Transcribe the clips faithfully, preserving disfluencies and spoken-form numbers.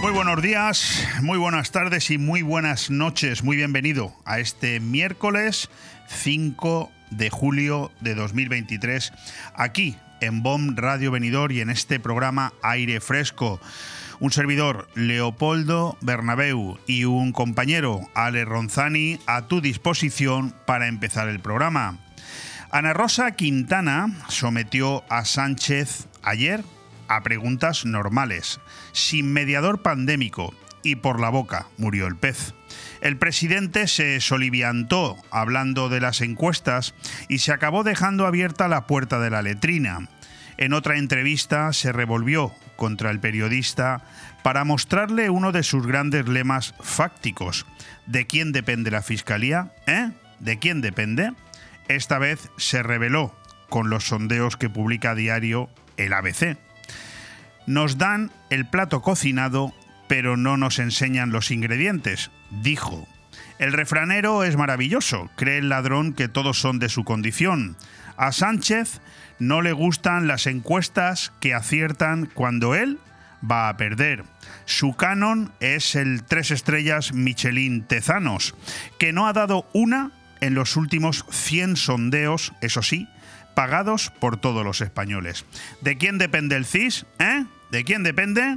Muy buenos días, muy buenas tardes y muy buenas noches. Muy bienvenido a este miércoles cinco de julio de dos mil veintitrés, aquí en B O M Radio Benidorm y en este programa Aire Fresco. Un servidor, Leopoldo Bernabeu, y un compañero, Ale Ronzani, a tu disposición para empezar el programa. Ana Rosa Quintana sometió a Sánchez ayer a preguntas normales, sin mediador pandémico, y por la boca murió el pez. El presidente se soliviantó hablando de las encuestas y se acabó dejando abierta la puerta de la letrina. En otra entrevista se revolvió contra el periodista para mostrarle uno de sus grandes lemas fácticos. ¿De quién depende la fiscalía? ¿Eh? ¿De quién depende? Esta vez se reveló con los sondeos que publica a diario el A B C. Nos dan el plato cocinado, pero no nos enseñan los ingredientes, dijo. El refranero es maravilloso, cree el ladrón que todos son de su condición. A Sánchez no le gustan las encuestas que aciertan cuando él va a perder. Su canon es el tres estrellas Michelin Tezanos, que no ha dado una en los últimos cien sondeos, eso sí, pagados por todos los españoles. ¿De quién depende el C I S? ¿Eh? ¿De quién depende?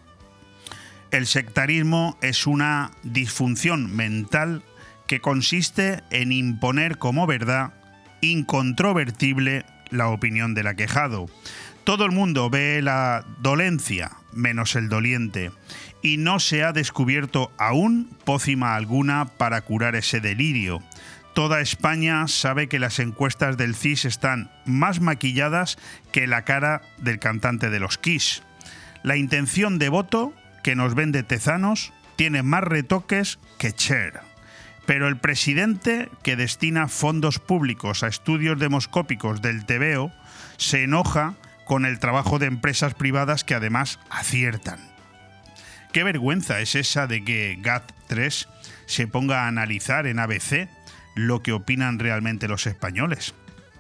El sectarismo es una disfunción mental que consiste en imponer como verdad incontrovertible la opinión del aquejado. Todo el mundo ve la dolencia, menos el doliente, y no se ha descubierto aún pócima alguna para curar ese delirio. Toda España sabe que las encuestas del C I S están más maquilladas que la cara del cantante de los Kiss. La intención de voto que nos vende Tezanos tiene más retoques que Cher. Pero el presidente, que destina fondos públicos a estudios demoscópicos del tebeo, se enoja con el trabajo de empresas privadas que además aciertan. ¿Qué vergüenza es esa de que G A T tres se ponga a analizar en A B C lo que opinan realmente los españoles?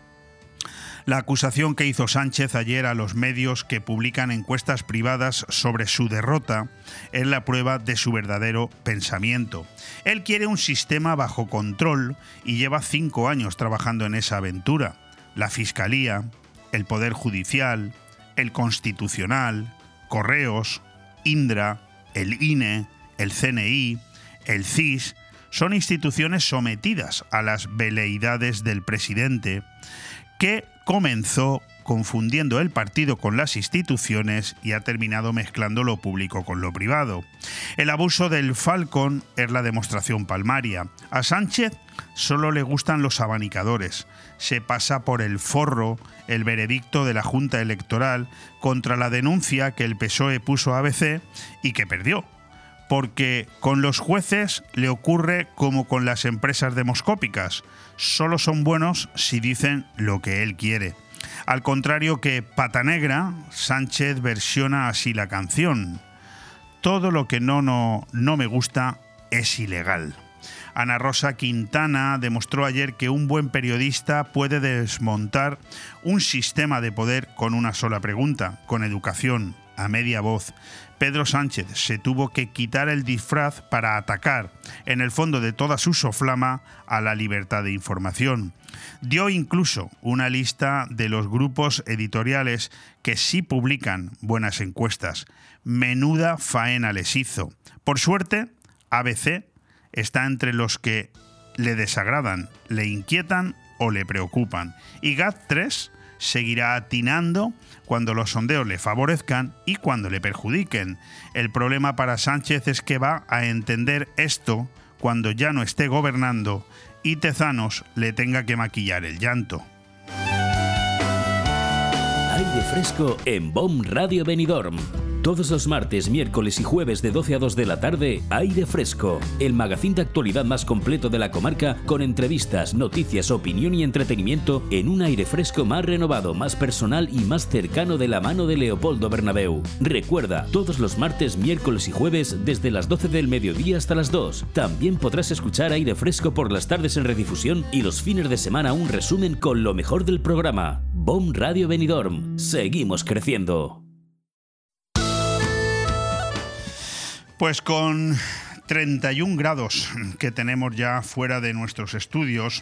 La acusación que hizo Sánchez ayer a los medios que publican encuestas privadas sobre su derrota es la prueba de su verdadero pensamiento. Él quiere un sistema bajo control y lleva cinco años trabajando en esa aventura. La Fiscalía, el Poder Judicial, el Constitucional, Correos, Indra, el I N E, el C N I, el C I S, son instituciones sometidas a las veleidades del presidente, que comenzó confundiendo el partido con las instituciones y ha terminado mezclando lo público con lo privado. El abuso del Falcon es la demostración palmaria. A Sánchez solo le gustan los abanicadores. Se pasa por el forro el veredicto de la Junta Electoral contra la denuncia que el P S O E puso a A B C y que perdió. Porque con los jueces le ocurre como con las empresas demoscópicas. Solo son buenos si dicen lo que él quiere. Al contrario que Pata Negra, Sánchez versiona así la canción. Todo lo que no, no, no me gusta es ilegal. Ana Rosa Quintana demostró ayer que un buen periodista puede desmontar un sistema de poder con una sola pregunta, con educación, a media voz. Pedro Sánchez se tuvo que quitar el disfraz para atacar, en el fondo de toda su soflama, a la libertad de información. Dio incluso una lista de los grupos editoriales que sí publican buenas encuestas. Menuda faena les hizo. Por suerte, A B C está entre los que le desagradan, le inquietan o le preocupan. Y G A T tres seguirá atinando cuando los sondeos le favorezcan y cuando le perjudiquen. El problema para Sánchez es que va a entender esto cuando ya no esté gobernando y Tezanos le tenga que maquillar el llanto. Aire fresco en B O M Radio Benidorm. Todos los martes, miércoles y jueves de doce a dos de la tarde, Aire Fresco, el magazín de actualidad más completo de la comarca, con entrevistas, noticias, opinión y entretenimiento en un aire fresco más renovado, más personal y más cercano de la mano de Leopoldo Bernabeu. Recuerda, todos los martes, miércoles y jueves desde las doce del mediodía hasta las dos. También podrás escuchar Aire Fresco por las tardes en redifusión y los fines de semana un resumen con lo mejor del programa. B O M Radio Benidorm. Seguimos creciendo. Pues con treinta y un grados que tenemos ya fuera de nuestros estudios,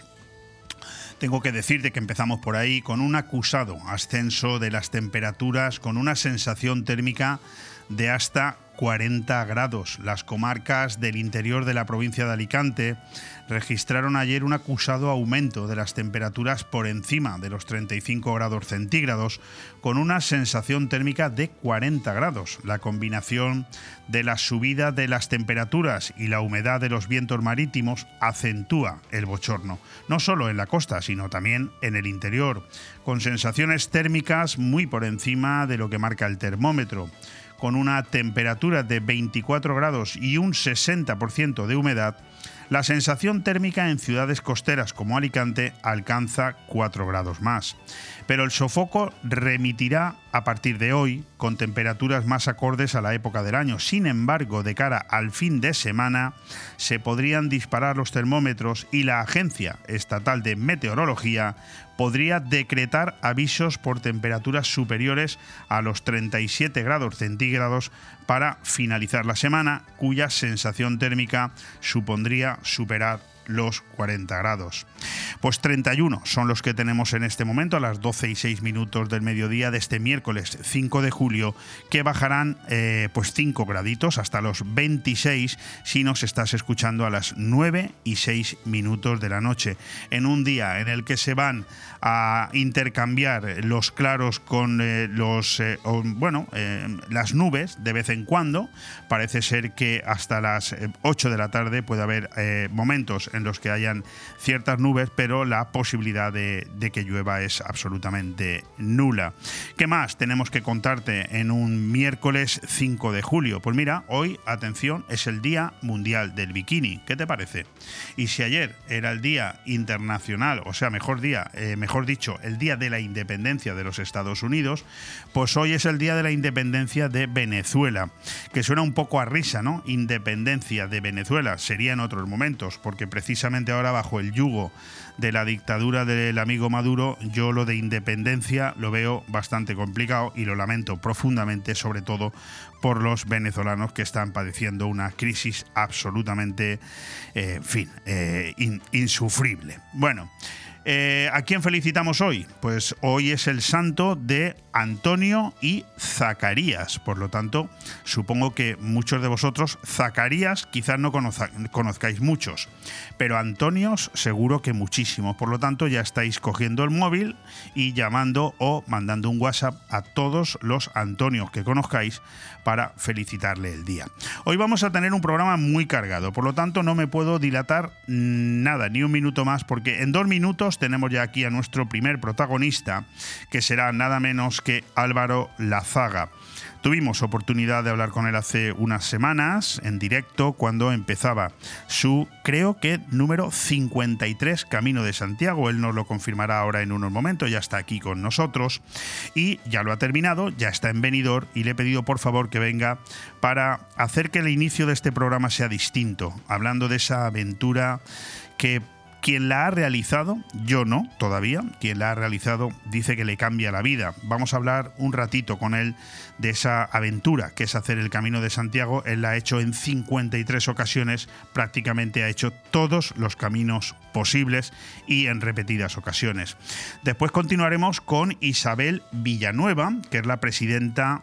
tengo que decirte que empezamos por ahí con un acusado ascenso de las temperaturas, con una sensación térmica de hasta cuarenta grados. Las comarcas del interior de la provincia de Alicante registraron ayer un acusado aumento de las temperaturas por encima de los treinta y cinco grados centígrados, con una sensación térmica de cuarenta grados. La combinación de la subida de las temperaturas y la humedad de los vientos marítimos acentúa el bochorno, no solo en la costa, sino también en el interior, con sensaciones térmicas muy por encima de lo que marca el termómetro. Con una temperatura de veinticuatro grados y un sesenta por ciento de humedad, la sensación térmica en ciudades costeras como Alicante alcanza cuatro grados más. Pero el sofoco remitirá a partir de hoy con temperaturas más acordes a la época del año. Sin embargo, de cara al fin de semana se podrían disparar los termómetros y la Agencia Estatal de Meteorología podría decretar avisos por temperaturas superiores a los treinta y siete grados centígrados para finalizar la semana, cuya sensación térmica supondría superar los cuarenta grados. Pues treinta y uno son los que tenemos en este momento a las doce y seis minutos del mediodía de este miércoles cinco de julio, que bajarán eh, pues cinco graditos hasta los veintiséis si nos estás escuchando a las nueve y seis minutos de la noche, en un día en el que se van a intercambiar los claros con eh, los eh, o, bueno eh, las nubes de vez en cuando. Parece ser que hasta las ocho de la tarde puede haber eh, momentos en los que hayan ciertas nubes, pero la posibilidad de, de que llueva es absolutamente nula. ¿Qué más tenemos que contarte en un miércoles cinco de julio? Pues mira, hoy, atención, es el Día Mundial del Bikini. ¿Qué te parece? Y si ayer era el Día Internacional, o sea, mejor día, eh, mejor dicho, el Día de la Independencia de los Estados Unidos, pues hoy es el Día de la Independencia de Venezuela, que suena un poco a risa, ¿no? Independencia de Venezuela sería en otros momentos, porque precisamente ahora, bajo el yugo de la dictadura del amigo Maduro, yo lo de independencia lo veo bastante complicado y lo lamento profundamente, sobre todo por los venezolanos que están padeciendo una crisis absolutamente, eh, en fin, eh, in, insufrible. Bueno, Eh, ¿a quién felicitamos hoy? Pues hoy es el santo de Antonio y Zacarías. Por lo tanto, supongo que muchos de vosotros, Zacarías quizás no conozca, conozcáis muchos, pero Antonios seguro que muchísimos. Por lo tanto, ya estáis cogiendo el móvil y llamando o mandando un WhatsApp a todos los Antonios que conozcáis para felicitarle el día. Hoy vamos a tener un programa muy cargado, por lo tanto no me puedo dilatar nada, ni un minuto más, porque en dos minutos tenemos ya aquí a nuestro primer protagonista, que será nada menos que Álvaro Lazaga. Tuvimos oportunidad de hablar con él hace unas semanas en directo cuando empezaba su, creo que, número cincuenta y tres Camino de Santiago. Él nos lo confirmará ahora en unos momentos, ya está aquí con nosotros y ya lo ha terminado, ya está en Benidorm y le he pedido por favor que venga para hacer que el inicio de este programa sea distinto, hablando de esa aventura que quien la ha realizado, yo no, todavía, quien la ha realizado dice que le cambia la vida. Vamos a hablar un ratito con él de esa aventura que es hacer el Camino de Santiago. Él la ha hecho en cincuenta y tres ocasiones, prácticamente ha hecho todos los caminos posibles y en repetidas ocasiones. Después continuaremos con Isabel Villanueva, que es la presidenta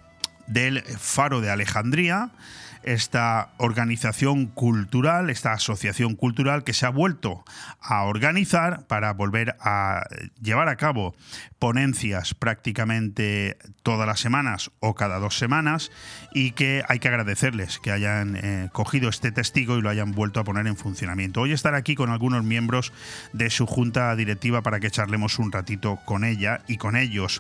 del Faro de Alejandría, esta organización cultural, esta asociación cultural que se ha vuelto a organizar para volver a llevar a cabo ponencias prácticamente todas las semanas o cada dos semanas, y que hay que agradecerles que hayan eh, cogido este testigo y lo hayan vuelto a poner en funcionamiento. Hoy estaré aquí con algunos miembros de su junta directiva para que charlemos un ratito con ella y con ellos.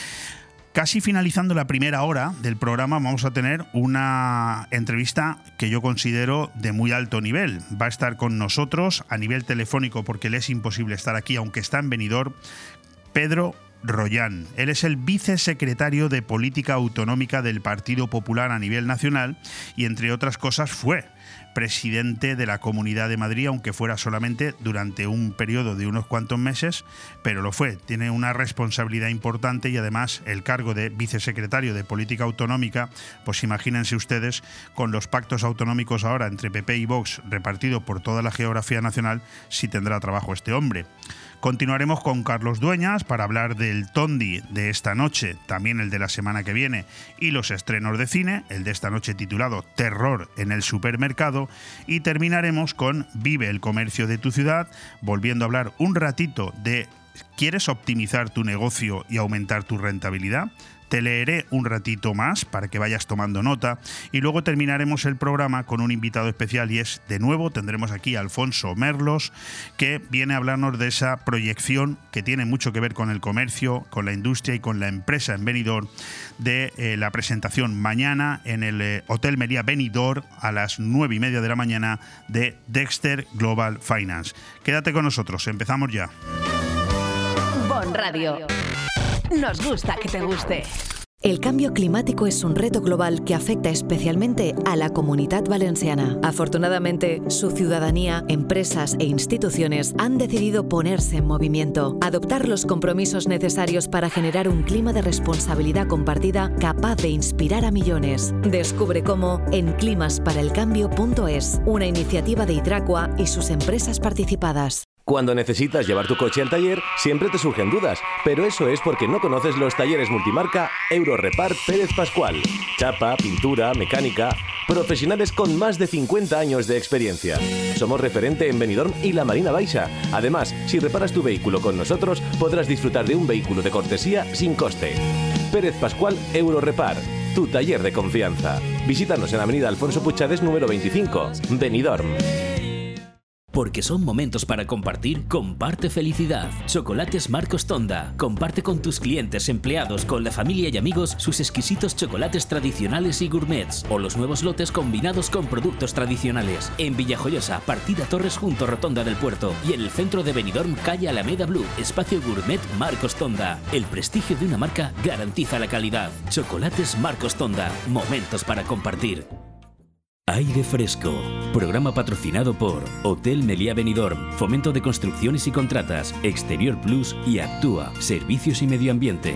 Casi finalizando la primera hora del programa vamos a tener una entrevista que yo considero de muy alto nivel. Va a estar con nosotros a nivel telefónico, porque le es imposible estar aquí, aunque está en Benidorm, Pedro Rollán. Él es el vicesecretario de Política Autonómica del Partido Popular a nivel nacional y, entre otras cosas, fue presidente de la Comunidad de Madrid, aunque fuera solamente durante un periodo de unos cuantos meses, pero lo fue. Tiene una responsabilidad importante y además el cargo de vicesecretario de Política Autonómica, pues imagínense ustedes, con los pactos autonómicos ahora entre P P y Vox repartido por toda la geografía nacional, si tendrá trabajo este hombre. Continuaremos con Carlos Dueñas para hablar del Tondi de esta noche, también el de la semana que viene, y los estrenos de cine, el de esta noche titulado Terror en el supermercado, y terminaremos con Vive el comercio de tu ciudad, volviendo a hablar un ratito de ¿quieres optimizar tu negocio y aumentar tu rentabilidad? Te leeré un ratito más para que vayas tomando nota y luego terminaremos el programa con un invitado especial y es, de nuevo, tendremos aquí a Alfonso Merlos, que viene a hablarnos de esa proyección que tiene mucho que ver con el comercio, con la industria y con la empresa en Benidorm, de eh, la presentación mañana en el eh, Hotel Meliá Benidorm a las nueve y media de la mañana de Dexter Global Finance. Quédate con nosotros, empezamos ya. Bon Radio. Nos gusta que te guste. El cambio climático es un reto global que afecta especialmente a la Comunitat Valenciana. Afortunadamente, su ciudadanía, empresas e instituciones han decidido ponerse en movimiento, adoptar los compromisos necesarios para generar un clima de responsabilidad compartida capaz de inspirar a millones. Descubre cómo en climas para el cambio punto es, una iniciativa de Hidracua y sus empresas participadas. Cuando necesitas llevar tu coche al taller, siempre te surgen dudas, pero eso es porque no conoces los talleres multimarca Eurorepar Pérez Pascual. Chapa, pintura, mecánica, profesionales con más de cincuenta años de experiencia. Somos referente en Benidorm y la Marina Baixa. Además, si reparas tu vehículo con nosotros, podrás disfrutar de un vehículo de cortesía sin coste. Pérez Pascual Eurorepar, tu taller de confianza. Visítanos en Avenida Alfonso Puchades número veinticinco, Benidorm. Porque son momentos para compartir, comparte felicidad. Chocolates Marcos Tonda. Comparte con tus clientes, empleados, con la familia y amigos sus exquisitos chocolates tradicionales y gourmets o los nuevos lotes combinados con productos tradicionales. En Villajoyosa, partida Torres junto a Rotonda del Puerto y en el centro de Benidorm, calle Alameda Blue, espacio gourmet Marcos Tonda. El prestigio de una marca garantiza la calidad. Chocolates Marcos Tonda. Momentos para compartir. Aire Fresco, programa patrocinado por Hotel Meliá Benidorm, Fomento de Construcciones y Contratas, Exterior Plus y Actúa, Servicios y Medio Ambiente.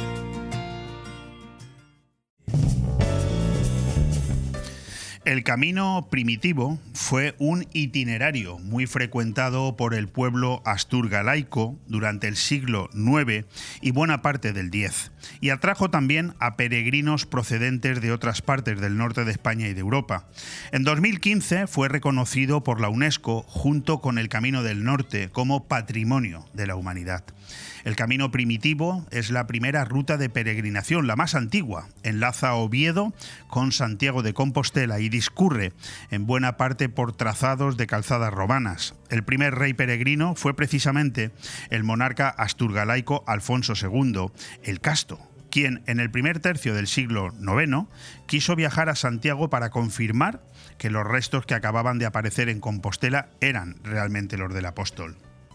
El camino primitivo fue un itinerario muy frecuentado por el pueblo asturgalaico durante el siglo nueve y buena parte del diez, y atrajo también a peregrinos procedentes de otras partes del norte de España y de Europa. En dos mil quince fue reconocido por la UNESCO junto con el Camino del Norte como Patrimonio de la Humanidad. El camino primitivo es la primera ruta de peregrinación, la más antigua. Enlaza Oviedo con Santiago de Compostela y discurre en buena parte por trazados de calzadas romanas. El primer rey peregrino fue precisamente el monarca asturgalaico Alfonso segundo, el Casto, quien en el primer tercio del siglo noveno quiso viajar a Santiago para confirmar que los restos que acababan de aparecer en Compostela eran realmente los del apóstol.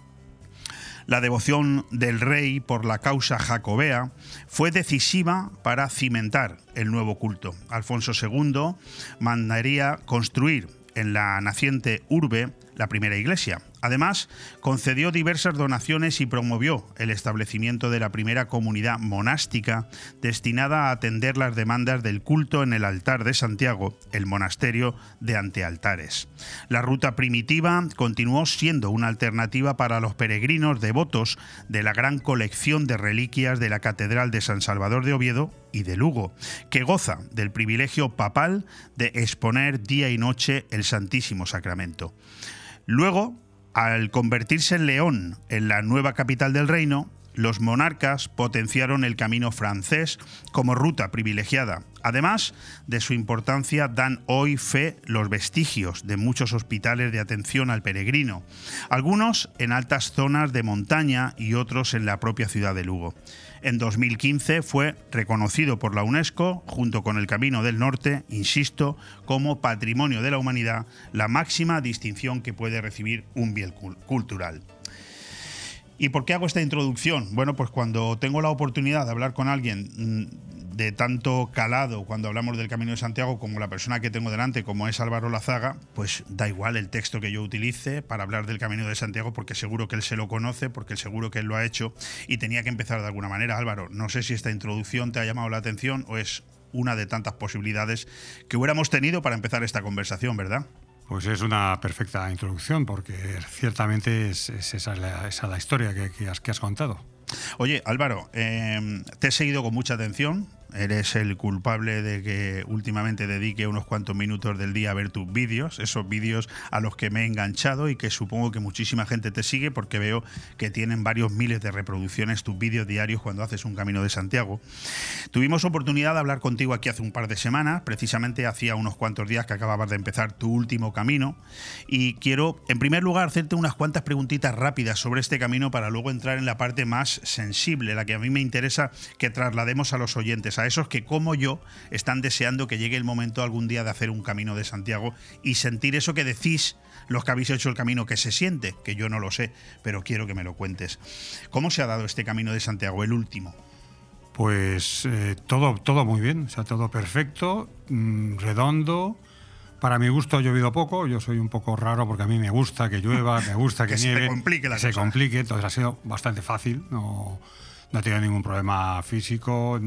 La devoción del rey por la causa jacobea fue decisiva para cimentar el nuevo culto. Alfonso segundo mandaría construir en la naciente urbe la primera iglesia. Además, concedió diversas donaciones y promovió el establecimiento de la primera comunidad monástica destinada a atender las demandas del culto en el altar de Santiago, el monasterio de Antealtares. La ruta primitiva continuó siendo una alternativa para los peregrinos devotos de la gran colección de reliquias de la Catedral de San Salvador de Oviedo y de Lugo, que goza del privilegio papal de exponer día y noche el Santísimo Sacramento. Luego, al convertirse en León en la nueva capital del reino, los monarcas potenciaron el camino francés como ruta privilegiada. Además de su importancia, dan hoy fe los vestigios de muchos hospitales de atención al peregrino, algunos en altas zonas de montaña y otros en la propia ciudad de Lugo. En dos mil quince fue reconocido por la UNESCO, junto con el Camino del Norte, insisto, como Patrimonio de la Humanidad, la máxima distinción que puede recibir un bien cultural. ¿Y por qué hago esta introducción? Bueno, pues cuando tengo la oportunidad de hablar con alguien de tanto calado cuando hablamos del Camino de Santiago como la persona que tengo delante, como es Álvaro Lazaga, pues da igual el texto que yo utilice para hablar del Camino de Santiago, porque seguro que él se lo conoce, porque seguro que él lo ha hecho y tenía que empezar de alguna manera. Álvaro, no sé si esta introducción te ha llamado la atención o es una de tantas posibilidades que hubiéramos tenido para empezar esta conversación, ¿verdad? Pues es una perfecta introducción, porque ciertamente es, es esa, la, esa la historia que, que, has, que has contado. Oye, Álvaro, eh, te he seguido con mucha atención. Eres el culpable de que últimamente dedique unos cuantos minutos del día a ver tus vídeos, esos vídeos a los que me he enganchado y que supongo que muchísima gente te sigue porque veo que tienen varios miles de reproducciones tus vídeos diarios cuando haces un Camino de Santiago. Tuvimos oportunidad de hablar contigo aquí hace un par de semanas, precisamente hacía unos cuantos días que acababas de empezar tu último camino, y quiero en primer lugar hacerte unas cuantas preguntitas rápidas sobre este camino para luego entrar en la parte más sensible, la que a mí me interesa que traslademos a los oyentes, a esos que como yo están deseando que llegue el momento algún día de hacer un Camino de Santiago y sentir eso que decís los que habéis hecho el camino, que se siente, que yo no lo sé, pero quiero que me lo cuentes. ¿Cómo se ha dado este Camino de Santiago, el último? Pues eh, todo, todo muy bien, o sea, todo perfecto, mmm, redondo. Para mi gusto ha llovido poco, yo soy un poco raro porque a mí me gusta que llueva, me gusta que, que nieve, se complique la que cosa. se complique, entonces ha sido bastante fácil, no, no he tenido ningún problema físico.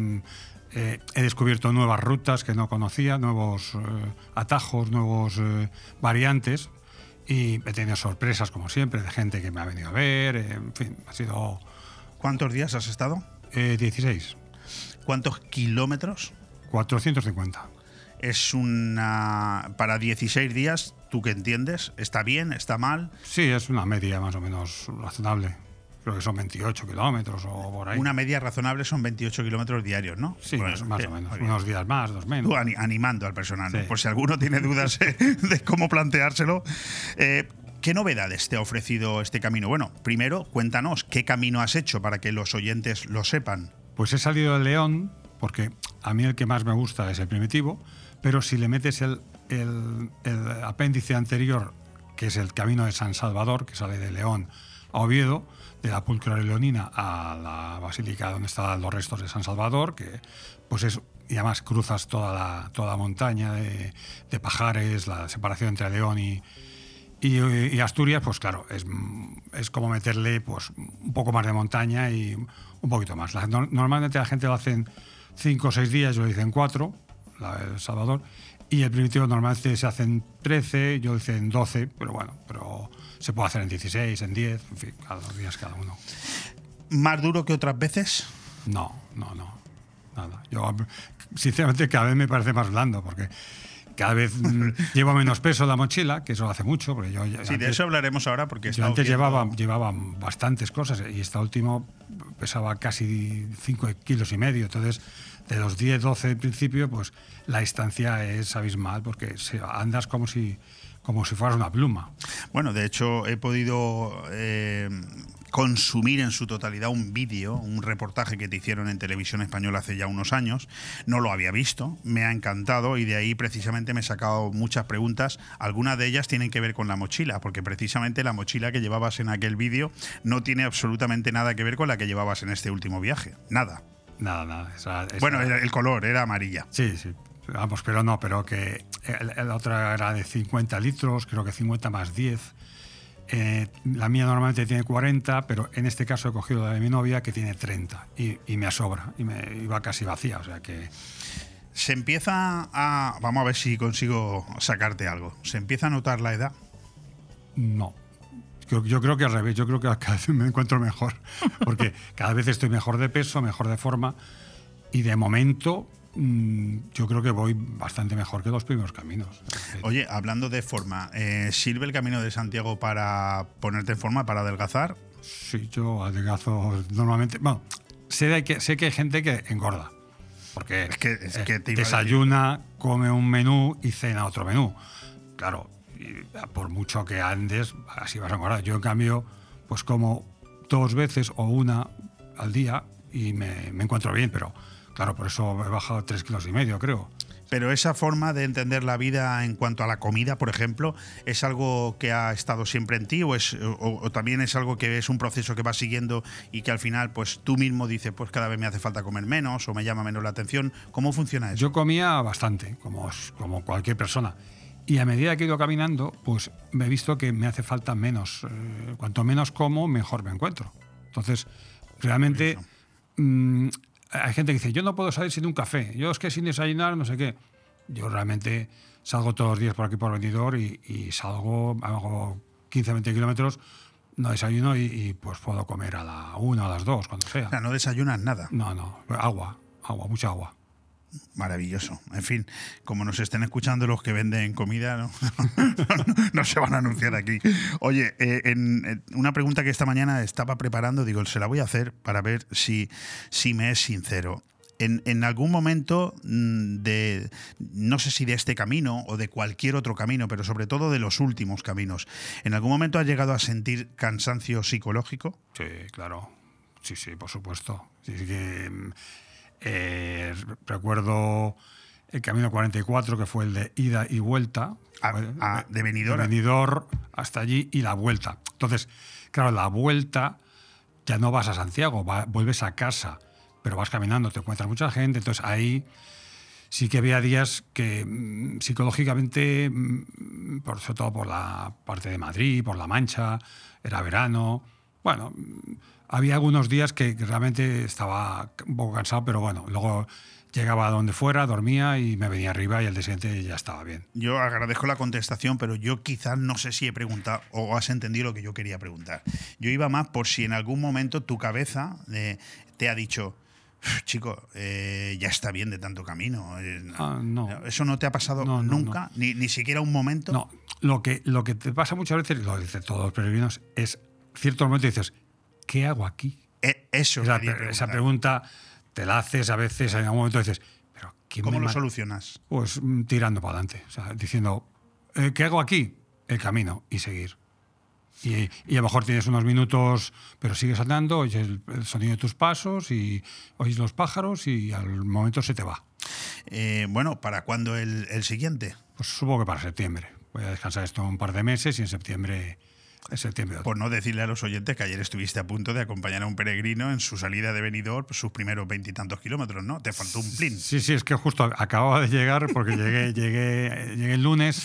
Eh, he descubierto nuevas rutas que no conocía, nuevos eh, atajos, nuevos eh, variantes, y he tenido sorpresas, como siempre, de gente que me ha venido a ver, eh, en fin, ha sido... ¿Cuántos días has estado? Eh, dieciséis. ¿Cuántos kilómetros? cuatrocientos cincuenta. Es una... Para dieciséis días, ¿tú qué entiendes? ¿Está bien? ¿Está mal? Sí, es una media más o menos razonable. Creo que son veintiocho kilómetros o por ahí. Una media razonable son veintiocho kilómetros diarios, ¿no? Sí, bueno, más, más sí, o menos. Unos días más, dos menos. Tú animando al personal, ¿no? Sí. Por si alguno tiene dudas eh, de cómo planteárselo. Eh, ¿Qué novedades te ha ofrecido este camino? Bueno, primero, cuéntanos, ¿qué camino has hecho para que los oyentes lo sepan? Pues he salido de León, porque a mí el que más me gusta es el primitivo, pero si le metes el, el, el apéndice anterior, que es el Camino de San Salvador, que sale de León a Oviedo, de la Pulcra Leonina a la basílica donde están los restos de San Salvador, que pues es, y además cruzas toda la, toda la montaña de, de Pajares, la separación entre León y, y, y Asturias, pues claro, es, es como meterle pues un poco más de montaña y un poquito más. La, no, normalmente la gente lo hace en cinco o seis días, yo lo hice en cuatro, la de Salvador, y el primitivo normalmente se hace en trece, yo lo hice en doce, pero bueno, pero se puede hacer en dieciséis, en diez, en fin, cada dos días cada uno. ¿Más duro que otras veces? No, no, no, nada. Yo, sinceramente, cada vez me parece más blando, porque cada vez mm, llevo menos peso en la mochila, que eso lo hace mucho. Porque yo, sí, antes, de eso hablaremos ahora, porque yo antes viendo... llevaba, llevaba bastantes cosas, y esta última pesaba casi cinco kilos y medio, entonces de los diez, doce del principio, pues la distancia es abismal, porque andas como si, como si fueras una pluma. Bueno, de hecho, he podido eh, consumir en su totalidad un vídeo, un reportaje que te hicieron en Televisión Española hace ya unos años. No lo había visto, me ha encantado, y de ahí precisamente me he sacado muchas preguntas. Algunas de ellas tienen que ver con la mochila, porque precisamente la mochila que llevabas en aquel vídeo no tiene absolutamente nada que ver con la que llevabas en este último viaje. Nada. Nada, nada. Esa, esa... Bueno, el color era amarilla. Sí, sí. Vamos, pero no, pero que la otra era de cincuenta litros, creo que cincuenta más diez. Eh, la mía normalmente tiene cuarenta, pero en este caso he cogido la de mi novia, que tiene treinta, y, y me asobra, y me iba casi vacía, o sea que... Se empieza a... Vamos a ver si consigo sacarte algo. ¿Se empieza a notar la edad? No. Yo, yo creo que al revés, yo creo que cada vez me encuentro mejor, porque cada vez estoy mejor de peso, mejor de forma, y de momento mmm, yo creo que voy bastante mejor que los primeros caminos. Oye, hablando de forma, eh, ¿sirve el Camino de Santiago para ponerte en forma, para adelgazar? Sí, yo adelgazo normalmente. Bueno, sé que, sé que hay gente que engorda, porque es que, es que te eh, desayuna, come un menú y cena otro menú. Claro, y por mucho que andes, así vas a engordar. Yo, en cambio, pues como dos veces o una al día y me, me encuentro bien, pero claro, por eso he bajado tres kilos y medio, creo. Pero esa forma de entender la vida en cuanto a la comida, por ejemplo, ¿es algo que ha estado siempre en ti o, es, o, o también es algo que es un proceso que vas siguiendo y que al final pues tú mismo dices, pues cada vez me hace falta comer menos o me llama menos la atención? ¿Cómo funciona eso? Yo comía bastante, como, como cualquier persona. Y a medida que he ido caminando, pues me he visto que me hace falta menos. Eh, cuanto menos como, mejor me encuentro. Entonces, realmente... Mmm, hay gente que dice, yo no puedo salir sin un café, yo es que sin desayunar no sé qué. Yo realmente salgo todos los días por aquí por Benidorm y, y salgo, hago quince a veinte kilómetros, no desayuno y, y pues puedo comer a la una o a las dos, cuando sea. O sea, no desayunas nada. No, no, agua, agua, mucha agua. Maravilloso. En fin, como nos estén escuchando los que venden comida, no, no, no, no se van a anunciar aquí. Oye, eh, en, en una pregunta que esta mañana estaba preparando, digo, se la voy a hacer para ver si, si me es sincero. En, en algún momento de, no sé si de este camino o de cualquier otro camino, pero sobre todo de los últimos caminos, ¿en algún momento has llegado a sentir cansancio psicológico? Sí, claro. Sí, sí, por supuesto. Sí, sí que... Eh, recuerdo el camino cuarenta y cuatro, que fue el de ida y vuelta. A, a, de Benidorm. De Benidorm hasta allí y la vuelta. Entonces, claro, la vuelta ya no vas a Santiago, va, vuelves a casa, pero vas caminando, te encuentras mucha gente. Entonces ahí sí que había días que mmm, psicológicamente, mmm, por, sobre todo por la parte de Madrid, por La Mancha, era verano. Bueno... Había algunos días que realmente estaba un poco cansado, pero bueno, luego llegaba a donde fuera, dormía y me venía arriba y al día siguiente ya estaba bien. Yo agradezco la contestación, pero yo quizás no sé si he preguntado o has entendido lo que yo quería preguntar. Yo iba más por si en algún momento tu cabeza eh, te ha dicho, chico, eh, ya está bien de tanto camino. Ah, no. ¿Eso no te ha pasado no, no, nunca? No. Ni, ¿Ni siquiera un momento? No, lo que, lo que te pasa muchas veces, lo dicen todos los peregrinos, es cierto momento dices, ¿qué hago aquí? Eh, eso esa, esa pregunta te la haces a veces, en algún momento dices, ¿pero quién ¿Cómo me lo ma-? solucionas? Pues tirando para adelante, o sea, diciendo, eh, ¿qué hago aquí? El camino y seguir. Y, y a lo mejor tienes unos minutos, pero sigues andando, oyes el, el sonido de tus pasos y oyes los pájaros y al momento se te va. Eh, bueno, ¿para cuándo el, el siguiente? Pues supongo que para septiembre. Voy a descansar esto un par de meses y en septiembre... En septiembre. Por no decirle a los oyentes que ayer estuviste a punto de acompañar a un peregrino en su salida de Benidorm, sus primeros veintitantos kilómetros, ¿no? Te faltó un plin. Sí, sí, es que justo acababa de llegar porque llegué, llegué, llegué el lunes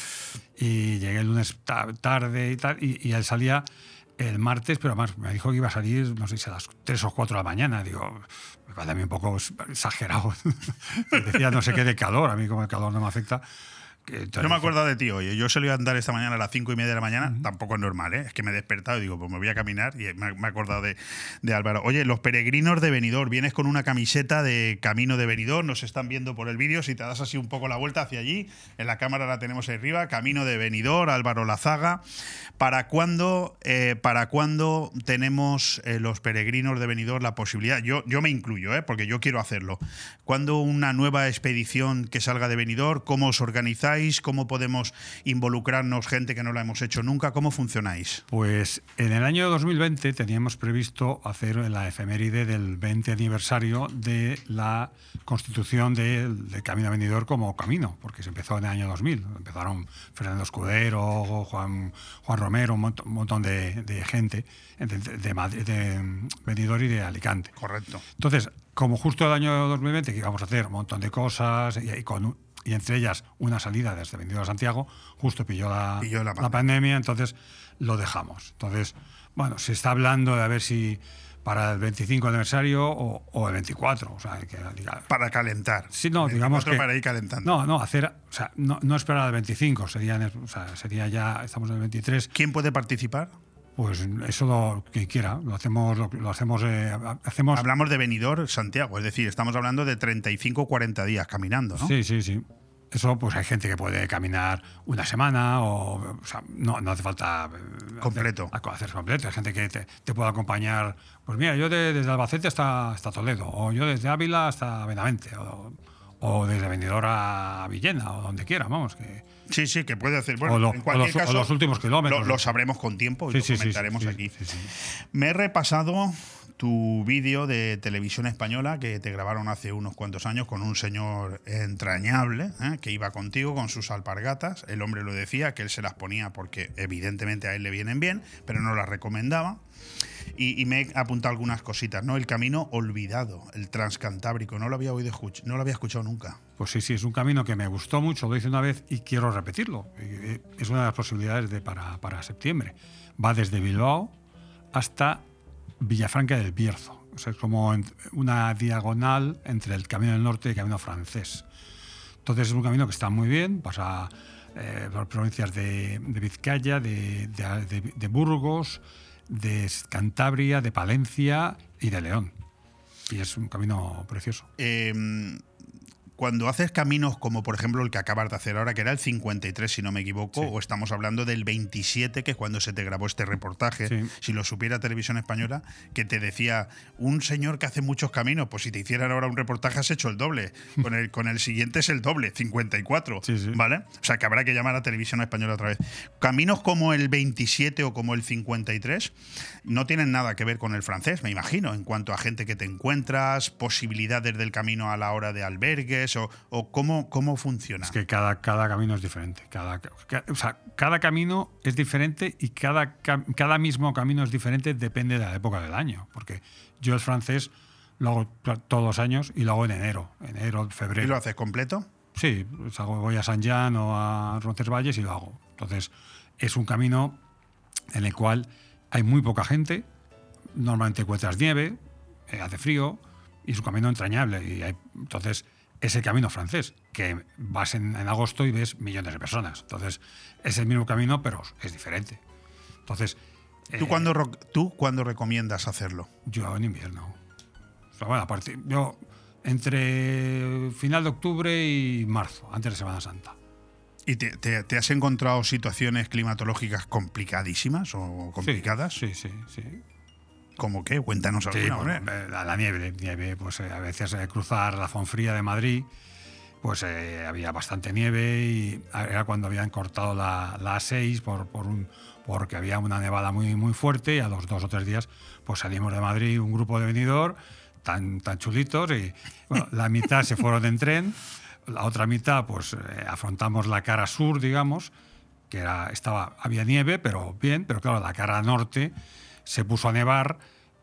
y llegué el lunes tarde y tal, y, y él salía el martes, pero además me dijo que iba a salir, no sé si a las tres o cuatro de la mañana. Digo, me parece a mí un poco exagerado. Decía no sé qué de calor, a mí como el calor no me afecta. Entonces, no me acuerdo de ti hoy. Yo salí a andar esta mañana a las cinco y media de la mañana. Uh-huh. Tampoco es normal, ¿eh? Es que me he despertado y digo, pues me voy a caminar. Y me, me he acordado de, de Álvaro. Oye, los peregrinos de Benidorm. Vienes con una camiseta de Camino de Benidorm. Nos están viendo por el vídeo. Si te das así un poco la vuelta hacia allí, en la cámara la tenemos ahí arriba. Camino de Benidorm, Álvaro Lazaga. ¿Para cuándo, eh, para cuándo tenemos eh, los peregrinos de Benidorm la posibilidad? Yo, yo me incluyo, ¿eh? Porque yo quiero hacerlo. ¿Cuándo una nueva expedición que salga de Benidorm? ¿Cómo os organizáis? ¿Cómo podemos involucrarnos gente que no lo hemos hecho nunca? ¿Cómo funcionáis? Pues en el año dos mil veinte teníamos previsto hacer la efeméride del veinte aniversario de la constitución del de Camino a Benidorm como camino, porque se empezó en el año dos mil. Empezaron Fernando Escudero, Juan, Juan Romero, un montón, un montón de, de gente de, de, de, de Benidorm y de Alicante. Correcto. Entonces, como justo el año dos mil veinte que íbamos a hacer un montón de cosas y, y con y entre ellas una salida desde Benidorm a Santiago, justo pilló la, pilló la, pandemia. la pandemia, entonces lo dejamos. Entonces, bueno, se está hablando de a ver si para el veinticinco aniversario o, o el veinticuatro. O sea, que, para calentar. Sí, no, digamos que... para ir calentando. No, no, hacer, o sea, no, no esperar al veinticinco, sería, o sea, sería ya, estamos en el veintitrés. ¿Quién puede participar? Pues eso lo que quiera, lo hacemos, lo, lo hacemos, eh, hacemos. Hablamos de Benidorm, Santiago, es decir, estamos hablando de treinta y cinco a cuarenta días caminando, ¿no? Sí, sí, sí. Eso, pues hay gente que puede caminar una semana o, o sea, no, no hace falta completo. Hacer, hacer completo. Hay gente que te, te puede acompañar. Pues mira, yo de, desde Albacete hasta, hasta Toledo, o yo desde Ávila hasta Benavente, o, o desde Benidorm a Villena, o donde quiera, vamos, que. Sí, sí, que puede hacer. Bueno, o, lo, en cualquier o, los, caso, o los últimos kilómetros. Lo, lo sabremos con tiempo y sí, lo sí, comentaremos sí, sí, aquí. Sí, sí, sí. Me he repasado tu vídeo de Televisión Española que te grabaron hace unos cuantos años con un señor entrañable, ¿eh? que iba contigo con sus alpargatas. El hombre lo decía, que él se las ponía porque evidentemente a él le vienen bien, pero no las recomendaba. Y, y me he apuntado algunas cositas, ¿no? El camino olvidado, el transcantábrico, no lo había oído, no lo había escuchado nunca. Pues sí, sí, es un camino que me gustó mucho, lo hice una vez y quiero repetirlo. Es una de las posibilidades de para, para septiembre. Va desde Bilbao hasta Villafranca del Bierzo. O sea, es como una diagonal entre el Camino del Norte y el Camino francés. Entonces es un camino que está muy bien, pasa eh, por provincias de, de Vizcaya, de, de, de, de Burgos, de Cantabria, de Palencia y de León. Y es un camino precioso. Eh, cuando haces caminos como por ejemplo el que acabas de hacer ahora, que era el cincuenta y tres si no me equivoco, sí. o estamos hablando del veintisiete, que es cuando se te grabó este reportaje, sí. si lo supiera Televisión Española, que te decía, un señor que hace muchos caminos, pues si te hicieran ahora un reportaje has hecho el doble, con el, con el siguiente es el doble, cincuenta y cuatro, sí, sí. ¿vale? O sea que habrá que llamar a Televisión Española otra vez. Caminos como el veintisiete o como el cincuenta y tres no tienen nada que ver con el francés, me imagino, en cuanto a gente que te encuentras, posibilidades del camino a la hora de albergues, o, o cómo, cómo funciona. Es que cada, cada camino es diferente. Cada, cada, o sea, cada camino es diferente y cada, cada mismo camino es diferente, depende de la época del año. Porque yo el francés lo hago todos los años y lo hago en enero, enero, febrero. ¿Y lo haces completo? Sí, pues hago, voy a San Jan o a Roncesvalles y lo hago. Entonces, es un camino en el cual hay muy poca gente, normalmente encuentras nieve, eh, hace frío, y es un camino entrañable. Y hay, entonces, es el camino francés, que vas en, en agosto y ves millones de personas. Entonces, es el mismo camino, pero es diferente. Entonces, ¿Tú, eh, cuándo, ¿Tú cuándo recomiendas hacerlo? Yo en invierno. O sea, bueno, a partir, yo entre final de octubre y marzo, antes de Semana Santa. ¿Y te, te, te has encontrado situaciones climatológicas complicadísimas o complicadas? Sí, sí, sí. sí. ¿Cómo qué? Cuéntanos alguna. Sí, bueno, la, la nieve, nieve pues eh, a veces eh, cruzar la Fonfría de Madrid, pues eh, había bastante nieve y era cuando habían cortado la, la A seis por, por un, porque había una nevada muy, muy fuerte, y a los dos o tres días pues salimos de Madrid un grupo de venidor tan, tan chulitos y bueno, la mitad se fueron en tren, la otra mitad pues eh, afrontamos la cara sur, digamos, que era, estaba, había nieve, pero bien, pero claro, la cara norte se puso a nevar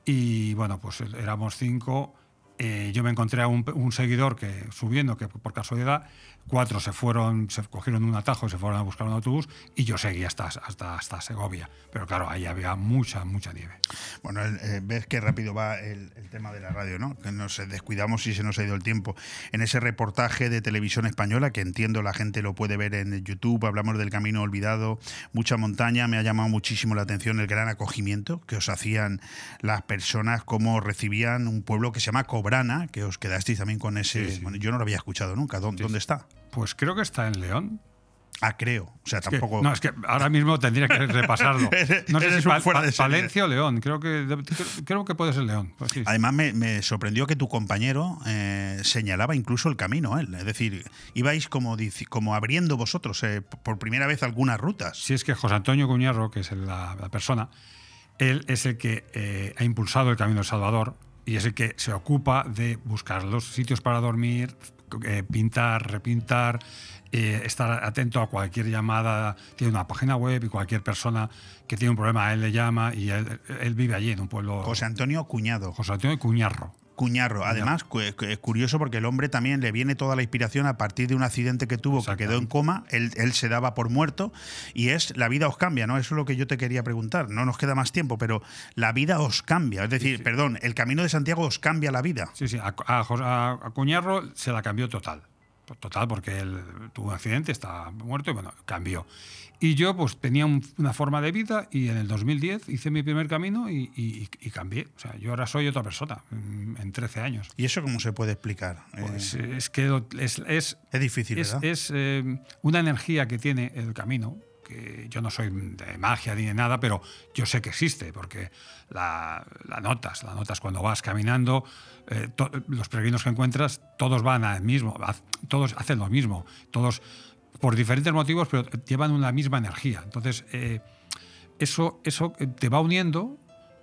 y bueno, pues éramos cinco. Eh, yo me encontré a un, un seguidor que subiendo, que por casualidad, cuatro se fueron, se cogieron un atajo y se fueron a buscar un autobús, y yo seguí hasta, hasta, hasta Segovia. Pero claro, ahí había mucha, mucha nieve. Bueno, eh, ves qué rápido va el, el tema de la radio, ¿no? Que nos descuidamos y se nos ha ido el tiempo. En ese reportaje de Televisión Española, que entiendo la gente lo puede ver en YouTube, hablamos del camino olvidado, mucha montaña, me ha llamado muchísimo la atención el gran acogimiento que os hacían las personas, cómo recibían un pueblo que se llama Cobrana, que os quedasteis también con ese... Sí, sí. Bueno, yo no lo había escuchado nunca. ¿Dónde, sí, ¿dónde está? Pues creo que está en León. Ah, creo. O sea, es tampoco... Que, no, es que ahora mismo tendría que repasarlo. No sé si pa, pa, Palencia o León. Creo que, creo que puede ser León. Pues sí. Además, me, me sorprendió que tu compañero eh, señalaba incluso el camino. Él. Es decir, ibais como, como abriendo vosotros eh, por primera vez algunas rutas. Sí, es que José Antonio Cuñarro, que es la, la persona, él es el que eh, ha impulsado el Camino del Salvador y es el que se ocupa de buscar los sitios para dormir, eh, pintar, repintar, eh, estar atento a cualquier llamada. Tiene una página web y cualquier persona que tiene un problema a él le llama, y él, él vive allí en un pueblo. José Antonio Cuñado. José Antonio Cuñarro. Cuñarro. Además, es curioso porque el hombre también le viene toda la inspiración a partir de un accidente que tuvo, que quedó en coma. Él, él se daba por muerto, y es la vida os cambia, ¿no? Eso es lo que yo te quería preguntar. No nos queda más tiempo, pero la vida os cambia. Es decir, sí, sí. perdón, el Camino de Santiago os cambia la vida. Sí, sí. A, a, a Cuñarro se la cambió total. Total, porque él tuvo un accidente, estaba muerto y bueno, cambió. Y yo pues tenía un, una forma de vida, y en el dos mil diez hice mi primer camino y, y, y cambié. O sea, yo ahora soy otra persona en trece años. ¿Y eso cómo se puede explicar? Pues eh, es que es, es, es difícil, es, ¿verdad? Es eh, una energía que tiene el camino, que yo no soy de magia ni de nada, pero yo sé que existe, porque la, la notas, la notas cuando vas caminando. Eh, to, los peregrinos que encuentras, todos van al mismo, todos hacen lo mismo, todos por diferentes motivos, pero llevan una misma energía. Entonces, eh, eso, eso te va uniendo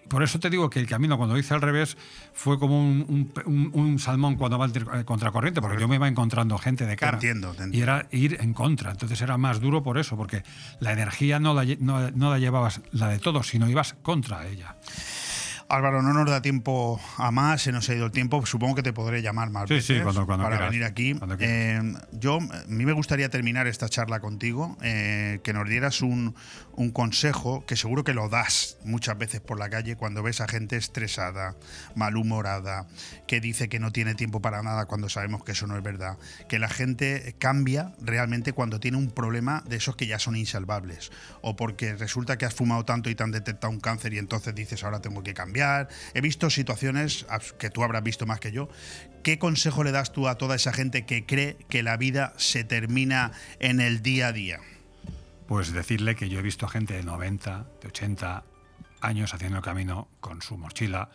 por eso te digo que el camino, cuando lo hice al revés, fue como un, un, un, un salmón cuando va en contracorriente, porque yo me iba encontrando gente de cara. Te entiendo, te entiendo. Y era ir en contra. Entonces era más duro por eso, porque la energía no la, no, no la llevabas la de todos, sino ibas contra ella. Álvaro, no nos da tiempo a más, se nos ha ido el tiempo. Supongo que te podré llamar más sí, veces sí, cuando, cuando para quieras, venir aquí. Eh, yo, a mí me gustaría terminar esta charla contigo, eh, que nos dieras un, un consejo, que seguro que lo das muchas veces por la calle cuando ves a gente estresada, malhumorada, que dice que no tiene tiempo para nada cuando sabemos que eso no es verdad. Que la gente cambia realmente cuando tiene un problema de esos que ya son insalvables. O porque resulta que has fumado tanto y te han detectado un cáncer y entonces dices ahora tengo que cambiar. He visto situaciones que tú habrás visto más que yo. ¿Qué consejo le das tú a toda esa gente que cree que la vida se termina en el día a día? Pues decirle que yo he visto gente de noventa, de ochenta años haciendo el camino con su mochila,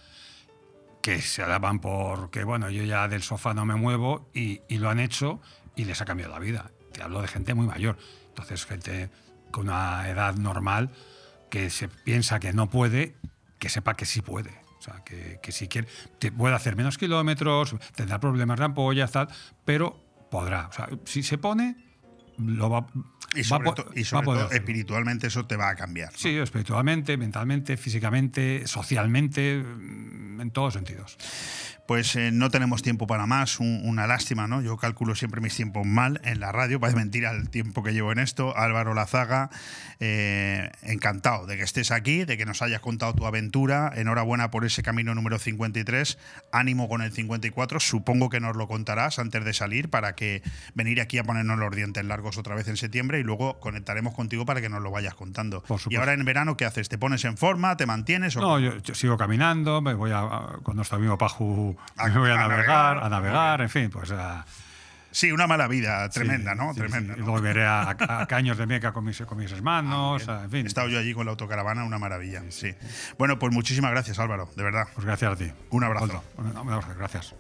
que se daban porque, bueno, yo ya del sofá no me muevo, y, y lo han hecho y les ha cambiado la vida. Te hablo de gente muy mayor. Entonces, gente con una edad normal que se piensa que no puede, que sepa que sí puede. O sea, que, que si quiere, te puede hacer menos kilómetros, tendrá problemas de ampollas, tal, pero podrá. O sea, si se pone, lo va, y sobre, va, to, y sobre va todo espiritualmente eso te va a cambiar, ¿no? Sí, espiritualmente, mentalmente, físicamente, socialmente, en todos sentidos. Pues eh, no tenemos tiempo para más, un, una lástima, ¿no? Yo calculo siempre mis tiempos mal en la radio, parece mentira el tiempo que llevo en esto. Álvaro Lazaga, eh, encantado de que estés aquí, de que nos hayas contado tu aventura. Enhorabuena por ese camino número cincuenta y tres, ánimo con el cincuenta y cuatro, supongo que nos lo contarás antes de salir para que venir aquí a ponernos los dientes largos otra vez en septiembre, y luego conectaremos contigo para que nos lo vayas contando. Y ahora en verano, ¿qué haces? ¿Te pones en forma? ¿Te mantienes? O no, yo, yo sigo caminando, me voy a, con nuestro amigo Paju, A, me voy a, a navegar, navegar, a navegar, en fin, pues a... Sí, una mala vida tremenda, sí, ¿no? Sí, tremenda. Sí. ¿no? Y luego iré a, a Caños de Meca con mis, con mis hermanos, ah, en fin. He estado yo allí con la autocaravana, una maravilla, sí. sí. Bueno, pues muchísimas gracias, Álvaro, de verdad. Pues gracias a ti. Un abrazo. Un abrazo, gracias.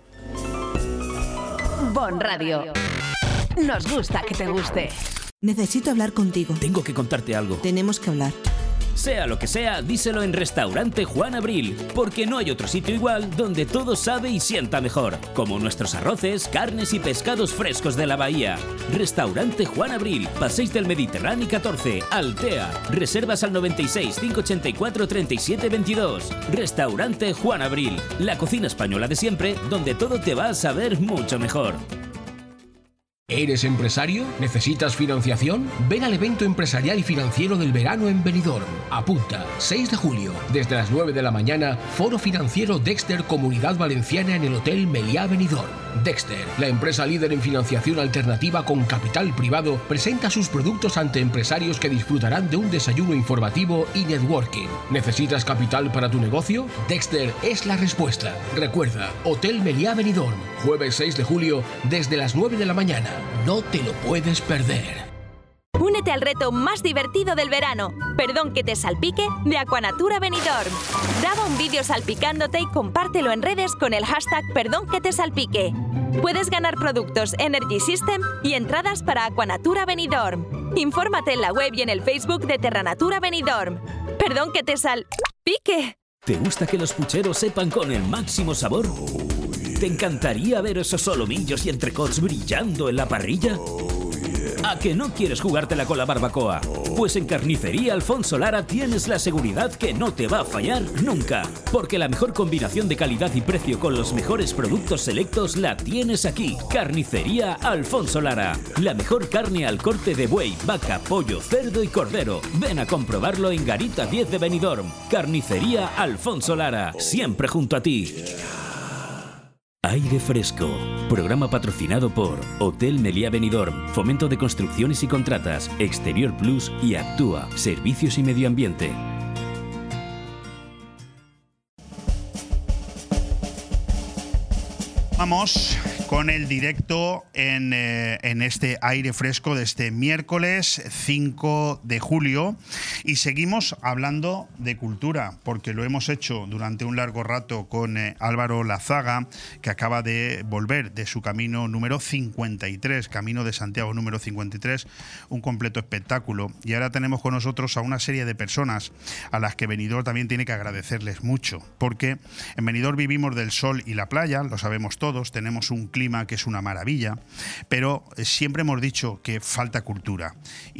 Bon Radio. Nos gusta que te guste. Necesito hablar contigo. Tengo que contarte algo. Tenemos que hablar. Sea lo que sea, díselo en Restaurante Juan Abril, porque no hay otro sitio igual donde todo sabe y sienta mejor, como nuestros arroces, carnes y pescados frescos de la bahía. Restaurante Juan Abril, Passeig del Mediterráneo catorce, Altea. Reservas al noventa y seis, cinco ochenta y cuatro, treinta y siete veintidós. Restaurante Juan Abril, la cocina española de siempre, donde todo te va a saber mucho mejor. ¿Eres empresario? ¿Necesitas financiación? Ven al evento empresarial y financiero del verano en Benidorm. Apunta, seis de julio, desde las nueve de la mañana, Foro Financiero Dexter Comunidad Valenciana en el Hotel Meliá Benidorm. Dexter, la empresa líder en financiación alternativa con capital privado, presenta sus productos ante empresarios que disfrutarán de un desayuno informativo y networking. ¿Necesitas capital para tu negocio? Dexter es la respuesta. Recuerda, Hotel Meliá Benidorm, jueves seis de julio, desde las nueve de la mañana. No te lo puedes perder. Únete al reto más divertido del verano. Perdón que te salpique, de Aquanatura Benidorm. Graba un vídeo salpicándote y compártelo en redes con el hashtag Perdón que te salpique. Puedes ganar productos Energy System y entradas para Aquanatura Benidorm. Infórmate en la web y en el Facebook de Terranatura Benidorm. Perdón que te salpique. ¿Te gusta que los pucheros sepan con el máximo sabor? ¿Te encantaría ver esos solomillos y entrecots brillando en la parrilla? ¿A que no quieres jugártela con la barbacoa? Pues en Carnicería Alfonso Lara tienes la seguridad que no te va a fallar nunca. Porque la mejor combinación de calidad y precio con los mejores productos selectos la tienes aquí. Carnicería Alfonso Lara. La mejor carne al corte de buey, vaca, pollo, cerdo y cordero. Ven a comprobarlo en Garita diez de Benidorm. Carnicería Alfonso Lara. Siempre junto a ti. Aire Fresco, programa patrocinado por Hotel Meliá Benidorm, Fomento de Construcciones y Contratas, Exterior Plus y Actúa, Servicios y Medio Ambiente. Vamos con el directo en, eh, en este aire fresco de este miércoles cinco de julio y seguimos hablando de cultura porque lo hemos hecho durante un largo rato con eh, Álvaro Lazaga, que acaba de volver de su camino número cincuenta y tres, Camino de Santiago número cincuenta y tres, un completo espectáculo, y ahora tenemos con nosotros a una serie de personas a las que Benidorm también tiene que agradecerles mucho, porque en Benidorm vivimos del sol y la playa, lo sabemos todos, tenemos un clima que es una maravilla, pero siempre hemos dicho que falta cultura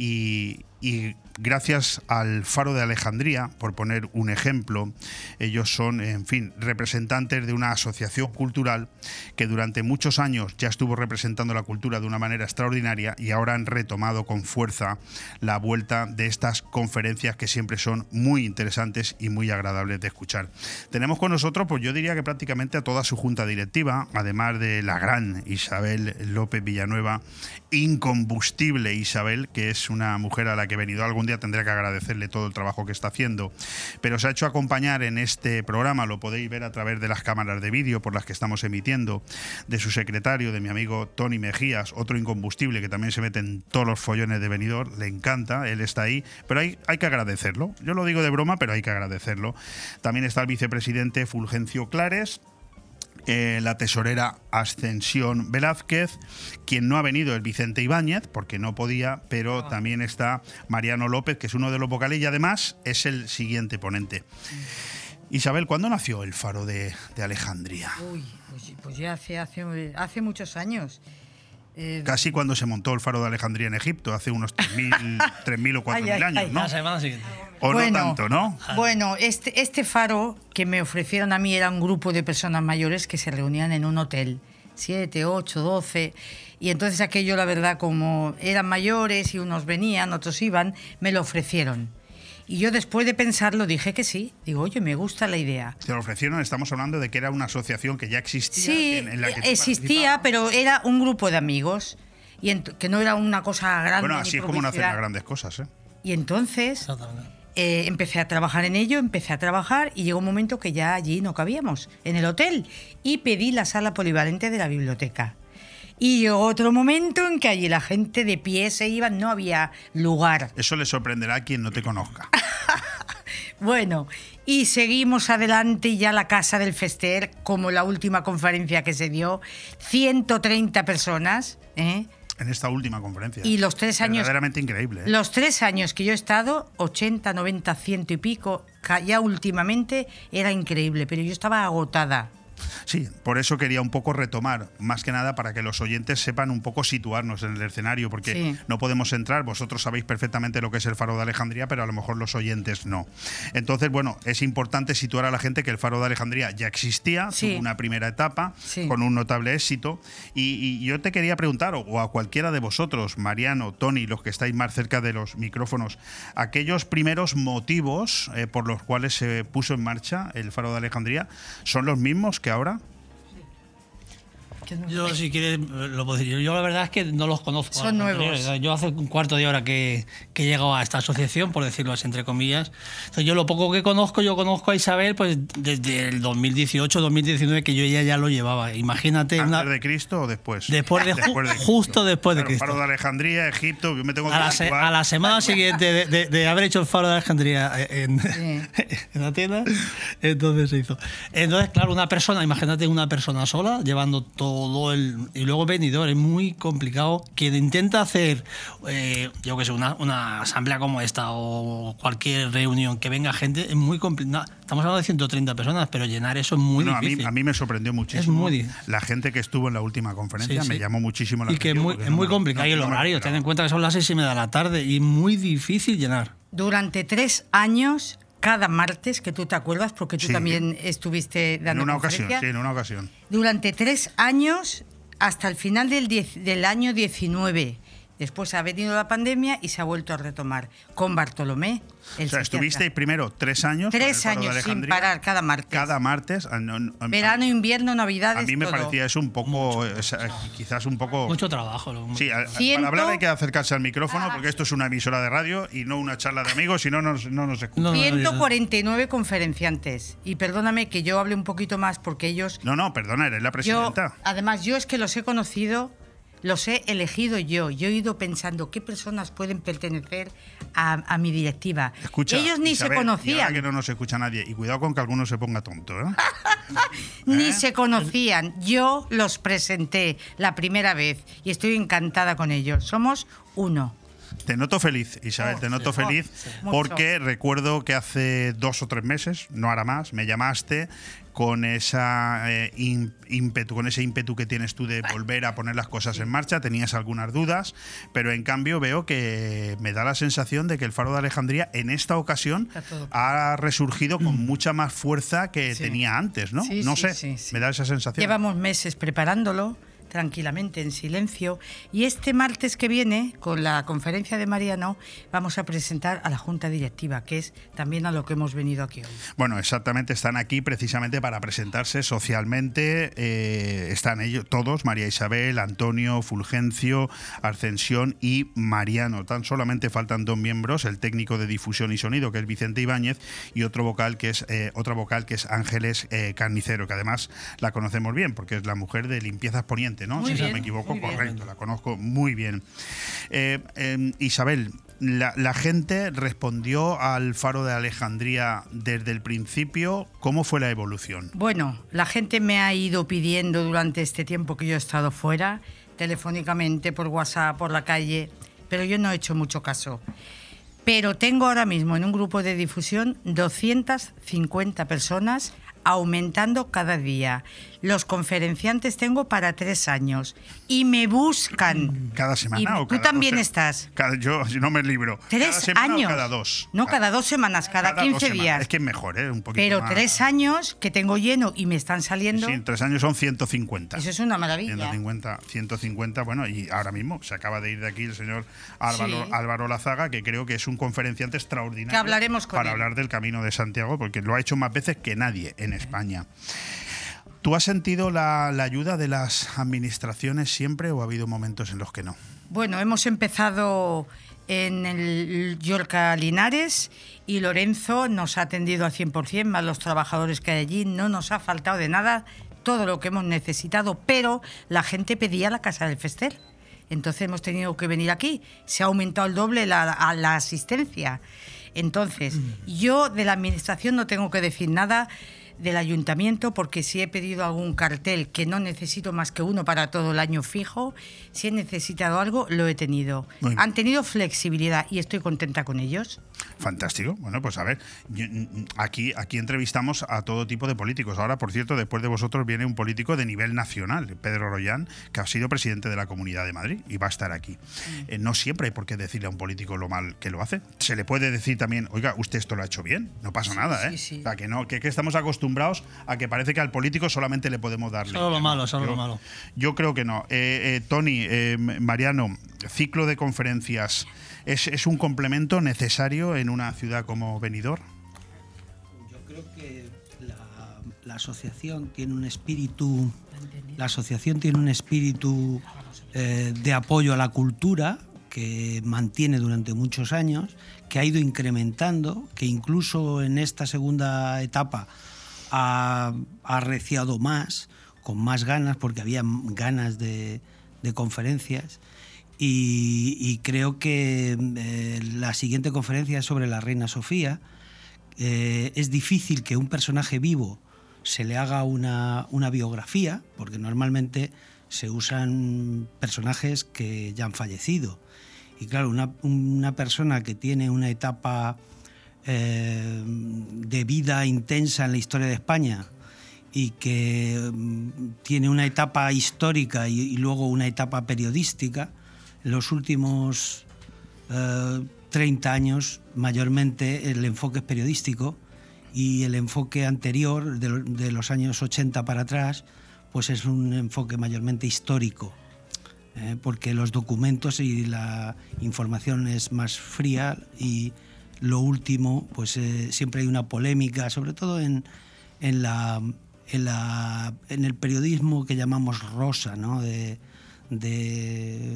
y, y gracias al Faro de Alejandría, por poner un ejemplo, ellos son, en fin, representantes de una asociación cultural que durante muchos años ya estuvo representando la cultura de una manera extraordinaria y ahora han retomado con fuerza la vuelta de estas conferencias que siempre son muy interesantes y muy agradables de escuchar. Tenemos con nosotros, pues yo diría que prácticamente a toda su junta directiva, además de la gran Isabel López Villanueva, incombustible Isabel, que es una mujer a la que he venido algún día tendré que agradecerle todo el trabajo que está haciendo, pero se ha hecho acompañar en este programa, lo podéis ver a través de las cámaras de vídeo por las que estamos emitiendo, de su secretario, de mi amigo Tony Mejías, otro incombustible que también se mete en todos los follones de Benidorm, le encanta, él está ahí, pero hay, hay que agradecerlo, yo lo digo de broma, pero hay que agradecerlo. También está el vicepresidente Fulgencio Clares, Eh, la tesorera Ascensión Velázquez, quien no ha venido el Vicente Ibáñez porque no podía, pero oh. también está Mariano López, que es uno de los vocales y además es el siguiente ponente. Mm. Isabel, ¿cuándo nació el Faro de, de Alejandría? Uy, pues, pues ya hace, hace, hace muchos años. Eh, Casi cuando se montó el Faro de Alejandría en Egipto, hace unos tres mil o cuatro mil años, ¿no? O bueno, no tanto, ¿no? Bueno, este, este faro que me ofrecieron a mí era un grupo de personas mayores que se reunían en un hotel, siete, ocho, doce, y entonces aquello, la verdad, como eran mayores y unos venían, otros iban, me lo ofrecieron. Y yo después de pensarlo dije que sí. Digo, oye, me gusta la idea. Te lo ofrecieron, estamos hablando de que era una asociación que ya existía. Sí, en, en la que existía, pero era un grupo de amigos, y ent- que no era una cosa grande. Bueno, así es como nacen las grandes cosas, ¿eh? Y entonces eh, empecé a trabajar en ello, empecé a trabajar, y llegó un momento que ya allí no cabíamos, en el hotel, y pedí la sala polivalente de la biblioteca. Y llegó otro momento en que allí la gente de pie se iba, no había lugar. Eso le sorprenderá a quien no te conozca. Bueno, y seguimos adelante y ya la Casa del Fester, como la última conferencia que se dio, ciento treinta personas, ¿eh? En esta última conferencia. Y los tres años... Verdaderamente increíble, ¿eh? Los tres años que yo he estado, ochenta, noventa, ciento y pico, ya últimamente era increíble, pero yo estaba agotada. Sí, por eso quería un poco retomar, más que nada para que los oyentes sepan un poco situarnos en el escenario, porque sí. no podemos entrar, vosotros sabéis perfectamente lo que es el Faro de Alejandría, pero a lo mejor los oyentes no. Entonces, bueno, es importante situar a la gente que el Faro de Alejandría ya existía, sí. tuvo una primera etapa sí. con un notable éxito, y, y yo te quería preguntar, o a cualquiera de vosotros, Mariano, Tony, los que estáis más cerca de los micrófonos, aquellos primeros motivos eh, por los cuales se puso en marcha el Faro de Alejandría, ¿son los mismos que ahora? Yo, si quieres, lo puedo decir. Yo la verdad es que no los conozco. Son nuevos. Yo hace un cuarto de hora que, que he llegado a esta asociación, por decirlo así, entre comillas. Entonces, yo lo poco que conozco, yo conozco a Isabel pues desde el dos mil dieciocho, dos mil diecinueve, que yo ella ya lo llevaba. Imagínate. ¿Antes una... de Cristo o después? Después de, después de justo después de claro, Cristo. Faro de Alejandría, Egipto, yo me tengo que a la, se, a la semana siguiente de, de, de haber hecho el Faro de Alejandría en, sí. en Atenas, entonces se hizo. Entonces, claro, una persona, imagínate una persona sola llevando todo el... Y luego Benidorm, es muy complicado. Quien intenta hacer, eh, yo que sé, una, una asamblea como esta o cualquier reunión que venga gente, es muy complicado. Estamos hablando de ciento treinta personas, pero llenar eso es muy bueno, difícil. A mí, a mí me sorprendió muchísimo. Es muy difícil. La gente que estuvo en la última conferencia sí, me sí. llamó muchísimo la y atención. Y que es muy, es muy no, complicado. No, y el horario, no ten en cuenta que son las seis y media de la tarde y muy difícil llenar. Durante tres años... Cada martes, que tú te acuerdas, porque tú sí. también estuviste dando en una conferencia. ocasión, sí, en una ocasión. Durante tres años, hasta el final del, diez, del año diecinueve, Después ha venido la pandemia y se ha vuelto a retomar con Bartolomé. El o sea, estuvisteis primero tres años. Tres años sin parar, cada martes. Cada martes. No, no, Verano, invierno, navidades. A mí me todo. parecía eso un poco, o sea, quizás un poco. Mucho trabajo. Lo... Sí, a, Ciento... para hablar hay que acercarse al micrófono porque esto es una emisora de radio y no una charla de amigos, si no nos, no nos escuchan. No, no, ciento cuarenta y nueve conferenciantes. Y perdóname que yo hable un poquito más porque ellos. No, no, perdona, eres la presidenta. Yo, además, yo es que los he conocido. Los he elegido yo. Yo he ido pensando qué personas pueden pertenecer a, a mi directiva. Escucha, ellos ni Isabel, se conocían. Y ahora que no nos escucha nadie. Y cuidado con que alguno se ponga tonto, ¿eh? Ni ¿Eh? se conocían. Yo los presenté la primera vez y estoy encantada con ellos. Somos uno. Te noto feliz, Isabel, Oh, te noto sí. feliz Oh, sí. porque recuerdo que hace dos o tres meses, no hará más, me llamaste con esa eh, ímpetu, con ese ímpetu que tienes tú de volver a poner las cosas en marcha. Tenías algunas dudas, pero en cambio veo que me da la sensación de que el Faro de Alejandría en esta ocasión ha resurgido con mucha más fuerza que Sí. tenía antes, ¿no? Sí, no sí, sé, sí, sí. me da esa sensación. Llevamos meses preparándolo tranquilamente, en silencio. Y este martes que viene, con la conferencia de Mariano, vamos a presentar a la Junta Directiva, que es también a lo que hemos venido aquí hoy. Bueno, exactamente, están aquí precisamente para presentarse socialmente. Eh, están ellos todos, María Isabel, Antonio, Fulgencio, Ascensión y Mariano. Tan solamente faltan dos miembros, el técnico de difusión y sonido, que es Vicente Ibáñez, y otro vocal que es eh, otra vocal que es Ángeles eh, Carnicero, que además la conocemos bien, porque es la mujer de Limpiezas Poniente, ¿no? Muy si bien, no me equivoco, muy bien. correcto, la conozco muy bien. Eh, eh, Isabel, la, la gente respondió al Faro de Alejandría desde el principio. ¿Cómo fue la evolución? Bueno, la gente me ha ido pidiendo durante este tiempo que yo he estado fuera, telefónicamente, por WhatsApp, por la calle, pero yo no he hecho mucho caso. Pero tengo ahora mismo en un grupo de difusión doscientas cincuenta personas, aumentando cada día. Los conferenciantes tengo para tres años y me buscan. ¿Cada semana Y o tú cada también dos se- estás. Cada, yo no me libro. Tres ¿Cada semana años. o cada dos? No, cada dos semanas, cada, dos quince semanas. días. Es que es mejor, ¿eh? Un poquito Pero más. tres años que tengo lleno y me están saliendo. Sí, tres años son ciento cincuenta. Eso es una maravilla. ciento cincuenta, ciento cincuenta, bueno, y ahora mismo se acaba de ir de aquí el señor Álvaro, Sí. Álvaro Lazaga, que creo que es un conferenciante extraordinario. Que hablaremos con Para él. hablar del Camino de Santiago, porque lo ha hecho más veces que nadie en España. ¿Tú has sentido la, la ayuda de las administraciones siempre o ha habido momentos en los que no? Bueno, hemos empezado en el Yorca Linares y Lorenzo nos ha atendido al cien por cien, más los trabajadores que hay allí. No nos ha faltado de nada todo lo que hemos necesitado, pero la gente pedía la Casa del Fester. Entonces hemos tenido que venir aquí. Se ha aumentado el doble la, a la asistencia. Entonces, yo de la administración no tengo que decir nada del ayuntamiento, porque si he pedido algún cartel, que no necesito más que uno para todo el año fijo, si he necesitado algo, lo he tenido. Muy bien. Han tenido flexibilidad y estoy contenta con ellos. Fantástico. Bueno, pues a ver, yo- aquí, aquí entrevistamos a todo tipo de políticos. Ahora, por cierto, después de vosotros viene un político de nivel nacional, Pedro Rollán, que ha sido presidente de la Comunidad de Madrid y va a estar aquí. Eh, no siempre hay por qué decirle a un político lo mal que lo hace. Se le puede decir también, oiga, usted esto lo ha hecho bien, no pasa nada, ¿eh? sí, sí. O sea, que no, que, que estamos acostumbrados a que parece que al político solamente le podemos darle. Solo lo malo, solo Yo- lo malo. Yo creo que no. Eh, eh, Tony, eh, Mariano, ciclo de conferencias, ¿es, ¿es un complemento necesario en una ciudad como Benidorm? Yo creo que la, la asociación tiene un espíritu, la asociación tiene un espíritu eh, de apoyo a la cultura que mantiene durante muchos años, que ha ido incrementando, que incluso en esta segunda etapa ha, ha arreciado más, con más ganas, porque había ganas de, de conferencias. Y, y creo que eh, la siguiente conferencia es sobre la Reina Sofía. Eh, es difícil que un personaje vivo se le haga una, una biografía, porque normalmente se usan personajes que ya han fallecido. Y claro, una, una persona que tiene una etapa eh, de vida intensa en la historia de España y que mm, tiene una etapa histórica y, y luego una etapa periodística, en los últimos eh, treinta años mayormente el enfoque es periodístico y el enfoque anterior, de, de los años ochenta para atrás, pues es un enfoque mayormente histórico. eh, porque los documentos y la información es más fría y lo último, pues eh, siempre hay una polémica, sobre todo en, en, la, en, la, en el periodismo que llamamos rosa, ¿no? de, de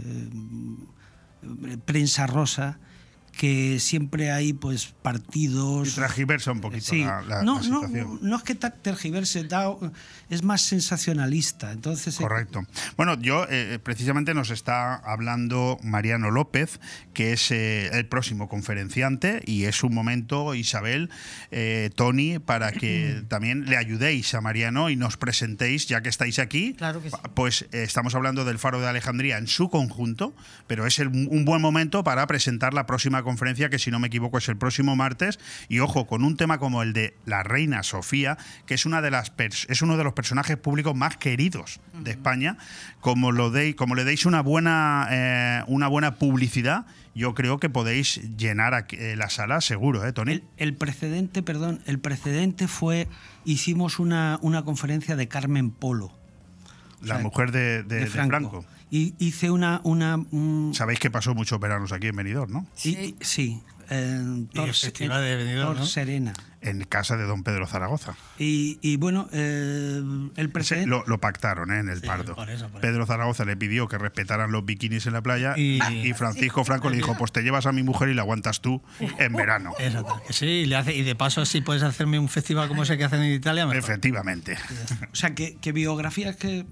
prensa rosa, que siempre hay pues partidos... Y transgiversa un poquito sí. la, la, no, la situación. No, no es que tergiverse, da, es más sensacionalista. Entonces, correcto. Bueno, yo eh, precisamente nos está hablando Mariano López, que es eh, el próximo conferenciante, y es un momento, Isabel, eh, Tony, para que también le ayudéis a Mariano y nos presentéis, ya que estáis aquí. Claro que sí. Pues eh, estamos hablando del Faro de Alejandría en su conjunto, pero es el, un buen momento para presentar la próxima conferencia, que si no me equivoco es el próximo martes, y ojo, con un tema como el de la reina Sofía, que es una de las es uno de los personajes públicos más queridos de España. Como lo deis, como le deis una buena eh, una buena publicidad, yo creo que podéis llenar aquí, eh, la sala seguro, ¿eh, Tony? El, el precedente, perdón, el precedente fue, hicimos una, una conferencia de Carmen Polo, la o sea, mujer de, de, de, Franco. de Franco. Y hice una... una un... Sabéis que pasó muchos veranos aquí en Benidorm, ¿no? Sí. Sí. En Tor, el Festival de Benidorm, ¿no? Serena. En casa de don Pedro Zaragoza. Y, y bueno, eh, el precedente... Lo, lo pactaron, ¿eh? En el sí, Pardo. Por eso, por Pedro Zaragoza le pidió que respetaran los bikinis en la playa y, y Francisco sí. Franco le dijo, pues te llevas a mi mujer y la aguantas tú en verano. Exacto. Sí, le hace, y de paso si puedes hacerme un festival como ese que hacen en Italia, mejor. Efectivamente. O sea, que, que biografía, que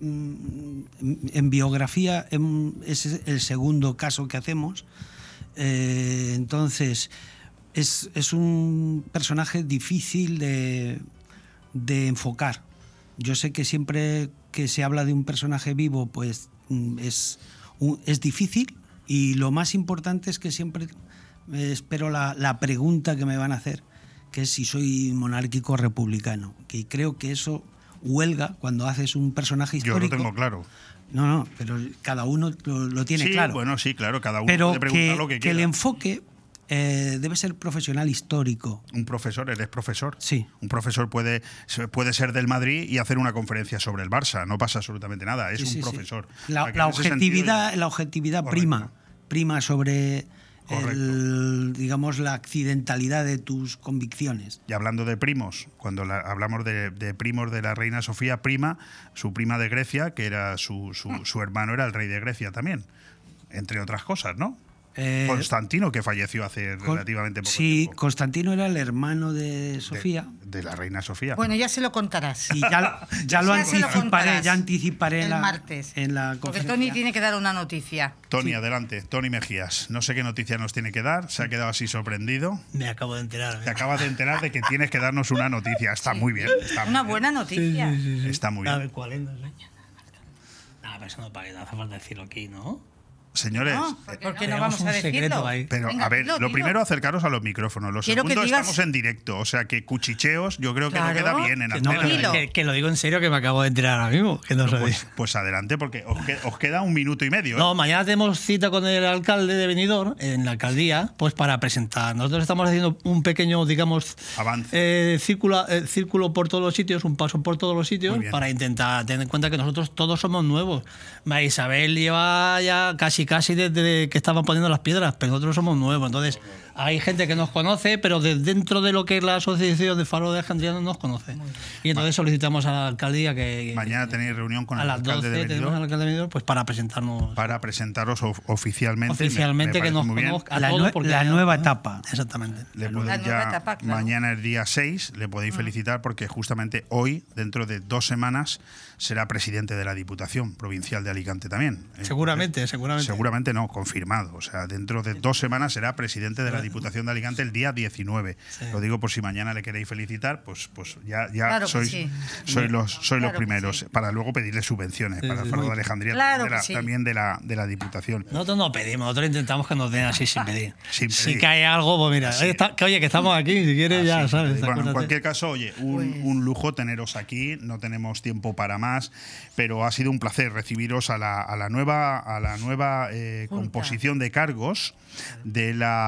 en biografía es el segundo caso que hacemos. Eh, entonces... Es, es un personaje difícil de, de enfocar. Yo sé que siempre que se habla de un personaje vivo, pues es, un, es difícil, y lo más importante es que siempre espero la, la pregunta que me van a hacer, que es si soy monárquico o republicano. Que creo que eso huelga cuando haces un personaje histórico. Yo lo tengo claro. No, no, pero cada uno lo, lo tiene sí, claro. Bueno, sí, claro, cada uno pero puede preguntar que, lo que, que quiera. el enfoque... Eh, debe ser profesional histórico. Un profesor, eres profesor. Sí. Un profesor puede, puede ser del Madrid y hacer una conferencia sobre el Barça. No pasa absolutamente nada. Es sí, un sí, profesor. Sí. La, la objetividad, sentido, la objetividad prima, prima sobre el, digamos, la accidentalidad de tus convicciones. Y hablando de primos, cuando la, hablamos de, de primos de la reina Sofía, prima, su prima de Grecia, que era su, su, su hermano era el rey de Grecia también, entre otras cosas, ¿no? Eh, Constantino, que falleció hace con, relativamente poco sí, tiempo. Sí, Constantino era el hermano de Sofía. De, de la reina Sofía. Bueno, ya se lo contarás. Y ya, ya lo ya anticiparé, lo ya anticiparé el la, martes. En la Porque Tony tiene que dar una noticia. Tony, sí. Adelante. Tony Mejías. No sé qué noticia nos tiene que dar. Se ha quedado así sorprendido. Me acabo de enterar. Te acabas de enterar de que tienes que darnos una noticia. Está sí. muy bien. Está una muy buena bien. noticia. Sí, sí, sí, sí. Está muy bien. A ver, ¿cuál es? No, no, pero eso no, para que no hace falta decirlo aquí, ¿no? Señores, no, ¿por qué no vamos a decirlo? Pero Venga, a ver, dilo, lo dilo. primero acercaros a los micrófonos. Lo Quiero segundo, digas... estamos en directo, o sea que cuchicheos yo creo que claro. no queda bien en que, no, que, que lo digo en serio, que me acabo de enterar ahora mismo. Que no pues, pues adelante, porque os, que, os queda un minuto y medio. ¿eh? No, mañana tenemos cita con el alcalde de Benidorm, en la alcaldía, pues para presentar. Nosotros estamos haciendo un pequeño, digamos, avance. Eh, círculo, eh, círculo por todos los sitios, un paso por todos los sitios, para intentar tener en cuenta que nosotros todos somos nuevos. María Isabel lleva ya casi, casi desde que estaban poniendo las piedras, pero nosotros somos nuevos. Entonces, hay gente que nos conoce, pero de dentro de lo que es la asociación de Faro de Alejandría no nos conoce. Y entonces solicitamos a la alcaldía que... Mañana tenéis reunión con a el las alcalde doce de tenemos al alcalde de Benidorm, pues para presentarnos... Para presentaros of oficialmente. Oficialmente, me, me que nos conozca. La, nue la nueva etapa. Exactamente. Le la ya, nueva etapa, claro. Mañana es día seis, le podéis felicitar porque justamente hoy, dentro de dos semanas, será presidente de la Diputación Provincial de Alicante también. Seguramente, seguramente. Seguramente no, confirmado. O sea, dentro de dos semanas será presidente de la Diputación de Alicante el día diecinueve. Sí. Lo digo por si mañana le queréis felicitar, pues, pues ya, ya claro sois, sí. sois, los, sois claro los primeros, sí. para luego pedirle subvenciones sí, para el Faro de Alejandría claro de la, sí. también de la, de la Diputación. Nosotros no pedimos, nosotros intentamos que nos den así sin pedir. Sin pedir. Si cae algo, pues mira, oye, está, que, oye, que estamos aquí, si quieres ya, ¿sabes? Bueno, en cualquier caso, oye, un, pues... un lujo teneros aquí, no tenemos tiempo para más, pero ha sido un placer recibiros a la, a la nueva, a la nueva eh, composición de cargos de la,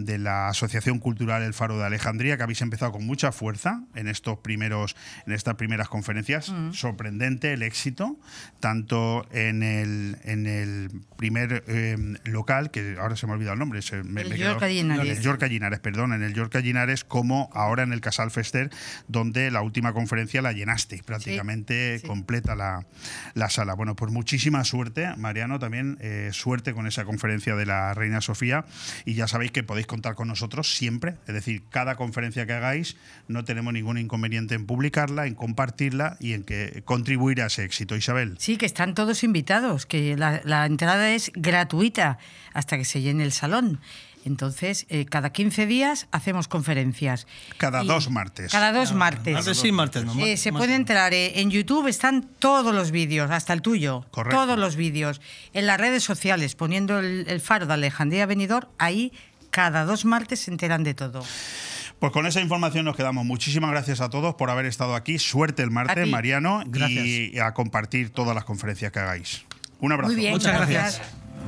de la Asociación Cultural El Faro de Alejandría, que habéis empezado con mucha fuerza en estos primeros, en estas primeras conferencias. Mm. Sorprendente el éxito, tanto en el, en el primer eh, local, que ahora se me ha olvidado el nombre, se, me, el me Yorca Llinares. El Yorca Llinares, perdón, en el Yorca Llinares, como ahora en el Casal Fester, donde la última conferencia la llenaste, prácticamente sí, sí. completa la, la sala. Bueno, pues muchísima suerte, Mariano, también eh, suerte con esa conferencia de la Reina Sofía, y ya sabéis que podéis contar con nosotros siempre, es decir, cada conferencia que hagáis no tenemos ningún inconveniente en publicarla, en compartirla y en que contribuir a ese éxito. Isabel. Sí, que están todos invitados, que la, la entrada es gratuita hasta que se llene el salón. Entonces, eh, cada quince días hacemos conferencias. Cada y dos martes. Cada dos cada, martes. Martes sí, martes no. Eh, se puede entrar. Eh, en YouTube están todos los vídeos, hasta el tuyo. Correcto. Todos los vídeos. En las redes sociales, poniendo el, el Faro de Alejandría Benidorm, ahí cada dos martes se enteran de todo. Pues con esa información nos quedamos. Muchísimas gracias a todos por haber estado aquí. Suerte el martes, Mariano. Gracias. Y a compartir todas las conferencias que hagáis. Un abrazo. Muy bien, muchas gracias.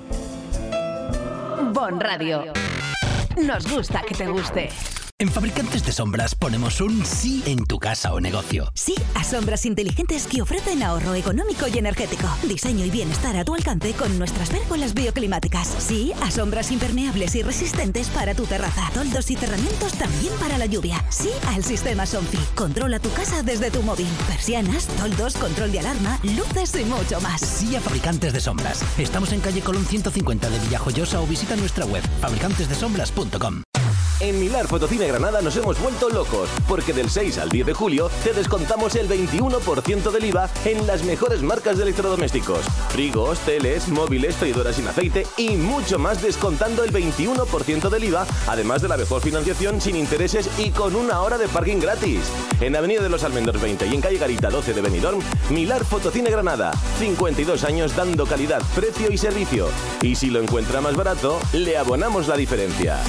gracias. Bon Radio. Nos gusta que te guste. En Fabricantes de Sombras ponemos un sí en tu casa o negocio. Sí a sombras inteligentes que ofrecen ahorro económico y energético. Diseño y bienestar a tu alcance con nuestras pérgolas bioclimáticas. Sí a sombras impermeables y resistentes para tu terraza. Toldos y cerramientos también para la lluvia. Sí al sistema Somfy. Controla tu casa desde tu móvil. Persianas, toldos, control de alarma, luces y mucho más. Sí a Fabricantes de Sombras. Estamos en calle Colón ciento cincuenta de Villajoyosa o visita nuestra web fabricantes de sombras punto com. En Milar Fotocine Granada nos hemos vuelto locos, porque del seis al diez de julio te descontamos el veintiuno por ciento del I V A en las mejores marcas de electrodomésticos. Frigos, teles, móviles, freidoras sin aceite y mucho más descontando el veintiuno por ciento del I V A, además de la mejor financiación sin intereses y con una hora de parking gratis. En Avenida de los Almendros veinte y en calle Garita doce de Benidorm, Milar Fotocine Granada. cincuenta y dos años dando calidad, precio y servicio. Y si lo encuentra más barato, le abonamos la diferencia.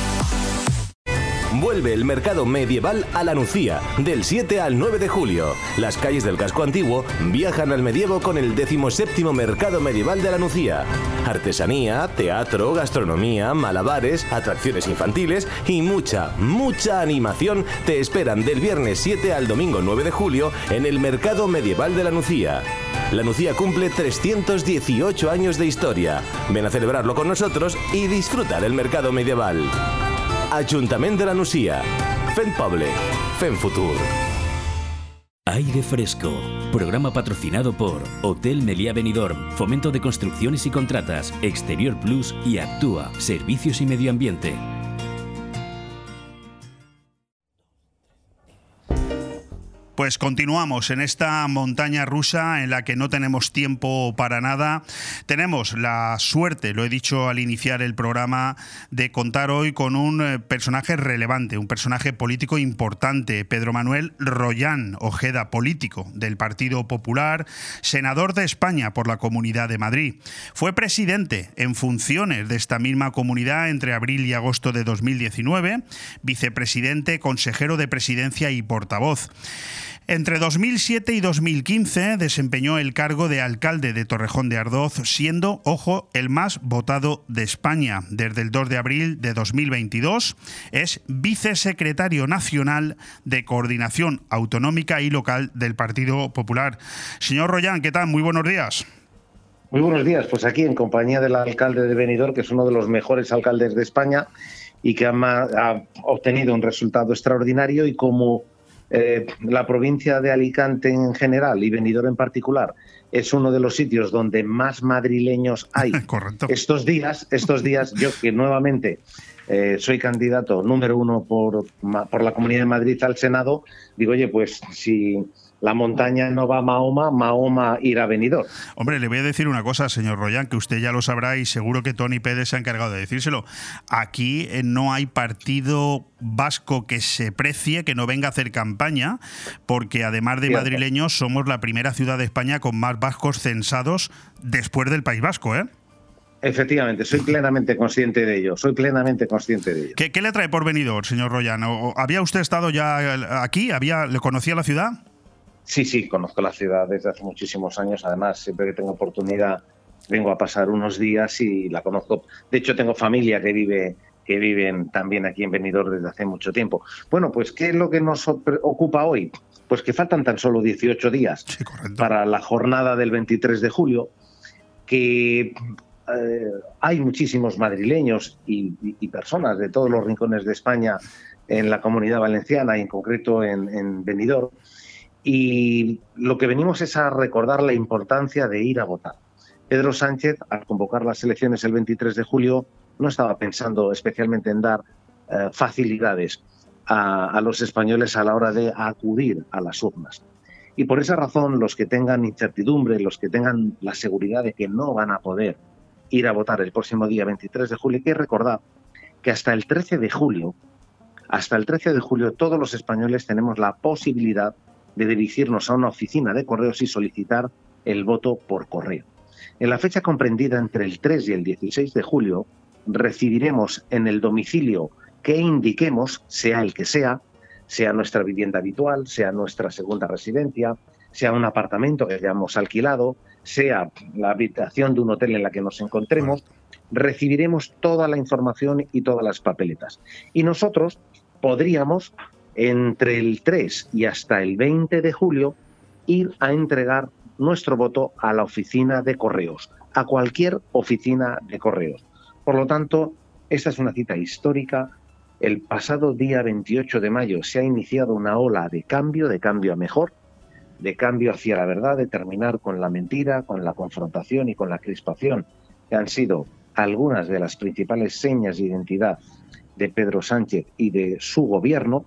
Vuelve el mercado medieval a La Nucía, del siete al nueve de julio. Las calles del casco antiguo viajan al medievo con el decimoséptimo mercado medieval de La Nucía. Artesanía, teatro, gastronomía, malabares, atracciones infantiles y mucha, mucha animación te esperan del viernes siete al domingo nueve de julio en el mercado medieval de La Nucía. La Nucía cumple trescientos dieciocho años de historia. Ven a celebrarlo con nosotros y disfruta del mercado medieval. Ayuntamiento de La Nucía. Fent Poble. Fent Futur. Aire Fresco. Programa patrocinado por Hotel Meliá Benidorm, Fomento de Construcciones y Contratas, Exterior Plus y Actúa, Servicios y Medio Ambiente. Pues continuamos en esta montaña rusa en la que no tenemos tiempo para nada. Tenemos la suerte, lo he dicho al iniciar el programa, de contar hoy con un personaje relevante, un personaje político importante, Pedro Manuel Rollán Ojeda, político del Partido Popular, senador de España por la Comunidad de Madrid. Fue presidente en funciones de esta misma comunidad entre abril y agosto de dos mil diecinueve, vicepresidente, consejero de presidencia y portavoz. Entre dos mil siete y dos mil quince desempeñó el cargo de alcalde de Torrejón de Ardoz, siendo, ojo, el más votado de España. Desde el dos de abril de dos mil veintidós es vicesecretario nacional de Coordinación Autonómica y Local del Partido Popular. Señor Rollán, ¿qué tal? Muy buenos días. Muy buenos días. Pues aquí en compañía del alcalde de Benidorm, que es uno de los mejores alcaldes de España y que ha, ha obtenido un resultado extraordinario, y como Eh, la provincia de Alicante en general y Benidorm en particular es uno de los sitios donde más madrileños hay. Correcto. Estos días, estos días yo que nuevamente eh, soy candidato número uno por, por la Comunidad de Madrid al Senado, digo, oye, pues si la montaña no va a Mahoma, Mahoma irá a Benidorm. Hombre, le voy a decir una cosa, señor Rollán, que usted ya lo sabrá y seguro que Tony Pérez se ha encargado de decírselo. Aquí eh, no hay partido vasco que se precie, que no venga a hacer campaña, porque además de Cierto. madrileños somos la primera ciudad de España con más vascos censados después del País Vasco, ¿eh? Efectivamente, soy plenamente consciente de ello, soy plenamente consciente de ello. ¿Qué, qué le trae por Benidorm, señor Rollán? ¿Había usted estado ya aquí? ¿Había, ¿Le conocía la ciudad? Sí, sí, conozco la ciudad desde hace muchísimos años. Además, siempre que tengo oportunidad vengo a pasar unos días y la conozco. De hecho, tengo familia que vive que viven también aquí en Benidorm desde hace mucho tiempo. Bueno, pues ¿qué es lo que nos ocupa hoy? Pues que faltan tan solo dieciocho días sí, para la jornada del veintitrés de julio, que eh, hay muchísimos madrileños y, y, y personas de todos los rincones de España en la Comunidad Valenciana y en concreto en, en Benidorm, y lo que venimos es a recordar la importancia de ir a votar. Pedro Sánchez, al convocar las elecciones el veintitrés de julio, no estaba pensando especialmente en dar eh, facilidades a, a los españoles a la hora de acudir a las urnas. Y por esa razón, los que tengan incertidumbre, los que tengan la seguridad de que no van a poder ir a votar el próximo día veintitrés de julio, hay que recordar que hasta el trece de julio, hasta el trece de julio, todos los españoles tenemos la posibilidad de dirigirnos a una oficina de correos y solicitar el voto por correo. En la fecha comprendida entre el tres y el dieciséis de julio, recibiremos en el domicilio que indiquemos, sea el que sea, sea nuestra vivienda habitual, sea nuestra segunda residencia, sea un apartamento que hayamos alquilado, sea la habitación de un hotel en la que nos encontremos, recibiremos toda la información y todas las papeletas. Y nosotros podríamos, entre el tres y hasta el veinte de julio, ir a entregar nuestro voto a la oficina de correos, a cualquier oficina de correos. Por lo tanto, esta es una cita histórica. El pasado día veintiocho de mayo se ha iniciado una ola de cambio, de cambio a mejor, de cambio hacia la verdad, de terminar con la mentira, con la confrontación y con la crispación, que han sido algunas de las principales señas de identidad de Pedro Sánchez y de su gobierno,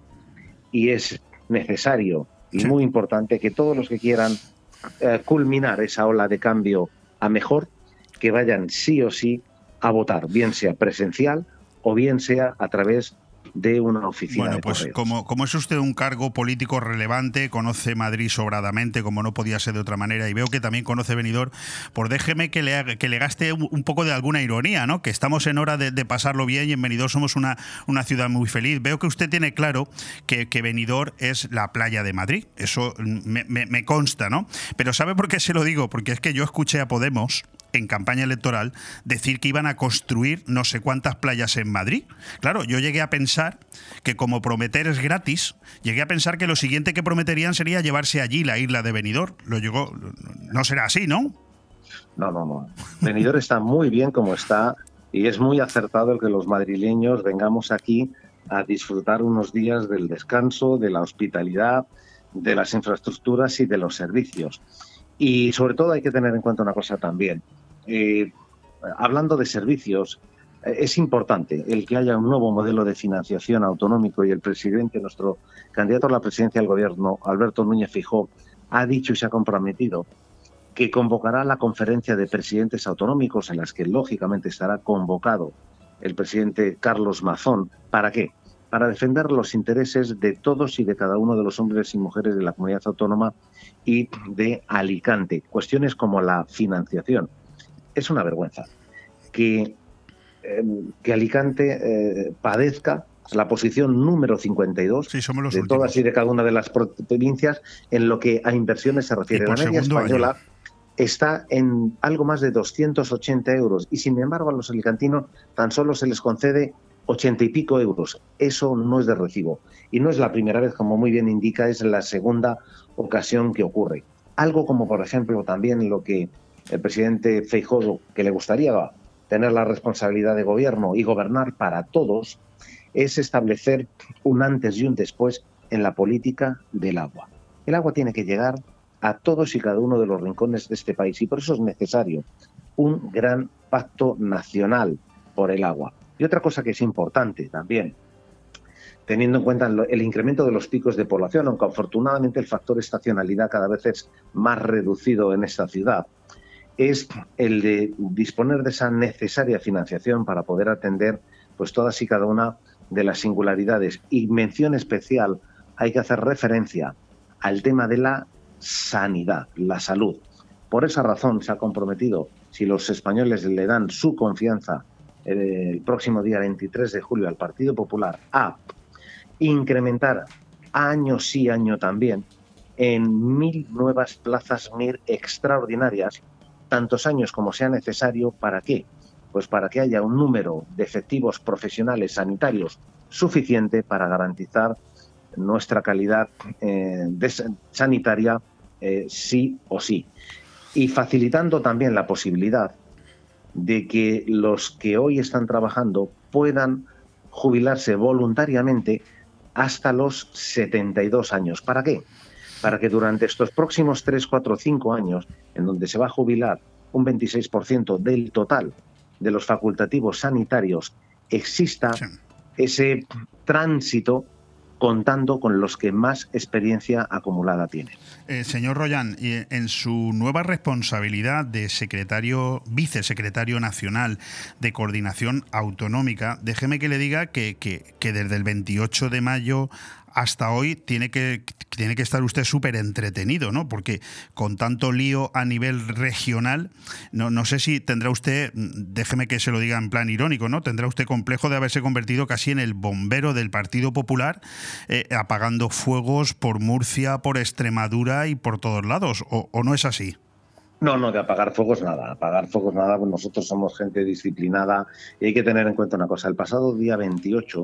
y es necesario y sí. muy importante que todos los que quieran eh, culminar esa ola de cambio a mejor, que vayan sí o sí a votar, bien sea presencial o bien sea a través de una oficina bueno, de pues correos. como, como es usted un cargo político relevante, conoce Madrid sobradamente, como no podía ser de otra manera, y veo que también conoce Benidorm, pues déjeme que le, haga, que le gaste un, un poco de alguna ironía, ¿no? Que estamos en hora de, de pasarlo bien y en Benidorm somos una, una ciudad muy feliz. Veo que usted tiene claro que, que Benidorm es la playa de Madrid, eso me, me, me consta, ¿no? Pero ¿sabe por qué se lo digo? Porque es que yo escuché a Podemos en campaña electoral decir que iban a construir no sé cuántas playas en Madrid. Claro, yo llegué a pensar que como prometer es gratis, llegué a pensar que lo siguiente que prometerían sería llevarse allí la isla de Benidorm. Lo llegó, no será así, ¿no? No, no, no. Benidorm está muy bien como está y es muy acertado el que los madrileños vengamos aquí a disfrutar unos días del descanso, de la hospitalidad, de las infraestructuras y de los servicios. Y sobre todo hay que tener en cuenta una cosa también. Eh, hablando de servicios, eh, es importante el que haya un nuevo modelo de financiación autonómico, y el presidente, nuestro candidato a la presidencia del gobierno, Alberto Núñez Feijóo, ha dicho y se ha comprometido que convocará la conferencia de presidentes autonómicos, en las que lógicamente estará convocado el presidente Carlos Mazón. ¿Para qué? Para defender los intereses de todos y de cada uno de los hombres y mujeres de la comunidad autónoma y de Alicante. Cuestiones como la financiación. Es una vergüenza que, eh, que Alicante eh, padezca la posición número cincuenta y dos sí, somos los de últimos. Todas y de cada una de las provincias en lo que a inversiones se refiere. La media española año. está en algo más de doscientos ochenta euros y, sin embargo, a los alicantinos tan solo se les concede ochenta y pico euros. Eso no es de recibo. Y no es la primera vez, como muy bien indica, es la segunda ocasión que ocurre. Algo como, por ejemplo, también lo que el presidente Feijóo, que le gustaría tener la responsabilidad de gobierno y gobernar para todos, es establecer un antes y un después en la política del agua. El agua tiene que llegar a todos y cada uno de los rincones de este país, y por eso es necesario un gran pacto nacional por el agua. Y otra cosa que es importante también, teniendo en cuenta el incremento de los picos de población, aunque afortunadamente el factor estacionalidad cada vez es más reducido en esta ciudad, es el de disponer de esa necesaria financiación para poder atender pues todas y cada una de las singularidades. Y mención especial hay que hacer referencia al tema de la sanidad, la salud. Por esa razón se ha comprometido, si los españoles le dan su confianza el próximo día veintitrés de julio al Partido Popular, a incrementar año sí año también en mil nuevas plazas M I R extraordinarias, tantos años como sea necesario. ¿Para qué? Pues para que haya un número de efectivos profesionales sanitarios suficiente para garantizar nuestra calidad eh, de, sanitaria eh, sí o sí. Y facilitando también la posibilidad de que los que hoy están trabajando puedan jubilarse voluntariamente hasta los setenta y dos años. ¿Para qué? Para que durante estos próximos tres, cuatro, cinco años, en donde se va a jubilar un veintiséis por ciento del total de los facultativos sanitarios, exista sí. ese tránsito contando con los que más experiencia acumulada tienen. Eh, señor Royan, en su nueva responsabilidad de secretario, vicesecretario nacional de Coordinación Autonómica, déjeme que le diga que, que, que desde el veintiocho de mayo hasta hoy tiene que, tiene que estar usted súper entretenido, ¿no? Porque con tanto lío a nivel regional, no, no sé si tendrá usted, déjeme que se lo diga en plan irónico, ¿no? Tendrá usted complejo de haberse convertido casi en el bombero del Partido Popular, eh, apagando fuegos por Murcia, por Extremadura y por todos lados, ¿o, o no es así? No, no, de apagar fuegos nada, apagar fuegos nada, pues nosotros somos gente disciplinada y hay que tener en cuenta una cosa, el pasado día veintiocho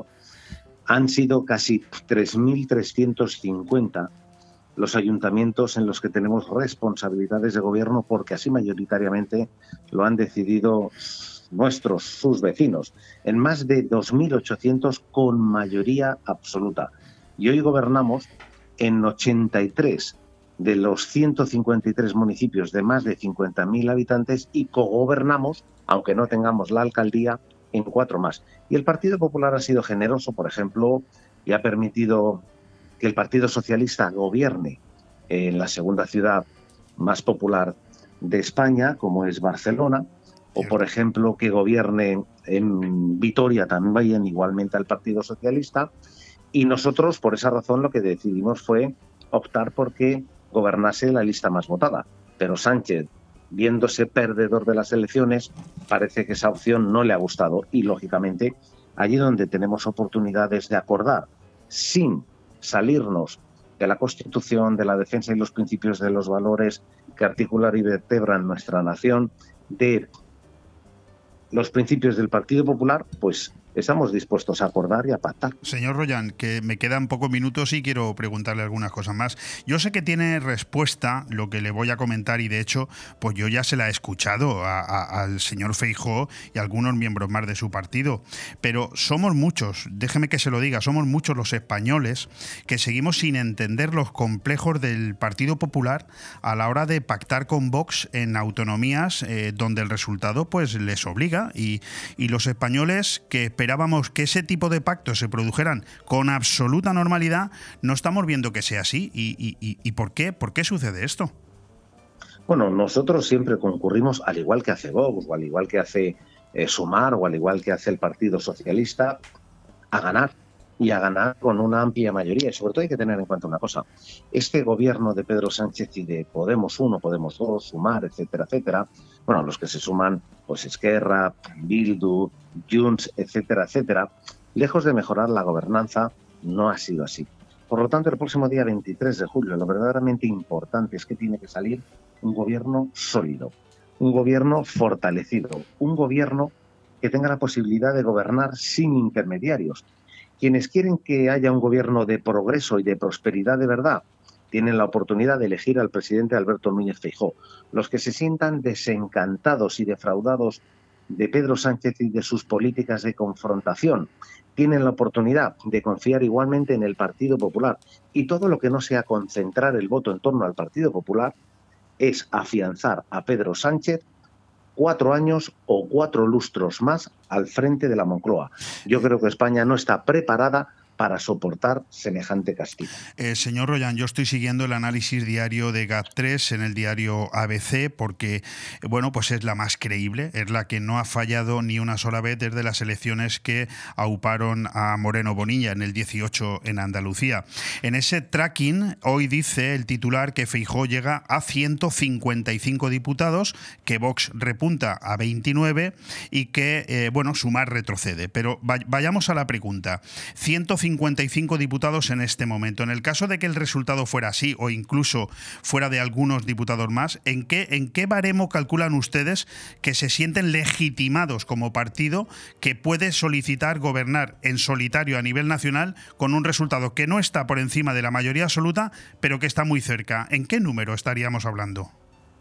han sido casi tres mil trescientos cincuenta los ayuntamientos en los que tenemos responsabilidades de gobierno porque así mayoritariamente lo han decidido nuestros, sus vecinos, en más de dos mil ochocientos con mayoría absoluta. Y hoy gobernamos en ochenta y tres de los ciento cincuenta y tres municipios de más de cincuenta mil habitantes y cogobernamos, aunque no tengamos la alcaldía, en cuatro más. Y el Partido Popular ha sido generoso, por ejemplo, y ha permitido que el Partido Socialista gobierne en la segunda ciudad más popular de España, como es Barcelona, o por ejemplo que gobierne en Vitoria también igualmente al Partido Socialista, y nosotros por esa razón lo que decidimos fue optar por que gobernase la lista más votada. Pero Sánchez, viéndose perdedor de las elecciones, parece que esa opción no le ha gustado y, lógicamente, allí donde tenemos oportunidades de acordar sin salirnos de la Constitución, de la defensa y los principios de los valores que articulan y vertebran nuestra nación, de los principios del Partido Popular, pues estamos dispuestos a acordar y a pactar. Señor Royan, que me quedan pocos minutos y quiero preguntarle algunas cosas más. Yo sé que tiene respuesta lo que le voy a comentar y de hecho, pues yo ya se la he escuchado a, a, al señor Feijóo y a algunos miembros más de su partido, pero somos muchos, déjeme que se lo diga, somos muchos los españoles que seguimos sin entender los complejos del Partido Popular a la hora de pactar con Vox en autonomías eh, donde el resultado pues les obliga y, y los españoles que esperan Esperábamos que ese tipo de pactos se produjeran con absoluta normalidad, no estamos viendo que sea así. ¿Y, y, y por qué? ¿Por qué sucede esto? Bueno, nosotros siempre concurrimos, al igual que hace Vox, o al igual que hace eh, Sumar, o al igual que hace el Partido Socialista, a ganar. Y a ganar con una amplia mayoría. Y sobre todo hay que tener en cuenta una cosa. Este gobierno de Pedro Sánchez y de Podemos uno, Podemos dos, Sumar, etcétera, etcétera, bueno, los que se suman, pues Esquerra, Bildu, Junts, etcétera, etcétera, lejos de mejorar la gobernanza, no ha sido así. Por lo tanto, el próximo día veintitrés de julio, lo verdaderamente importante es que tiene que salir un gobierno sólido, un gobierno fortalecido, un gobierno que tenga la posibilidad de gobernar sin intermediarios. Quienes quieren que haya un gobierno de progreso y de prosperidad de verdad tienen la oportunidad de elegir al presidente Alberto Núñez Feijóo. Los que se sientan desencantados y defraudados de Pedro Sánchez y de sus políticas de confrontación tienen la oportunidad de confiar igualmente en el Partido Popular. Y todo lo que no sea concentrar el voto en torno al Partido Popular es afianzar a Pedro Sánchez cuatro años o cuatro lustros más al frente de la Moncloa. Yo creo que España no está preparada para soportar semejante castigo. Eh, señor Royan, yo estoy siguiendo el análisis diario de GAT tres en el diario A B C porque, bueno, pues es la más creíble, es la que no ha fallado ni una sola vez desde las elecciones que auparon a Moreno Bonilla en el dieciocho en Andalucía. En ese tracking, hoy dice el titular que Feijóo llega a ciento cincuenta y cinco diputados, que Vox repunta a veintinueve y que, eh, bueno, Sumar retrocede. Pero vayamos a la pregunta. ciento cincuenta cincuenta y cinco diputados en este momento. En el caso de que el resultado fuera así, o incluso fuera de algunos diputados más, ¿en qué, en qué baremo calculan ustedes que se sienten legitimados como partido que puede solicitar gobernar en solitario a nivel nacional con un resultado que no está por encima de la mayoría absoluta, pero que está muy cerca? ¿En qué número estaríamos hablando?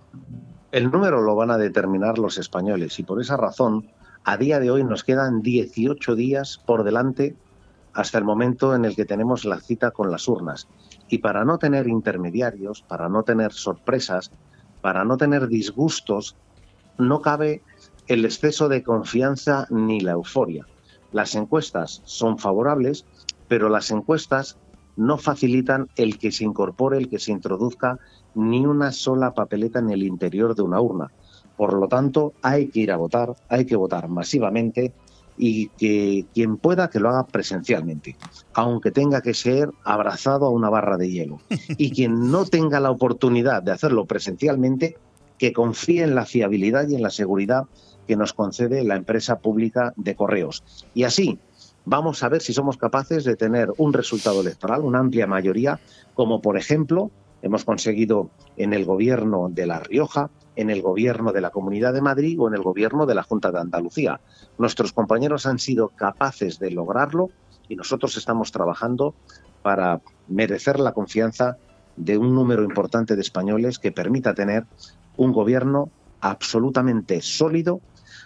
El número lo van a determinar los españoles y por esa razón, a día de hoy nos quedan dieciocho días por delante hasta el momento en el que tenemos la cita con las urnas. Y para no tener intermediarios, para no tener sorpresas, para no tener disgustos, no cabe el exceso de confianza ni la euforia. Las encuestas son favorables, pero las encuestas no facilitan el que se incorpore, el que se introduzca ni una sola papeleta en el interior de una urna. Por lo tanto, hay que ir a votar, hay que votar masivamente y que quien pueda que lo haga presencialmente, aunque tenga que ser abrazado a una barra de hielo. Y quien no tenga la oportunidad de hacerlo presencialmente, que confíe en la fiabilidad y en la seguridad que nos concede la empresa pública de correos. Y así vamos a ver si somos capaces de tener un resultado electoral, una amplia mayoría, como por ejemplo hemos conseguido en el gobierno de La Rioja, en el gobierno de la Comunidad de Madrid o en el gobierno de la Junta de Andalucía. Nuestros compañeros han sido capaces de lograrlo y nosotros estamos trabajando para merecer la confianza de un número importante de españoles que permita tener un gobierno absolutamente sólido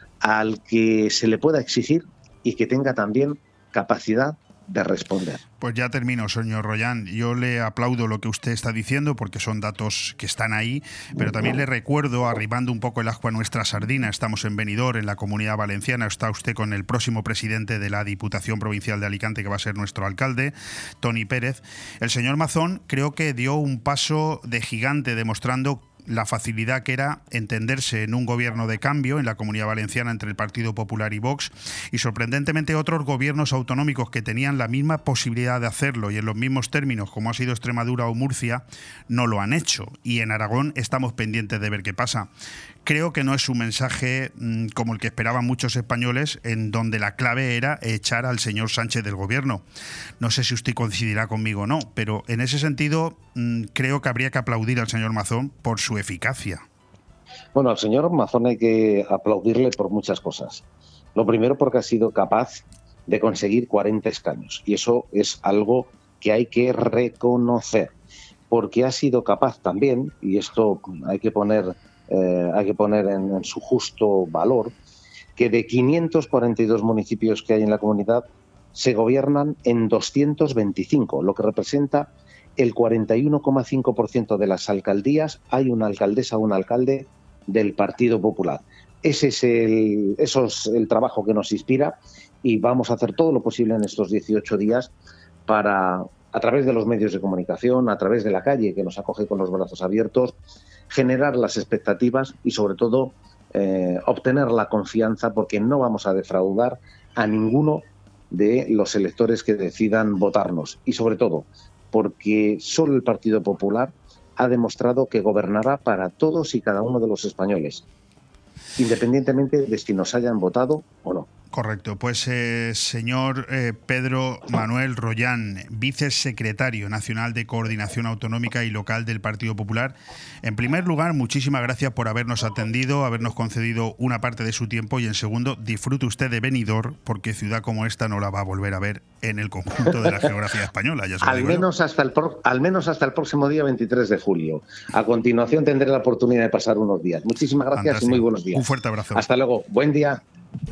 al que se le pueda exigir y que tenga también capacidad de responder. Pues ya termino, señor Rollán. Yo le aplaudo lo que usted está diciendo porque son datos que están ahí, pero también le recuerdo, arribando un poco el agua a nuestra sardina, estamos en Benidorm, en la Comunidad Valenciana, está usted con el próximo presidente de la Diputación Provincial de Alicante, que va a ser nuestro alcalde, Toni Pérez. El señor Mazón creo que dio un paso de gigante demostrando la facilidad que era entenderse en un gobierno de cambio en la Comunidad Valenciana entre el Partido Popular y Vox, y sorprendentemente otros gobiernos autonómicos que tenían la misma posibilidad de hacerlo y en los mismos términos como ha sido Extremadura o Murcia no lo han hecho, y en Aragón estamos pendientes de ver qué pasa. Creo que no es un mensaje mmm, como el que esperaban muchos españoles, en donde la clave era echar al señor Sánchez del gobierno. No sé si usted coincidirá conmigo o no, pero en ese sentido mmm, creo que habría que aplaudir al señor Mazón por su eficacia. Bueno, al señor Mazón hay que aplaudirle por muchas cosas. Lo primero porque ha sido capaz de conseguir cuarenta escaños, y eso es algo que hay que reconocer, porque ha sido capaz también, y esto hay que poner... Eh, hay que poner en, en su justo valor, que de quinientos cuarenta y dos municipios que hay en la comunidad se gobiernan en doscientos veinticinco, lo que representa el cuarenta y uno coma cinco por ciento de las alcaldías hay una alcaldesa o un alcalde del Partido Popular. Ese es el, eso es el trabajo que nos inspira y vamos a hacer todo lo posible en estos dieciocho días para, a través de los medios de comunicación, a través de la calle que nos acoge con los brazos abiertos, generar las expectativas y sobre todo eh, obtener la confianza, porque no vamos a defraudar a ninguno de los electores que decidan votarnos, y sobre todo porque solo el Partido Popular ha demostrado que gobernará para todos y cada uno de los españoles, independientemente de si nos hayan votado o no. Correcto. Pues eh, señor eh, Pedro Manuel Rollán, vicesecretario nacional de Coordinación Autonómica y Local del Partido Popular. En primer lugar, muchísimas gracias por habernos atendido, habernos concedido una parte de su tiempo, y en segundo, disfrute usted de Benidorm, porque ciudad como esta no la va a volver a ver en el conjunto de la geografía española. Ya se lo al, digo menos yo. hasta el pro, al menos hasta el próximo día veintitrés de julio. A continuación tendré la oportunidad de pasar unos días. Muchísimas gracias. Fantástico. Y muy buenos días. Un fuerte abrazo. Hasta luego. Buen día.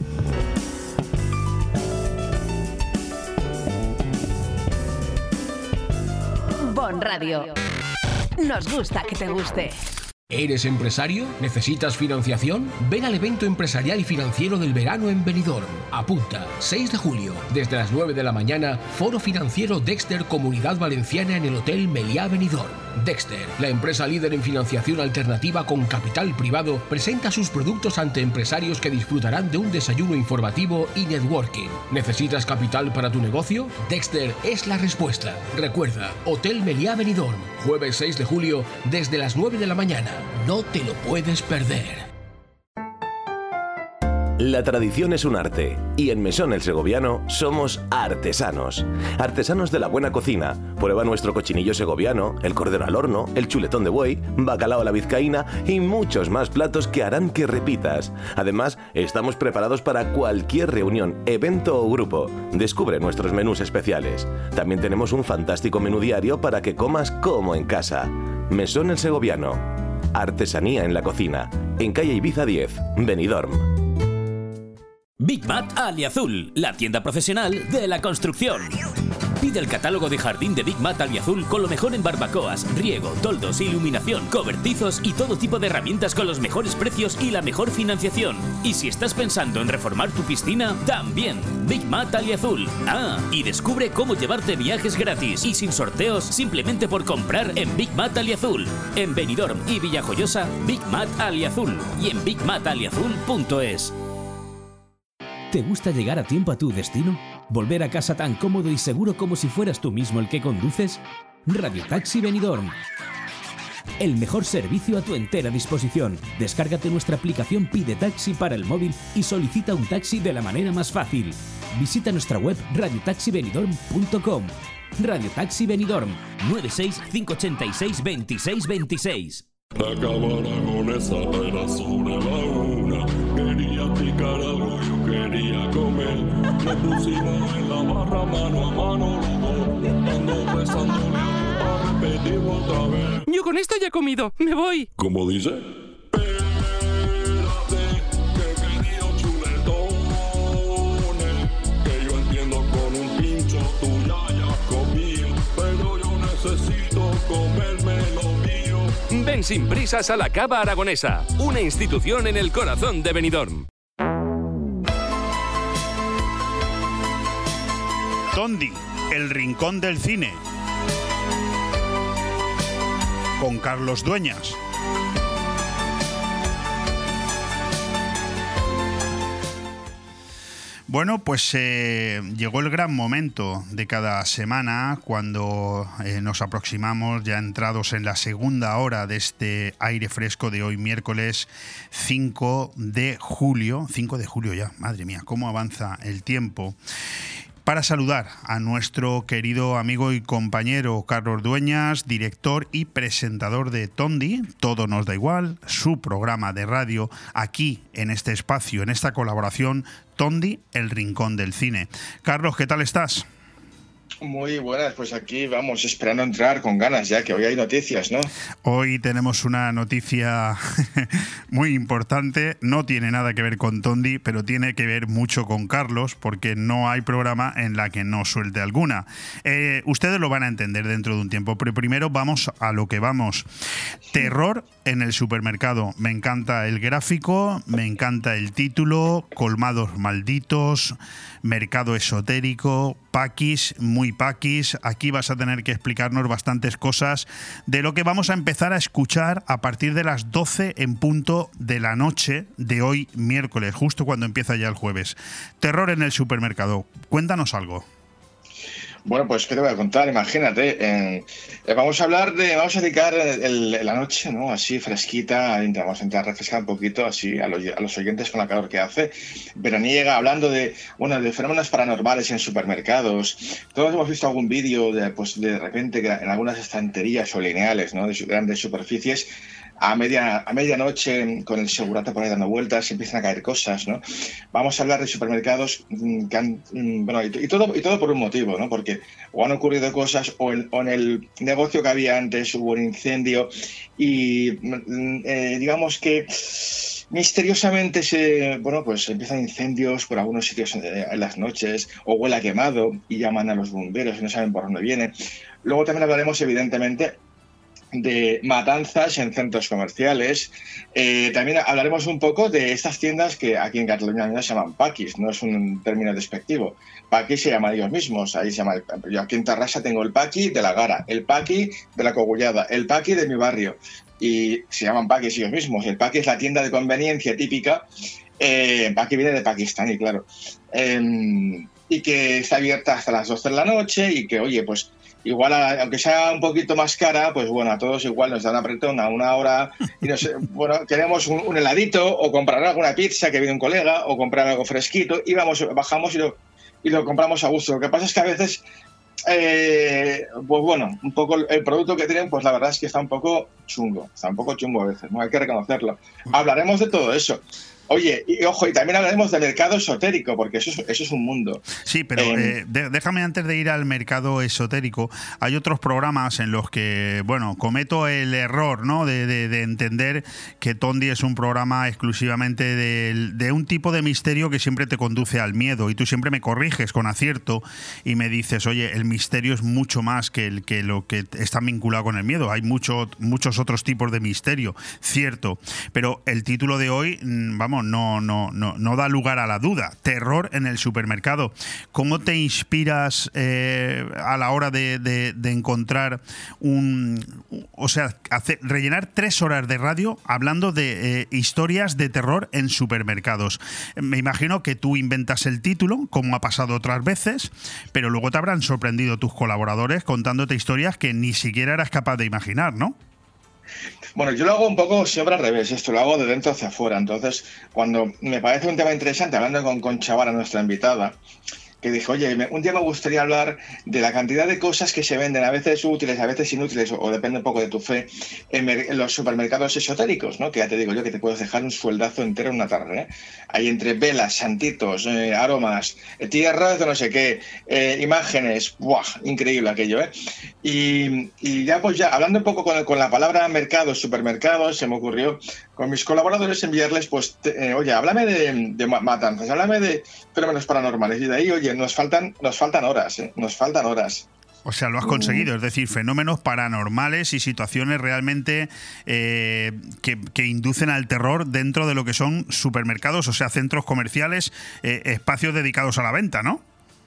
Bon Radio. Nos gusta que te guste. ¿Eres empresario? ¿Necesitas financiación? Ven al evento empresarial y financiero del verano en Benidorm. Apunta, seis de julio, desde las nueve de la mañana, Foro Financiero Dexter Comunidad Valenciana en el Hotel Meliá Benidorm. Dexter, la empresa líder en financiación alternativa con capital privado, presenta sus productos ante empresarios que disfrutarán de un desayuno informativo y networking. ¿Necesitas capital para tu negocio? Dexter es la respuesta. Recuerda, Hotel Meliá Benidorm, jueves seis de julio, desde las nueve de la mañana. No te lo puedes perder. La tradición es un arte y en Mesón El Segoviano somos artesanos. Artesanos de la buena cocina. Prueba nuestro cochinillo segoviano, el cordero al horno, el chuletón de buey, bacalao a la vizcaína y muchos más platos que harán que repitas. Además, estamos preparados para cualquier reunión, evento o grupo. Descubre nuestros menús especiales. También tenemos un fantástico menú diario para que comas como en casa. Mesón El Segoviano. Artesanía en la cocina. En calle Ibiza diez, Benidorm. Big Mat Aliazul, la tienda profesional de la construcción. Pide el catálogo de jardín de Big Mat Aliazul con lo mejor en barbacoas, riego, toldos, iluminación, cobertizos y todo tipo de herramientas con los mejores precios y la mejor financiación. Y si estás pensando en reformar tu piscina, también Big Mat Aliazul. Ah, y descubre cómo llevarte viajes gratis y sin sorteos simplemente por comprar en Big Mat Aliazul. En Benidorm y Villajoyosa, Big Mat Aliazul y en big mat aliazul punto es. ¿Te gusta llegar a tiempo a tu destino? ¿Volver a casa tan cómodo y seguro como si fueras tú mismo el que conduces? Radio Taxi Benidorm. El mejor servicio a tu entera disposición. Descárgate nuestra aplicación Pide Taxi para el móvil y solicita un taxi de la manera más fácil. Visita nuestra web radio taxi benidorm punto com. Radio Taxi Benidorm nueve seis cinco ocho seis dos seis dos seis. Acabará con esa era sobre la una. Quería picar algo, yo quería comer. Me pusimos en la barra mano a mano los dos, ando besándole a repetir otra vez. Yo con esto ya he comido, me voy. ¿Cómo dice? Ven sin prisas a la Cava Aragonesa, una institución en el corazón de Benidorm. Tondi, el rincón del cine. Con Carlos Dueñas. Bueno, pues eh, llegó el gran momento de cada semana cuando eh, nos aproximamos ya entrados en la segunda hora de este aire fresco de hoy, miércoles cinco de julio. cinco de julio ya, madre mía, cómo avanza el tiempo. Para saludar a nuestro querido amigo y compañero Carlos Dueñas, director y presentador de Tondi, Todo nos da igual, su programa de radio aquí en este espacio, en esta colaboración, Tondi, el rincón del cine. Carlos, ¿qué tal estás? Muy buenas, pues aquí vamos esperando entrar con ganas ya, que hoy hay noticias, ¿no? Hoy tenemos una noticia muy importante, no tiene nada que ver con Tondi, pero tiene que ver mucho con Carlos, porque no hay programa en la que no suelte alguna. Eh, ustedes lo van a entender dentro de un tiempo, pero primero vamos a lo que vamos. Terror en el supermercado. Me encanta el gráfico, me encanta el título, colmados malditos, mercado esotérico, paquis, muy paquis. Aquí vas a tener que explicarnos bastantes cosas de lo que vamos a empezar a escuchar a partir de las doce en punto de la noche de hoy miércoles, justo cuando empieza ya el jueves. Terror en el supermercado. Cuéntanos algo. Bueno, pues qué te voy a contar, imagínate. Eh, vamos a hablar de, vamos a dedicar el, el, la noche, ¿no? Así fresquita, vamos a intentar refrescar un poquito así a los, a los oyentes con la calor que hace. Veraniega, hablando de, bueno, de fenómenos paranormales en supermercados. Todos hemos visto algún vídeo de, pues de repente en algunas estanterías o lineales, ¿no? De grandes superficies. A, media, a medianoche, con el segurata por ahí dando vueltas, empiezan a caer cosas, ¿no? Vamos a hablar de supermercados que han... Bueno, y, y, todo, y todo por un motivo, ¿no? Porque o han ocurrido cosas, o, el, o en el negocio que había antes hubo un incendio y eh, digamos que misteriosamente se, bueno, pues empiezan incendios por algunos sitios en, en las noches, o huele a quemado y llaman a los bomberos y no saben por dónde viene. Luego también hablaremos, evidentemente, de matanzas en centros comerciales. Eh, también hablaremos un poco de estas tiendas que aquí en Cataluña se llaman paquis, no es un término despectivo. Paquis se llaman ellos mismos. Ahí se llama el, yo aquí en Tarrasa tengo el paqui de la Gara, el paqui de la Cogullada, el paqui de mi barrio. Y se llaman paquis ellos mismos. El paqui es la tienda de conveniencia típica. Eh, paqui viene de Pakistán, y claro. Eh, y que está abierta hasta las doce de la noche y que, oye, pues igual, a, aunque sea un poquito más cara, pues bueno, a todos igual nos dan apretón a una hora y nos, bueno, queremos un, un heladito o comprar alguna pizza que viene un colega o comprar algo fresquito y vamos, bajamos y lo, y lo compramos a gusto. Lo que pasa es que a veces, eh, pues bueno, un poco el producto que tienen, pues la verdad es que está un poco chungo, está un poco chungo a veces, ¿no? Hay que reconocerlo. Hablaremos de todo eso. Oye, y ojo, y también hablaremos del mercado esotérico, porque eso es, eso es un mundo. Sí, pero eh, eh, de, déjame antes de ir al mercado esotérico, hay otros programas en los que, bueno, cometo el error, ¿no? De, de, de entender que Tondi es un programa exclusivamente de, de un tipo de misterio que siempre te conduce al miedo, y tú siempre me corriges con acierto y me dices, oye, el misterio es mucho más que, el, que lo que está vinculado con el miedo. Hay mucho, muchos otros tipos de misterio, cierto. Pero el título de hoy, vamos, No, no, no, no da lugar a la duda. Terror en el supermercado. ¿Cómo te inspiras eh, a la hora de, de, de encontrar un... O sea, hacer, rellenar tres horas de radio hablando de eh, historias de terror en supermercados? Me imagino que tú inventas el título, como ha pasado otras veces, pero luego te habrán sorprendido tus colaboradores contándote historias que ni siquiera eras capaz de imaginar, ¿no? Bueno, yo lo hago un poco siempre al revés, esto lo hago de dentro hacia afuera. Entonces, cuando me parece un tema interesante, hablando con Concha Vara, nuestra invitada, que dijo, oye, un día me gustaría hablar de la cantidad de cosas que se venden, a veces útiles, a veces inútiles, o, o depende un poco de tu fe, en, en los supermercados esotéricos, ¿no? Que ya te digo yo que te puedes dejar un sueldazo entero en una tarde, ¿eh? Hay entre velas, santitos, eh, aromas, eh, tierras de no sé qué, eh, imágenes, ¡buah! Increíble aquello, ¿eh? Y, y ya pues ya, hablando un poco con, con la palabra mercado, supermercados, se me ocurrió con mis colaboradores enviarles, pues, te, eh, oye, háblame de, de matanzas, háblame de fenómenos paranormales, y de ahí, oye, nos faltan, nos faltan horas, ¿eh? Nos faltan horas. O sea, lo has conseguido, es decir, fenómenos paranormales y situaciones realmente eh, que, que inducen al terror dentro de lo que son supermercados, o sea, centros comerciales, eh, espacios dedicados a la venta, ¿no?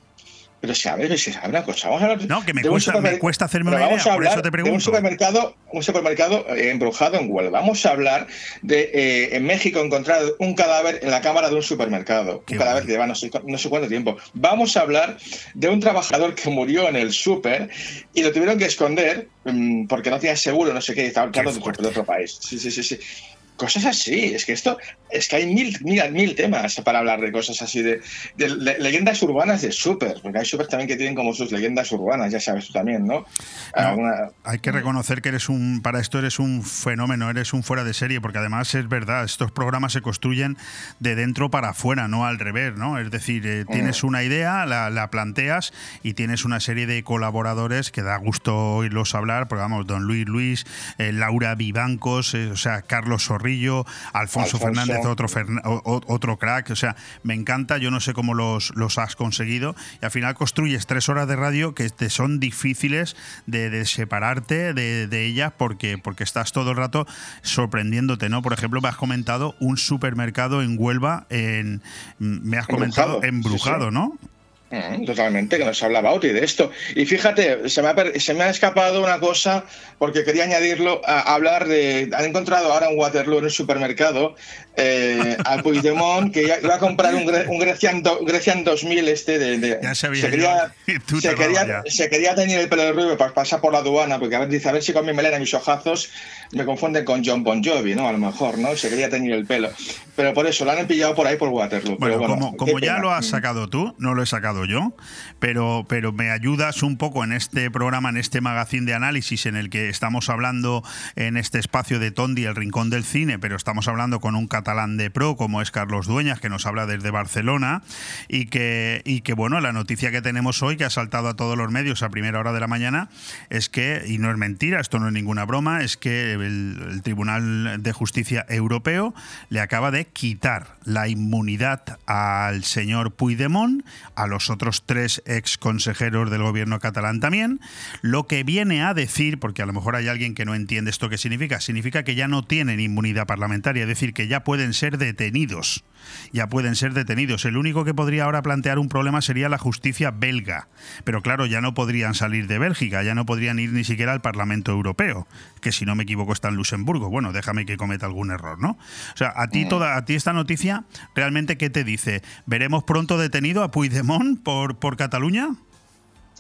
Pero si a ver, si sabe una cosa, vamos a hablar no, que me de cuesta, me cuesta hacerme una idea, por eso te pregunto. De un supermercado, un supermercado eh, embrujado en Huelva. Vamos a hablar de eh, en México encontrar un cadáver en la cámara de un supermercado. Qué un cadáver bueno. que lleva no sé, no sé cuánto tiempo. Vamos a hablar de un trabajador que murió en el súper y lo tuvieron que esconder mmm, porque no tenía seguro, no sé qué, y estaba claro de, de otro país. Sí, sí, sí, sí. Cosas así, es que esto, es que hay mil, mil, mil temas para hablar de cosas así, de, de, de leyendas urbanas de súper, porque hay súper también que tienen como sus leyendas urbanas, ya sabes tú también, ¿no? no Alguna... Hay que reconocer que eres un, para esto eres un fenómeno, eres un fuera de serie, porque además es verdad, estos programas se construyen de dentro para afuera, no al revés, ¿no? Es decir, eh, tienes una idea, la, la planteas y tienes una serie de colaboradores que da gusto oírlos hablar, porque vamos, don Luis Luis, eh, Laura Vivancos, eh, o sea, Carlos Sorrillo, Alfonso, Alfonso Fernández, otro, otro crack, o sea, me encanta, yo no sé cómo los, los has conseguido, y al final construyes tres horas de radio que te son difíciles de, de separarte de, de ellas porque, porque estás todo el rato sorprendiéndote, ¿no? Por ejemplo, me has comentado un supermercado en Huelva, en, me has comentado embrujado, embrujado sí, sí. ¿no? Totalmente, que nos hablaba Oti de esto. Y fíjate, se me, ha, se me ha escapado una cosa, porque quería añadirlo, a, a hablar de... Han encontrado ahora en Waterloo, en el supermercado, eh, al Puigdemont, que iba a comprar un, un Grecian, do, Grecian dos mil este de... de ya sabía se quería, se, quería, se quería teñir el pelo de rubio para pasar por la aduana, porque a ver, dice, a ver si con mi melena y mis ojazos me confunden con John Bon Jovi, ¿no? A lo mejor, ¿no? Se quería teñir el pelo. Pero por eso, lo han pillado por ahí por Waterloo. Bueno, pero bueno como, como ya lo has sacado tú, no lo he sacado yo, pero, pero me ayudas un poco en este programa, en este magazine de análisis en el que estamos hablando en este espacio de Tondi, el rincón del cine, pero estamos hablando con un catalán de pro como es Carlos Dueñas, que nos habla desde Barcelona, y que, y que bueno, la noticia que tenemos hoy, que ha saltado a todos los medios a primera hora de la mañana, es que, y no es mentira, esto no es ninguna broma, es que el, el Tribunal de Justicia Europeo le acaba de quitar la inmunidad al señor Puigdemont, a los otros tres ex consejeros del gobierno catalán también, lo que viene a decir, porque a lo mejor hay alguien que no entiende esto qué significa, significa que ya no tienen inmunidad parlamentaria, es decir, que ya pueden ser detenidos, ya pueden ser detenidos. El único que podría ahora plantear un problema sería la justicia belga, pero claro, ya no podrían salir de Bélgica, ya no podrían ir ni siquiera al Parlamento Europeo, que si no me equivoco está en Luxemburgo. Bueno, déjame que cometa algún error, ¿no? O sea, a ti, toda, a ti esta noticia, ¿realmente qué te dice? ¿Veremos pronto detenido a Puigdemont por, por Cataluña?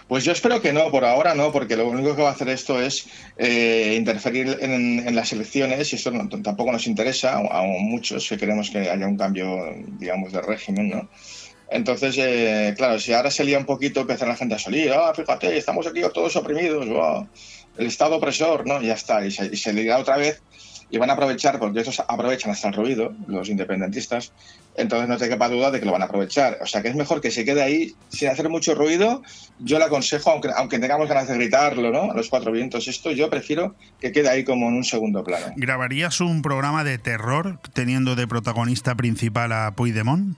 Pues yo espero que no, por ahora no, porque lo único que va a hacer esto es eh, interferir en, en las elecciones, y esto no, tampoco nos interesa a, a muchos que queremos que haya un cambio, digamos, de régimen, ¿no? Entonces, eh, claro, si ahora se lía un poquito, empieza la gente a salir, ah, fíjate, estamos aquí todos oprimidos, oh, el Estado opresor, ¿no? Y ya está, y se, y se liará otra vez, y van a aprovechar, porque estos aprovechan hasta el ruido, los independentistas, entonces no te quepa duda de que lo van a aprovechar. O sea que es mejor que se quede ahí sin hacer mucho ruido. Yo le aconsejo, aunque, aunque tengamos ganas de gritarlo, ¿no? A los cuatro vientos, esto yo prefiero que quede ahí como en un segundo plano. ¿Grabarías un programa de terror teniendo de protagonista principal a Puigdemont?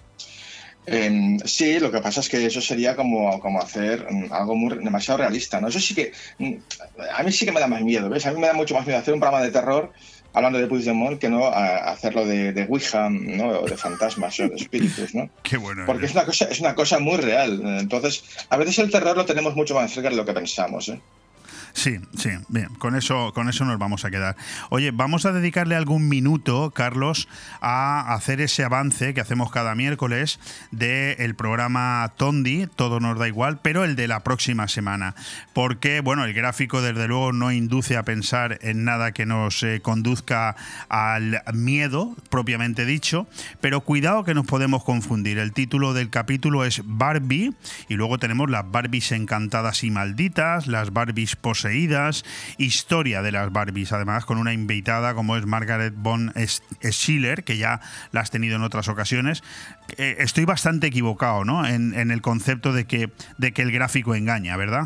Eh, sí, lo que pasa es que eso sería como, como hacer um, algo muy, demasiado realista, ¿no? Eso sí que um, a mí sí que me da más miedo, ¿ves? A mí me da mucho más miedo hacer un programa de terror hablando de Puigdemont que no a hacerlo de, de Ouija, ¿no? O de fantasmas o de espíritus, ¿no? Qué bueno. Porque es una cosa, es una cosa muy real. Entonces, a veces el terror lo tenemos mucho más cerca de lo que pensamos, ¿eh? Sí, sí, bien, con eso, con eso nos vamos a quedar. Oye, vamos a dedicarle algún minuto, Carlos, a hacer ese avance que hacemos cada miércoles del programa Tondi, Todo nos da igual, pero el de la próxima semana. Porque, bueno, el gráfico desde luego no induce a pensar en nada que nos eh, conduzca al miedo, propiamente dicho, pero cuidado que nos podemos confundir. El título del capítulo es Barbie y luego tenemos las Barbies encantadas y malditas, las Barbies poseídas, historia de las Barbies, además con una invitada como es Margaret von Schiller, que ya la has tenido en otras ocasiones. Eh, estoy bastante equivocado, ¿no? En, en el concepto de que, de que el gráfico engaña, ¿verdad?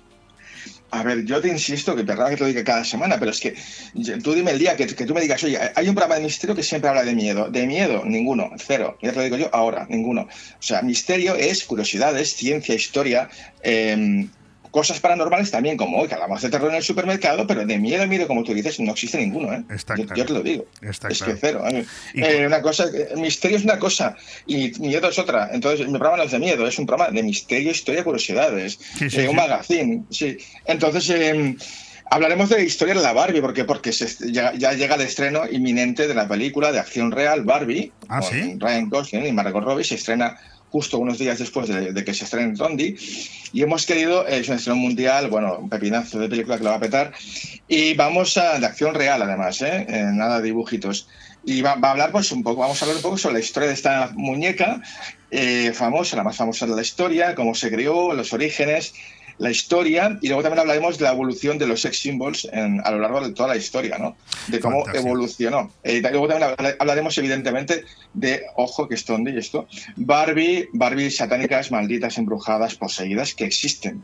A ver, yo te insisto, que perdona que te lo diga cada semana, pero es que tú dime el día que, que tú me digas, oye, hay un programa de misterio que siempre habla de miedo. De miedo, ninguno, cero. Ya te lo digo yo ahora, ninguno. O sea, misterio es curiosidades, ciencia, historia, eh, cosas paranormales también, como hoy, que hablamos de terror en el supermercado, pero de miedo, miedo, como tú dices, no existe ninguno, ¿eh? Está yo, claro. yo te lo digo. Está es claro. que cero. ¿eh? Eh, una cosa, el misterio es una cosa y miedo es otra. Entonces, mi programa no es de miedo, es un programa de misterio, historia, curiosidades. Sí, sí, eh, un sí. magazine, sí. Entonces, eh, hablaremos de la historia de la Barbie, porque, porque se, ya, ya llega el estreno inminente de la película de acción real Barbie, ¿Ah, con sí? Ryan Gosling y Margot Robbie. Se estrena justo unos días después de, de que se estrene Tondi, y hemos querido, es un estreno mundial, bueno, un pepinazo de película que lo va a petar, y vamos a, de acción real además, ¿eh? Eh, nada de dibujitos, y va, va a hablar pues un poco, vamos a hablar un poco sobre la historia de esta muñeca eh, famosa, la más famosa de la historia, cómo se creó, los orígenes, la historia, y luego también hablaremos de la evolución de los sex symbols en, a lo largo de toda la historia, ¿no? De cómo Fantástico. evolucionó. Eh, y luego también hablaremos, evidentemente, de, ojo, que es Tondi y esto, Barbie, Barbie satánicas, malditas, embrujadas, poseídas, que existen.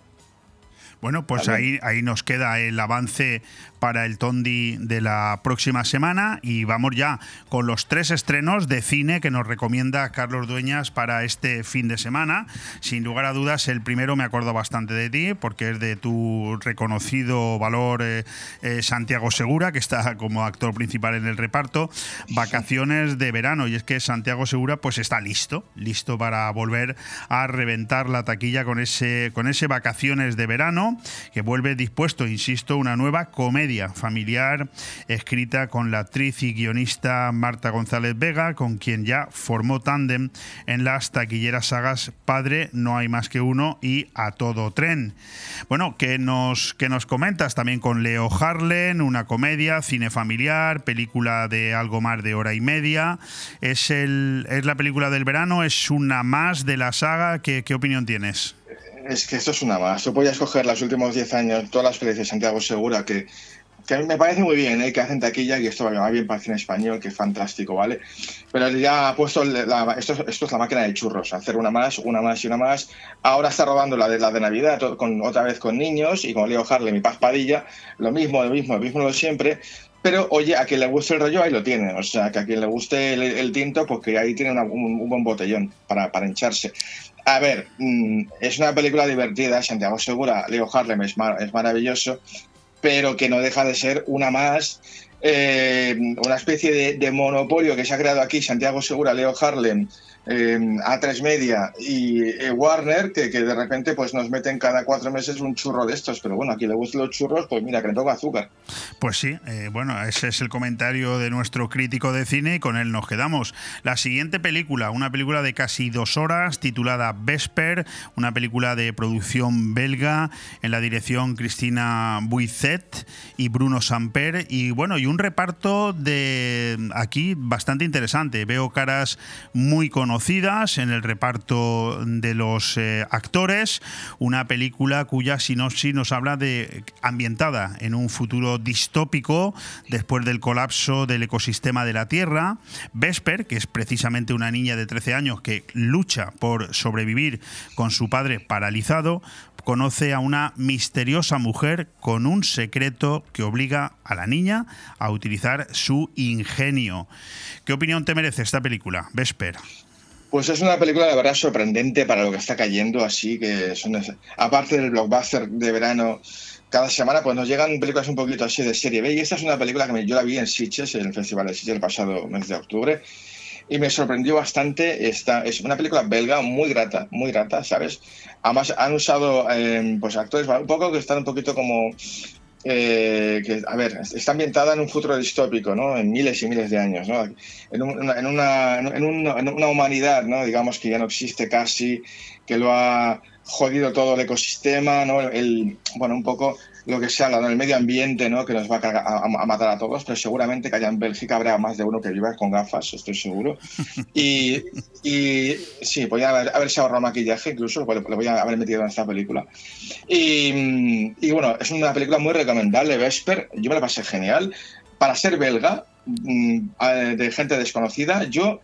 Bueno, pues ahí, ahí nos queda el avance para el Tondi de la próxima semana y vamos ya con los tres estrenos de cine que nos recomienda Carlos Dueñas para este fin de semana. Sin lugar a dudas, el primero me acuerdo bastante de ti porque es de tu reconocido valor eh, eh, Santiago Segura, que está como actor principal en el reparto, Vacaciones de verano. Y es que Santiago Segura pues está listo, listo para volver a reventar la taquilla con ese, con ese Vacaciones de verano, que vuelve dispuesto, insisto, una nueva comedia familiar escrita con la actriz y guionista Marta González Vega, con quien ya formó tándem en las taquilleras sagas Padre, No hay más que uno y A todo tren. Bueno, que nos, que nos comentas también con Leo Harlem, una comedia, cine familiar, película de algo más de hora y media. ¿Es, el, es la película del verano? ¿Es una más de la saga? ¿Qué, qué opinión tienes? Es que esto es una más. Tú podías coger los últimos diez años, todas las películas de Santiago Segura, que, que a mí me parece muy bien, ¿eh? Que hacen taquilla, y esto va bien para el cine español, que es fantástico, ¿vale? Pero ya ha puesto, la, esto, esto es la máquina de churros, hacer una más, una más y una más. Ahora está rodando la de, la de Navidad, con, otra vez con niños, y con Leo Harlem y Paz Padilla, lo mismo, lo mismo, lo mismo de siempre. Pero, oye, a quien le guste el rollo, ahí lo tiene. O sea, que a quien le guste el, el tinto, pues que ahí tiene una, un, un buen botellón para, para hincharse. A ver, es una película divertida, Santiago Segura, Leo Harlem es, mar, es maravilloso, pero que no deja de ser una más, eh, una especie de, de monopolio que se ha creado aquí, Santiago Segura, Leo Harlem, eh, A tres Media y eh, Warner, que, que de repente pues nos meten cada cuatro meses un churro de estos, pero bueno, a quien le gustan los churros, pues mira, que le toca azúcar. Pues sí, eh, bueno, ese es el comentario de nuestro crítico de cine y con él nos quedamos. La siguiente película, una película de casi dos horas, titulada Vesper, una película de producción belga, en la dirección Cristina Buisset y Bruno Samper, y bueno, y un reparto de aquí bastante interesante. Veo caras muy conocidas en el reparto de los eh, actores, una película cuya sinopsis nos habla de ambientada en un futuro distópico después del colapso del ecosistema de la Tierra. Vesper, que es precisamente una niña de trece años que lucha por sobrevivir con su padre paralizado, conoce a una misteriosa mujer con un secreto que obliga a la niña a utilizar su ingenio. ¿Qué opinión te merece esta película, Vesper? Pues es una película, la verdad, sorprendente para lo que está cayendo, así que son, aparte del blockbuster de verano, cada semana pues nos llegan películas un poquito así de serie B, y esta es una película que me, yo la vi en Sitges, en el Festival de Sitges el pasado mes de octubre, y me sorprendió bastante. Esta es una película belga muy grata, muy grata, ¿sabes? Además han usado eh, pues actores un poco que están un poquito como... Eh, que, a ver, está ambientada en un futuro distópico, ¿no? En miles y miles de años, ¿no? En, un, en, una, en, una, en una humanidad, ¿no? Digamos que ya no existe casi, que lo ha jodido todo el ecosistema, ¿no? El, bueno, un poco lo que se habla, ¿no? El medio ambiente, ¿no? Que nos va a, a, a matar a todos, pero seguramente que allá en Bélgica habrá más de uno que viva con gafas, estoy seguro. Y, y sí, podría haber, haberse ahorrado maquillaje, incluso lo, lo voy a haber metido en esta película. Y, y bueno, es una película muy recomendable, Vesper, yo me la pasé genial. Para ser belga, de gente desconocida, yo...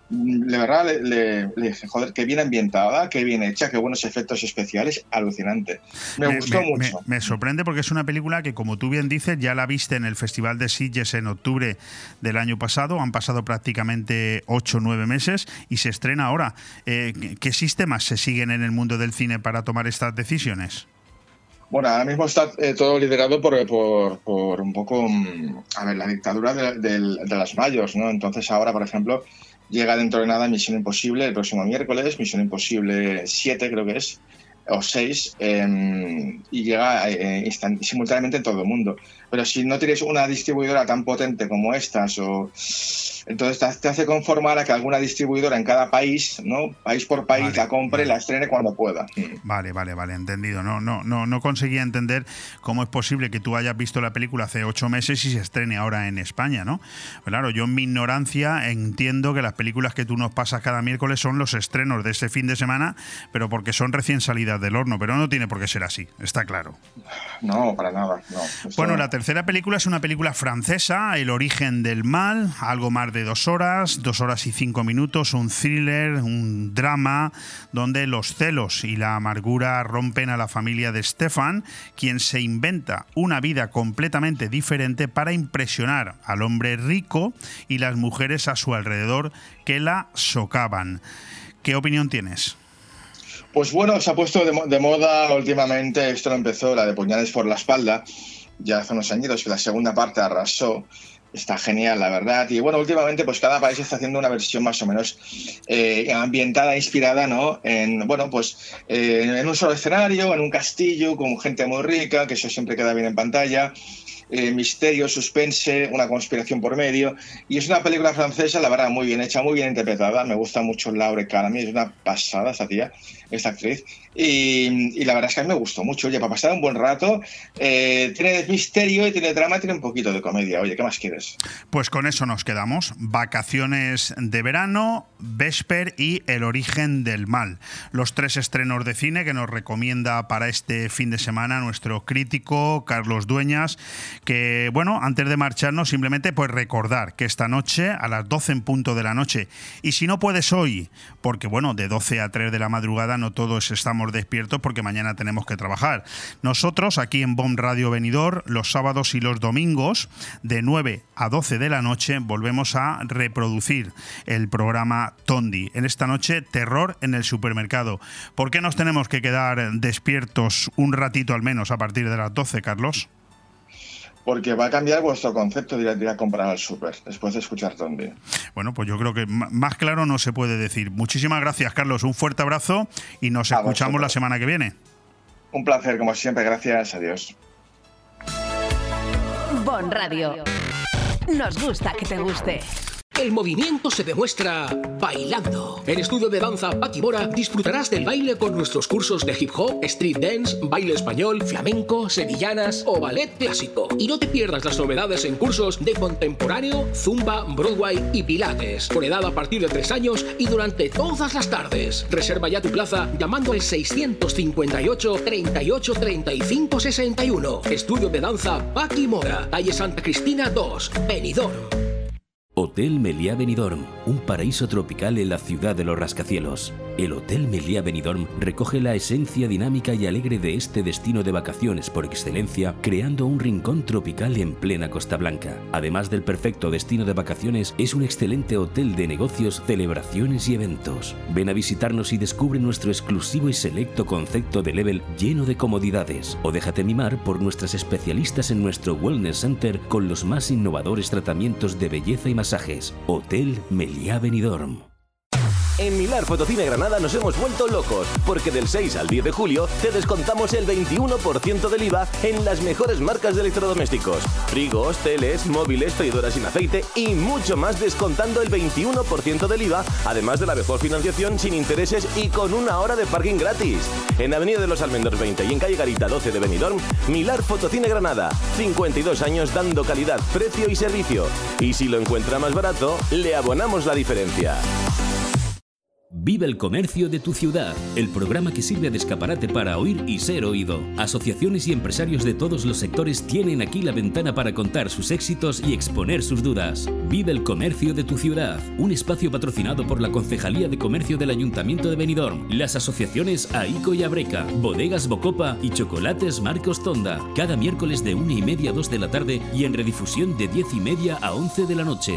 de verdad le, le, le dije, joder, qué bien ambientada, qué bien hecha, qué buenos efectos especiales, alucinante. Me, me gustó me, mucho. Me, me sorprende porque es una película que, como tú bien dices, ya la viste en el Festival de Sitges en octubre del año pasado. Han pasado prácticamente ocho o nueve meses y se estrena ahora. Eh, ¿Qué sistemas se siguen en el mundo del cine para tomar estas decisiones? Bueno, ahora mismo está eh, todo liderado por, por, por un poco, a ver, la dictadura de, de, de las mayors, ¿no? Entonces ahora, por ejemplo, llega dentro de nada Misión Imposible el próximo miércoles, Misión Imposible siete creo que es, o seis, eh, y llega eh, instant- simultáneamente en todo el mundo. Pero si no tienes una distribuidora tan potente como estas, o entonces te, te hace conformar a que alguna distribuidora en cada país, ¿no? País por país, vale, la compre y vale. la estrene cuando pueda. Vale, vale, vale, entendido. No, no, no, no conseguía entender cómo es posible que tú hayas visto la película hace ocho meses y se estrene ahora en España, ¿no? Claro, yo en mi ignorancia entiendo que las películas que tú nos pasas cada miércoles son los estrenos de ese fin de semana, pero porque son recién salidas del horno, pero no tiene por qué ser así, está claro. No, para nada, no. Bueno, la tercera película es una película francesa, El origen del mal, algo más de dos horas, dos horas y cinco minutos, un thriller, un drama, donde los celos y la amargura rompen a la familia de Stefan, quien se inventa una vida completamente diferente para impresionar al hombre rico y las mujeres a su alrededor que la socavan. ¿Qué opinión tienes? Pues bueno, se ha puesto de, mo- de moda últimamente, esto lo empezó, la de Puñales por la espalda, ya hace unos añitos, que la segunda parte arrasó. Está genial, la verdad. Y bueno, últimamente pues cada país está haciendo una versión más o menos eh, ambientada, inspirada, ¿no? En, bueno, pues eh, en un solo escenario, en un castillo, con gente muy rica, que eso siempre queda bien en pantalla. Eh, misterio, suspense, una conspiración por medio. Y es una película francesa, la verdad, muy bien hecha, muy bien interpretada. Me gusta mucho Laure Calamy, es una pasada esta tía, esta actriz. Y, y la verdad es que a mí me gustó mucho. Oye, para pasar un buen rato, eh, tiene misterio y tiene drama, tiene un poquito de comedia. Oye, ¿qué más quieres? Pues con eso nos quedamos. Vacaciones de verano, Vesper y El origen del mal. Los tres estrenos de cine que nos recomienda para este fin de semana nuestro crítico Carlos Dueñas. Que, bueno, antes de marcharnos, simplemente pues recordar que esta noche, a las doce en punto de la noche, y si no puedes hoy, porque, bueno, de doce a tres de la madrugada no todos estamos despiertos porque mañana tenemos que trabajar. Nosotros, aquí en B O M Radio Benidorm, los sábados y los domingos, de nueve a doce de la noche, volvemos a reproducir el programa Tondi. En esta noche, terror en el supermercado. ¿Por qué nos tenemos que quedar despiertos un ratito al menos a partir de las doce, Carlos? porque va a cambiar vuestro concepto de ir a, de ir a comprar al súper, después de escuchar Tombi. Bueno, pues yo creo que más claro no se puede decir. Muchísimas gracias, Carlos. Un fuerte abrazo y nos a escuchamos vosotros la semana que viene. Un placer, como siempre. Gracias. Adiós. Bon Radio. Nos gusta que te guste. El movimiento se demuestra bailando. En Estudio de Danza Paqui Mora disfrutarás del baile con nuestros cursos de hip hop, street dance, baile español, flamenco, sevillanas o ballet clásico. Y no te pierdas las novedades en cursos de contemporáneo, zumba, Broadway y pilates. Por edad a partir de tres años y durante todas las tardes. Reserva ya tu plaza llamando al seiscientos cincuenta y ocho, treinta y ocho, treinta y cinco, sesenta y uno. Estudio de Danza Paqui Mora, calle Santa Cristina dos, Benidorm. Hotel Meliá Benidorm, un paraíso tropical en la ciudad de los rascacielos. El Hotel Meliá Benidorm recoge la esencia dinámica y alegre de este destino de vacaciones por excelencia, creando un rincón tropical en plena Costa Blanca. Además del perfecto destino de vacaciones, es un excelente hotel de negocios, celebraciones y eventos. Ven a visitarnos y descubre nuestro exclusivo y selecto concepto de level lleno de comodidades, o déjate mimar por nuestras especialistas en nuestro Wellness Center con los más innovadores tratamientos de belleza y masajes. Hotel Meliá Benidorm. En Milar Fotocine Granada nos hemos vuelto locos, porque del seis al diez de julio te descontamos el veintiuno por ciento del I V A en las mejores marcas de electrodomésticos. Frigos, teles, móviles, freidoras sin aceite y mucho más descontando el veintiuno por ciento del I V A, además de la mejor financiación sin intereses y con una hora de parking gratis. En Avenida de los Almendros veinte y en Calle Garita doce de Benidorm, Milar Fotocine Granada. cincuenta y dos años dando calidad, precio y servicio. Y si lo encuentra más barato, le abonamos la diferencia. Vive el comercio de tu ciudad, el programa que sirve de escaparate para oír y ser oído. Asociaciones y empresarios de todos los sectores tienen aquí la ventana para contar sus éxitos y exponer sus dudas. Vive el comercio de tu ciudad, un espacio patrocinado por la Concejalía de Comercio del Ayuntamiento de Benidorm, las asociaciones AICO y Abreca, Bodegas Bocopa y Chocolates Marcos Tonda. Cada miércoles de una y media a dos de la tarde y en redifusión de diez y media a once de la noche.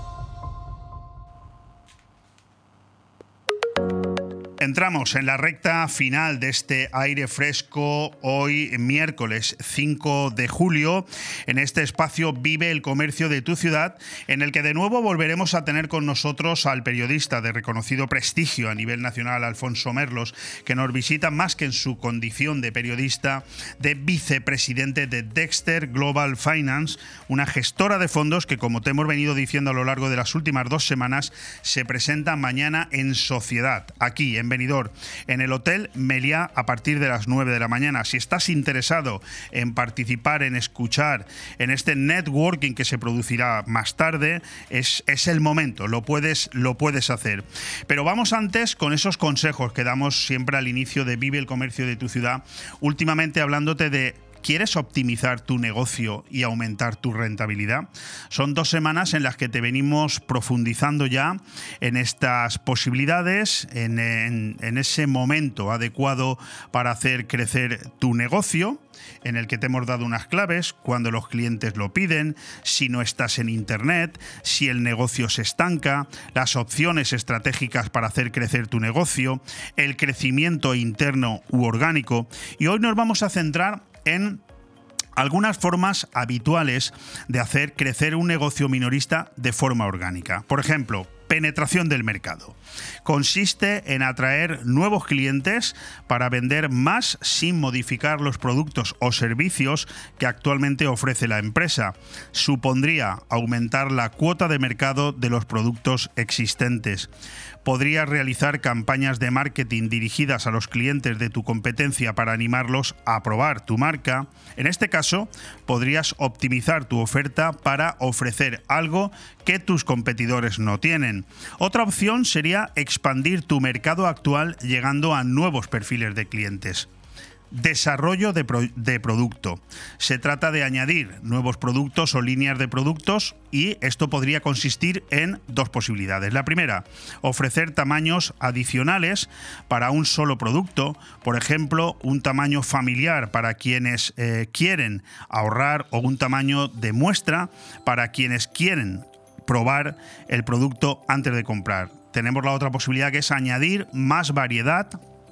Entramos en la recta final de este aire fresco hoy miércoles cinco de julio en este espacio Vive el comercio de tu ciudad, en el que de nuevo volveremos a tener con nosotros al periodista de reconocido prestigio a nivel nacional, Alfonso Merlos, que nos visita más que en su condición de periodista, de vicepresidente de Dexter Global Finance, una gestora de fondos que, como te hemos venido diciendo a lo largo de las últimas dos semanas, se presenta mañana en sociedad, aquí en Benidorm, en el Hotel Meliá a partir de las nueve de la mañana. Si estás interesado en participar, en escuchar, en este networking que se producirá más tarde, es, es el momento, lo puedes, lo puedes hacer. Pero vamos antes con esos consejos que damos siempre al inicio de Vive el comercio de tu ciudad, últimamente hablándote de ¿quieres optimizar tu negocio y aumentar tu rentabilidad? Son dos semanas en las que te venimos profundizando ya en estas posibilidades, en, en, en ese momento adecuado para hacer crecer tu negocio, en el que te hemos dado unas claves, cuando los clientes lo piden, si no estás en Internet, si el negocio se estanca, las opciones estratégicas para hacer crecer tu negocio, el crecimiento interno u orgánico. Y hoy nos vamos a centrar en algunas formas habituales de hacer crecer un negocio minorista de forma orgánica. Por ejemplo, penetración del mercado. Consiste en atraer nuevos clientes para vender más sin modificar los productos o servicios que actualmente ofrece la empresa. Supondría aumentar la cuota de mercado de los productos existentes. Podrías realizar campañas de marketing dirigidas a los clientes de tu competencia para animarlos a probar tu marca. En este caso, podrías optimizar tu oferta para ofrecer algo que tus competidores no tienen. Otra opción sería expandir tu mercado actual llegando a nuevos perfiles de clientes. Desarrollo de, pro- de producto. Se trata de añadir nuevos productos o líneas de productos y esto podría consistir en dos posibilidades. La primera, ofrecer tamaños adicionales para un solo producto, por ejemplo, un tamaño familiar para quienes eh, quieren ahorrar o un tamaño de muestra para quienes quieren probar el producto antes de comprar. Tenemos la otra posibilidad, que es añadir más variedad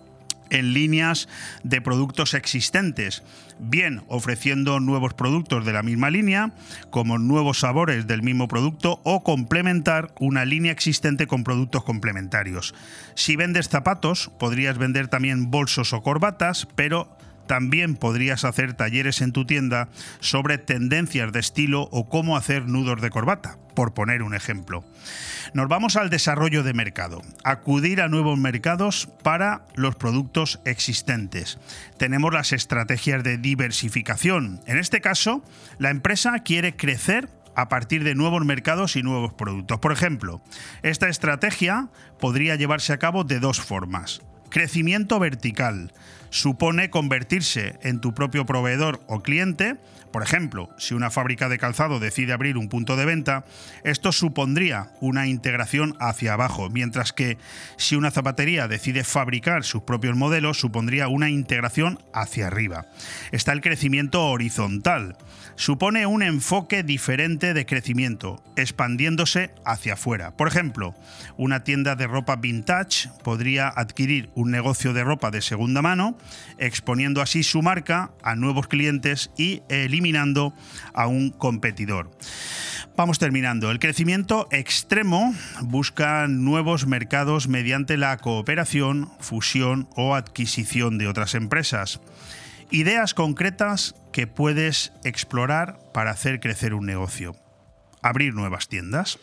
en líneas de productos existentes, bien ofreciendo nuevos productos de la misma línea, como nuevos sabores del mismo producto, o complementar una línea existente con productos complementarios. Si vendes zapatos, podrías vender también bolsos o corbatas, pero también podrías hacer talleres en tu tienda sobre tendencias de estilo o cómo hacer nudos de corbata, por poner un ejemplo. Nos vamos al desarrollo de mercado. Acudir a nuevos mercados para los productos existentes. Tenemos las estrategias de diversificación. En este caso, la empresa quiere crecer a partir de nuevos mercados y nuevos productos. Por ejemplo, esta estrategia podría llevarse a cabo de dos formas. Crecimiento vertical. Supone convertirse en tu propio proveedor o cliente. Por ejemplo, si una fábrica de calzado decide abrir un punto de venta, esto supondría una integración hacia abajo, mientras que si una zapatería decide fabricar sus propios modelos, supondría una integración hacia arriba. Está el crecimiento horizontal. Supone un enfoque diferente de crecimiento, expandiéndose hacia afuera. Por ejemplo, una tienda de ropa vintage podría adquirir un negocio de ropa de segunda mano, exponiendo así su marca a nuevos clientes y eliminando a un competidor. Vamos terminando. El crecimiento extremo busca nuevos mercados mediante la cooperación, fusión o adquisición de otras empresas. Ideas concretas que puedes explorar para hacer crecer un negocio. Abrir nuevas tiendas.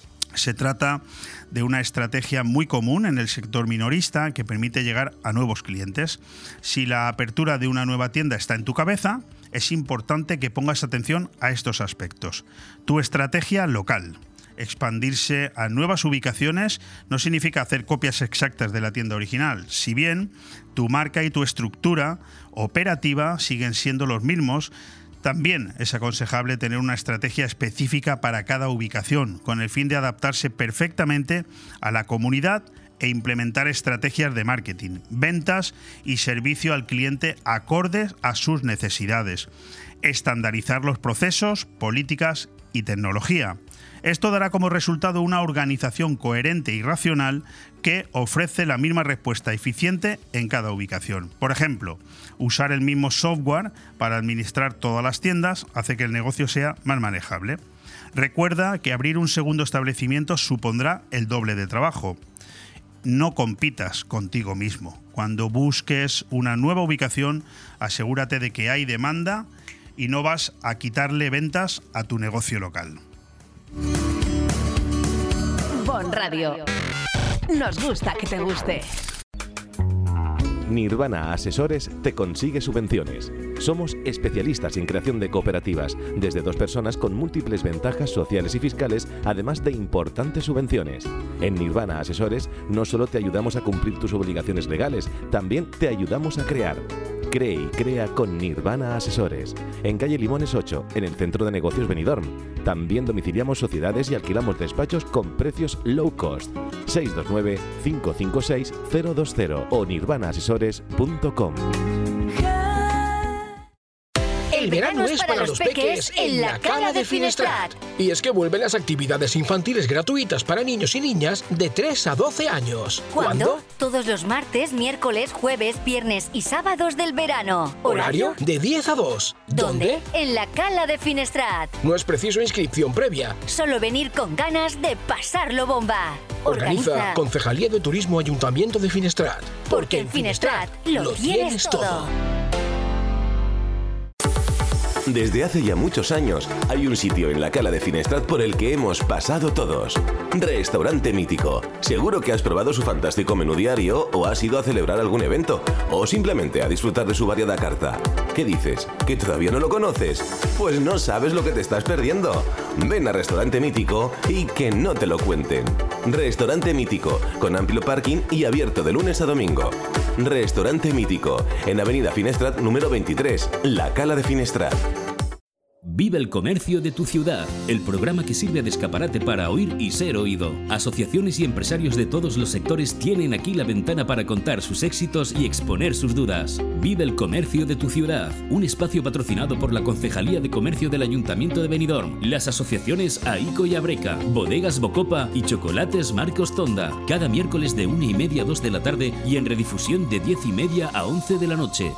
Se trata de una estrategia muy común en el sector minorista que permite llegar a nuevos clientes. Si la apertura de una nueva tienda está en tu cabeza, es importante que pongas atención a estos aspectos. Tu estrategia local. Expandirse a nuevas ubicaciones no significa hacer copias exactas de la tienda original, si bien tu marca y tu estructura operativa siguen siendo los mismos. También es aconsejable tener una estrategia específica para cada ubicación, con el fin de adaptarse perfectamente a la comunidad e implementar estrategias de marketing, ventas y servicio al cliente acordes a sus necesidades. Estandarizar los procesos, políticas y tecnología. Esto dará como resultado una organización coherente y racional que ofrece la misma respuesta eficiente en cada ubicación. Por ejemplo, usar el mismo software para administrar todas las tiendas hace que el negocio sea más manejable. Recuerda que abrir un segundo establecimiento supondrá el doble de trabajo. No compitas contigo mismo. Cuando busques una nueva ubicación, asegúrate de que hay demanda y no vas a quitarle ventas a tu negocio local. Bon Radio. Nos gusta que te guste. Nirvana Asesores te consigue subvenciones. Somos especialistas en creación de cooperativas, desde dos personas con múltiples ventajas sociales y fiscales, además de importantes subvenciones. En Nirvana Asesores no solo te ayudamos a cumplir tus obligaciones legales, también te ayudamos a crear. Cree y crea con Nirvana Asesores. En calle Limones ocho, en el Centro de Negocios Benidorm. También domiciliamos sociedades y alquilamos despachos con precios low cost. seis dos nueve, cinco cinco seis, cero dos cero o nirvana asesores punto com. El verano es para los peques en la Cala de Finestrat. Y es que vuelven las actividades infantiles gratuitas para niños y niñas de tres a doce años. ¿Cuándo? Todos los martes, miércoles, jueves, viernes y sábados del verano. ¿Horario? De diez a dos. ¿Dónde? En la Cala de Finestrat. No es preciso inscripción previa. Solo venir con ganas de pasarlo bomba. Organiza, Organiza Concejalía de Turismo Ayuntamiento de Finestrat. Porque, Porque en Finestrat lo, lo tienes, tienes todo. todo. Desde hace ya muchos años hay un sitio en la Cala de Finestrat por el que hemos pasado todos. Restaurante Mítico. Seguro que has probado su fantástico menú diario o has ido a celebrar algún evento o simplemente a disfrutar de su variada carta. ¿Qué dices? ¿Que todavía no lo conoces? Pues no sabes lo que te estás perdiendo. Ven a Restaurante Mítico y que no te lo cuenten. Restaurante Mítico, con amplio parking y abierto de lunes a domingo. Restaurante Mítico, en Avenida Finestrat número veintitrés, La Cala de Finestrat. Vive el comercio de tu ciudad, el programa que sirve de escaparate para oír y ser oído. Asociaciones y empresarios de todos los sectores tienen aquí la ventana para contar sus éxitos y exponer sus dudas. Vive el comercio de tu ciudad, un espacio patrocinado por la Concejalía de Comercio del Ayuntamiento de Benidorm, las asociaciones AICO y Abreca, Bodegas Bocopa y Chocolates Marcos Tonda. Cada miércoles de una y media a dos de la tarde y en redifusión de diez y media a once de la noche.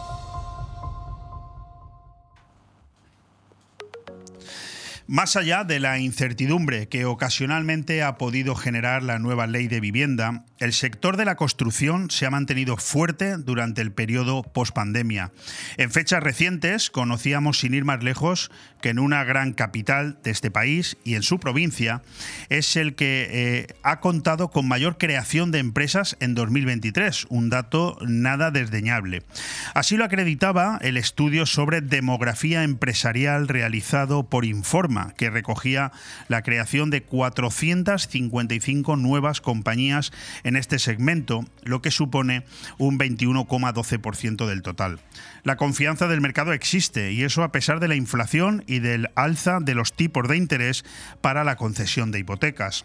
Más allá de la incertidumbre que ocasionalmente ha podido generar la nueva ley de vivienda, el sector de la construcción se ha mantenido fuerte durante el periodo pospandemia. En fechas recientes conocíamos, sin ir más lejos, que en una gran capital de este país y en su provincia es el que eh, ha contado con mayor creación de empresas en dos mil veintitrés, un dato nada desdeñable. Así lo acreditaba el estudio sobre demografía empresarial realizado por Informa, que recogía la creación de cuatrocientas cincuenta y cinco nuevas compañías en este segmento, lo que supone un veintiuno coma doce por ciento del total. La confianza del mercado existe, y eso a pesar de la inflación y del alza de los tipos de interés para la concesión de hipotecas.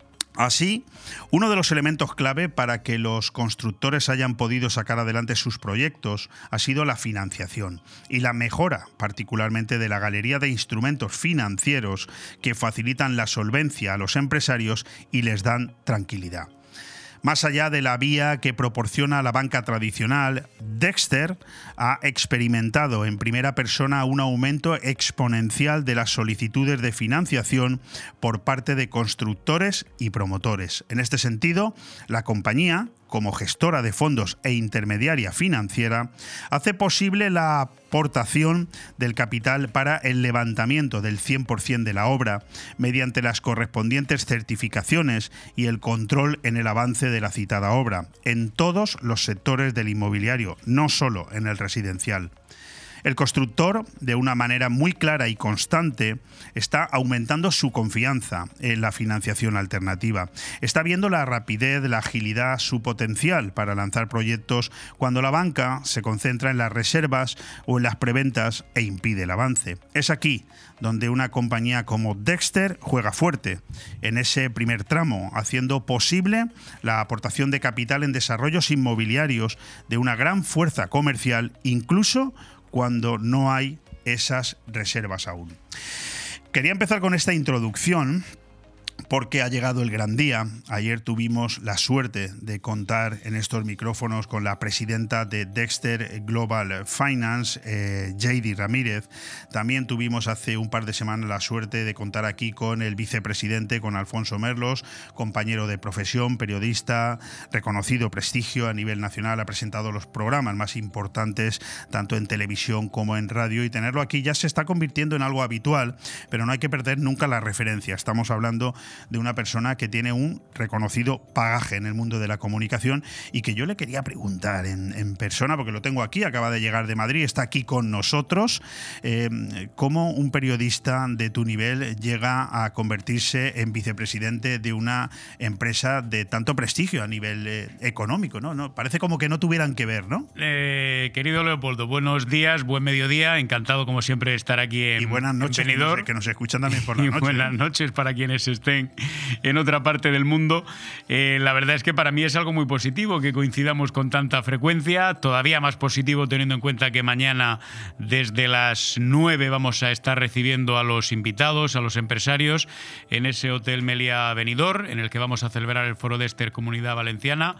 Así, uno de los elementos clave para que los constructores hayan podido sacar adelante sus proyectos ha sido la financiación y la mejora, particularmente de la galería de instrumentos financieros que facilitan la solvencia a los empresarios y les dan tranquilidad. Más allá de la vía que proporciona la banca tradicional, Dexter ha experimentado en primera persona un aumento exponencial de las solicitudes de financiación por parte de constructores y promotores. En este sentido, la compañía, como gestora de fondos e intermediaria financiera, hace posible la aportación del capital para el levantamiento del cien por ciento de la obra mediante las correspondientes certificaciones y el control en el avance de la citada obra, en todos los sectores del inmobiliario, no solo en el residencial. El constructor, de una manera muy clara y constante, está aumentando su confianza en la financiación alternativa. Está viendo la rapidez, la agilidad, su potencial para lanzar proyectos cuando la banca se concentra en las reservas o en las preventas e impide el avance. Es aquí donde una compañía como Dexter juega fuerte, en ese primer tramo, haciendo posible la aportación de capital en desarrollos inmobiliarios de una gran fuerza comercial, incluso cuando no hay esas reservas aún. Quería empezar con esta introducción porque ha llegado el gran día. Ayer tuvimos la suerte de contar en estos micrófonos con la presidenta de Dexter Global Finance, eh, J D Ramírez. También tuvimos hace un par de semanas la suerte de contar aquí con el vicepresidente, con Alfonso Merlos, compañero de profesión, periodista, reconocido prestigio a nivel nacional, ha presentado los programas más importantes tanto en televisión como en radio, y tenerlo aquí ya se está convirtiendo en algo habitual, pero no hay que perder nunca la referencia. Estamos hablando de una persona que tiene un reconocido bagaje en el mundo de la comunicación y que yo le quería preguntar en, en persona, porque lo tengo aquí, acaba de llegar de Madrid, está aquí con nosotros, eh, cómo un periodista de tu nivel llega a convertirse en vicepresidente de una empresa de tanto prestigio a nivel eh, económico, ¿no? ¿no? Parece como que no tuvieran que ver, ¿no? Eh, querido Leopoldo, buenos días, buen mediodía, encantado como siempre de estar aquí en, y buenas noches, en Benidorm. Que nos, que nos escuchan también por la y noche. Buenas ¿eh? noches para quienes estén en otra parte del mundo. Eh, la verdad es que para mí es algo muy positivo que coincidamos con tanta frecuencia, todavía más positivo teniendo en cuenta que mañana desde las nueve vamos a estar recibiendo a los invitados, a los empresarios, en ese Hotel Meliá Benidorm, en el que vamos a celebrar el Foro Dexter Comunidad Valenciana,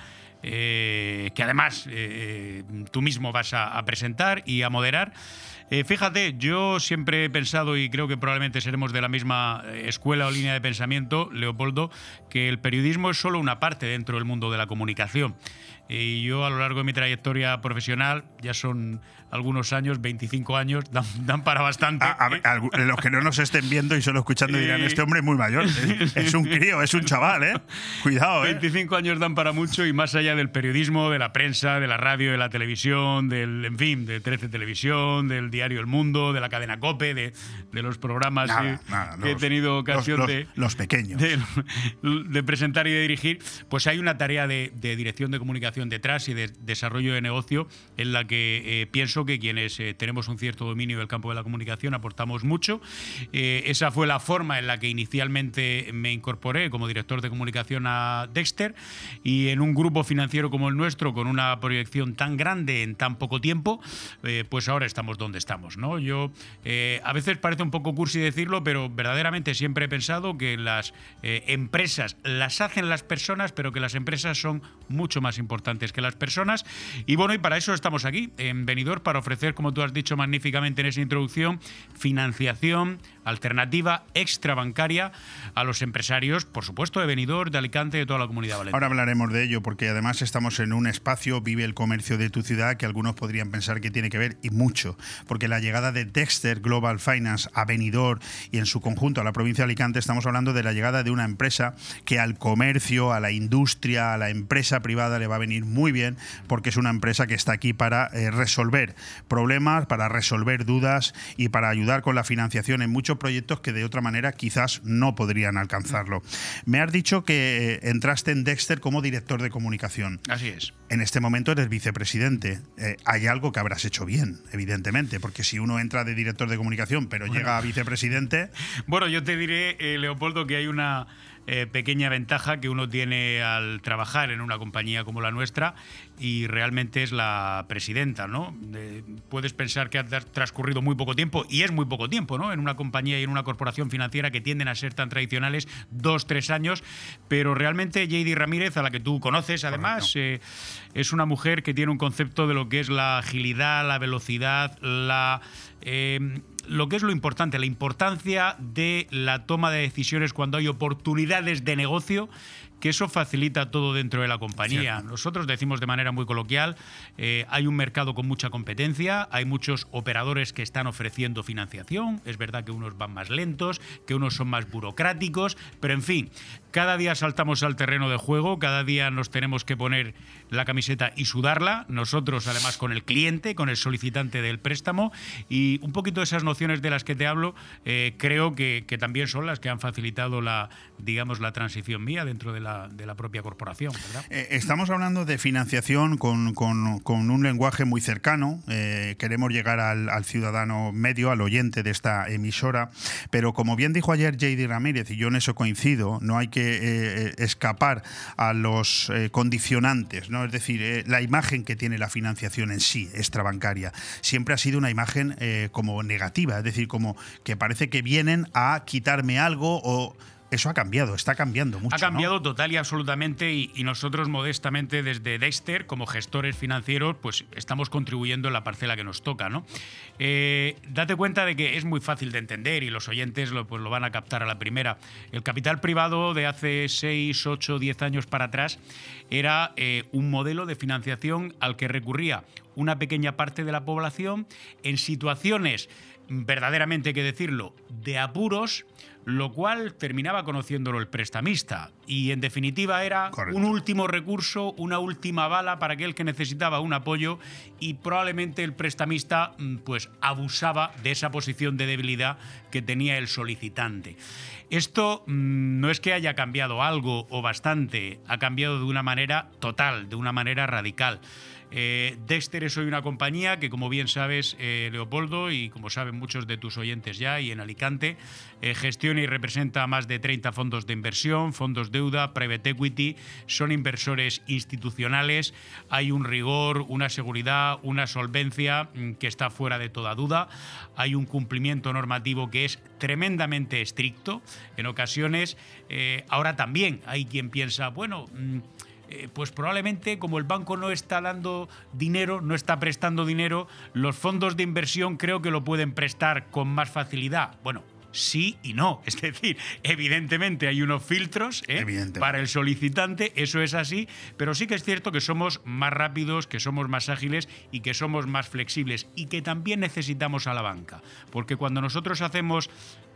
eh, que además eh, tú mismo vas a, a presentar y a moderar. Eh, fíjate, yo siempre he pensado, y creo que probablemente seremos de la misma escuela o línea de pensamiento, Leopoldo, que el periodismo es solo una parte dentro del mundo de la comunicación. Y yo a lo largo de mi trayectoria profesional, ya son algunos años, veinticinco años, dan, dan para bastante. A, a ver, a los que no nos estén viendo y solo escuchando dirán, este hombre es muy mayor, es, es un crío, es un chaval, ¿eh? Cuidado, ¿eh? veinticinco años dan para mucho, y más allá del periodismo, de la prensa, de la radio, de la televisión, del, en fin, de trece Televisión, del diario diario El Mundo, de la cadena COPE, de, de los programas nada, eh, nada, que los, he tenido ocasión los, de, los, los pequeños. De, de presentar y de dirigir, pues hay una tarea de, de dirección de comunicación detrás y de desarrollo de negocio en la que eh, pienso que quienes eh, tenemos un cierto dominio del campo de la comunicación aportamos mucho. Eh, esa fue la forma en la que inicialmente me incorporé como director de comunicación a Dexter, y en un grupo financiero como el nuestro, con una proyección tan grande en tan poco tiempo, eh, pues ahora estamos donde estamos, ¿no? Yo, eh, a veces parece un poco cursi decirlo, pero verdaderamente siempre he pensado que las eh, empresas las hacen las personas, pero que las empresas son mucho más importantes que las personas. Y bueno, y para eso estamos aquí, en Benidorm, para ofrecer, como tú has dicho magníficamente en esa introducción, financiación alternativa extrabancaria a los empresarios, por supuesto, de Benidorm, de Alicante, de toda la Comunidad Valenciana. Ahora hablaremos de ello, porque además estamos en un espacio, vive el comercio de tu ciudad, que algunos podrían pensar que tiene que ver, y mucho, porque la llegada de Dexter Global Finance a Benidorm y en su conjunto a la provincia de Alicante, estamos hablando de la llegada de una empresa que al comercio, a la industria, a la empresa privada le va a venir muy bien, porque es una empresa que está aquí para eh, resolver problemas, para resolver dudas y para ayudar con la financiación en muchos proyectos que de otra manera quizás no podrían alcanzarlo. Me has dicho que eh, entraste en Dexter como director de comunicación. Así es. En este momento eres vicepresidente. Eh, hay algo que habrás hecho bien, evidentemente, porque si uno entra de director de comunicación pero bueno, llega a vicepresidente... Bueno, yo te diré, eh, Leopoldo, que hay una eh, pequeña ventaja que uno tiene al trabajar en una compañía como la nuestra, y realmente es la presidenta, ¿no? Eh, puedes pensar que ha transcurrido muy poco tiempo, y es muy poco tiempo, ¿no? En una compañía y en una corporación financiera que tienden a ser tan tradicionales, dos, tres años, pero realmente Jady Ramírez, a la que tú conoces además, eh, es una mujer que tiene un concepto de lo que es la agilidad, la velocidad, la... Eh, lo que es lo importante, la importancia de la toma de decisiones cuando hay oportunidades de negocio, que eso facilita todo dentro de la compañía. Cierto. Nosotros decimos de manera muy coloquial, eh, hay un mercado con mucha competencia, hay muchos operadores que están ofreciendo financiación, es verdad que unos van más lentos, que unos son más burocráticos, pero en fin, cada día saltamos al terreno de juego, cada día nos tenemos que poner la camiseta y sudarla, nosotros además con el cliente, con el solicitante del préstamo, y un poquito esas nociones de las que te hablo, eh, creo que, que también son las que han facilitado la, digamos, la transición mía dentro de la de la propia corporación, ¿verdad? Eh, estamos hablando de financiación con, con, con un lenguaje muy cercano. Eh, queremos llegar al, al ciudadano medio, al oyente de esta emisora, pero como bien dijo ayer Jady Ramírez, y yo en eso coincido, no hay que eh, escapar a los eh, condicionantes, ¿no? Es decir, eh, la imagen que tiene la financiación en sí, extrabancaria, siempre ha sido una imagen eh, como negativa, es decir, como que parece que vienen a quitarme algo o... Eso ha cambiado, está cambiando mucho. Ha cambiado, ¿no? Total y absolutamente, y, y nosotros modestamente desde Dexter, como gestores financieros, pues estamos contribuyendo en la parcela que nos toca, ¿no? Eh, date cuenta de que es muy fácil de entender y los oyentes lo, pues lo van a captar a la primera. El capital privado de hace seis, ocho, diez años para atrás era eh, un modelo de financiación al que recurría una pequeña parte de la población en situaciones, verdaderamente hay que decirlo, de apuros, lo cual terminaba conociéndolo el prestamista, y en definitiva era Correcto. un último recurso, una última bala para aquel que necesitaba un apoyo, y probablemente el prestamista pues abusaba de esa posición de debilidad que tenía el solicitante. Esto mmm, no es que haya cambiado algo o bastante, ha cambiado de una manera total, de una manera radical. Eh, Dexter es hoy una compañía que, como bien sabes, eh, Leopoldo, y como saben muchos de tus oyentes ya, y en Alicante, eh, gestiona y representa a más de treinta fondos de inversión, fondos deuda, private equity, son inversores institucionales, hay un rigor, una seguridad, una solvencia mmm, que está fuera de toda duda, hay un cumplimiento normativo que es tremendamente estricto en ocasiones. Eh, ahora también hay quien piensa, bueno... Mmm, Eh, pues probablemente como el banco no está dando dinero, no está prestando dinero, los fondos de inversión creo que lo pueden prestar con más facilidad. Bueno, sí y no. Es decir, evidentemente hay unos filtros ¿eh? para el solicitante, eso es así, pero sí que es cierto que somos más rápidos, que somos más ágiles y que somos más flexibles, y que también necesitamos a la banca. Porque cuando nosotros hacemos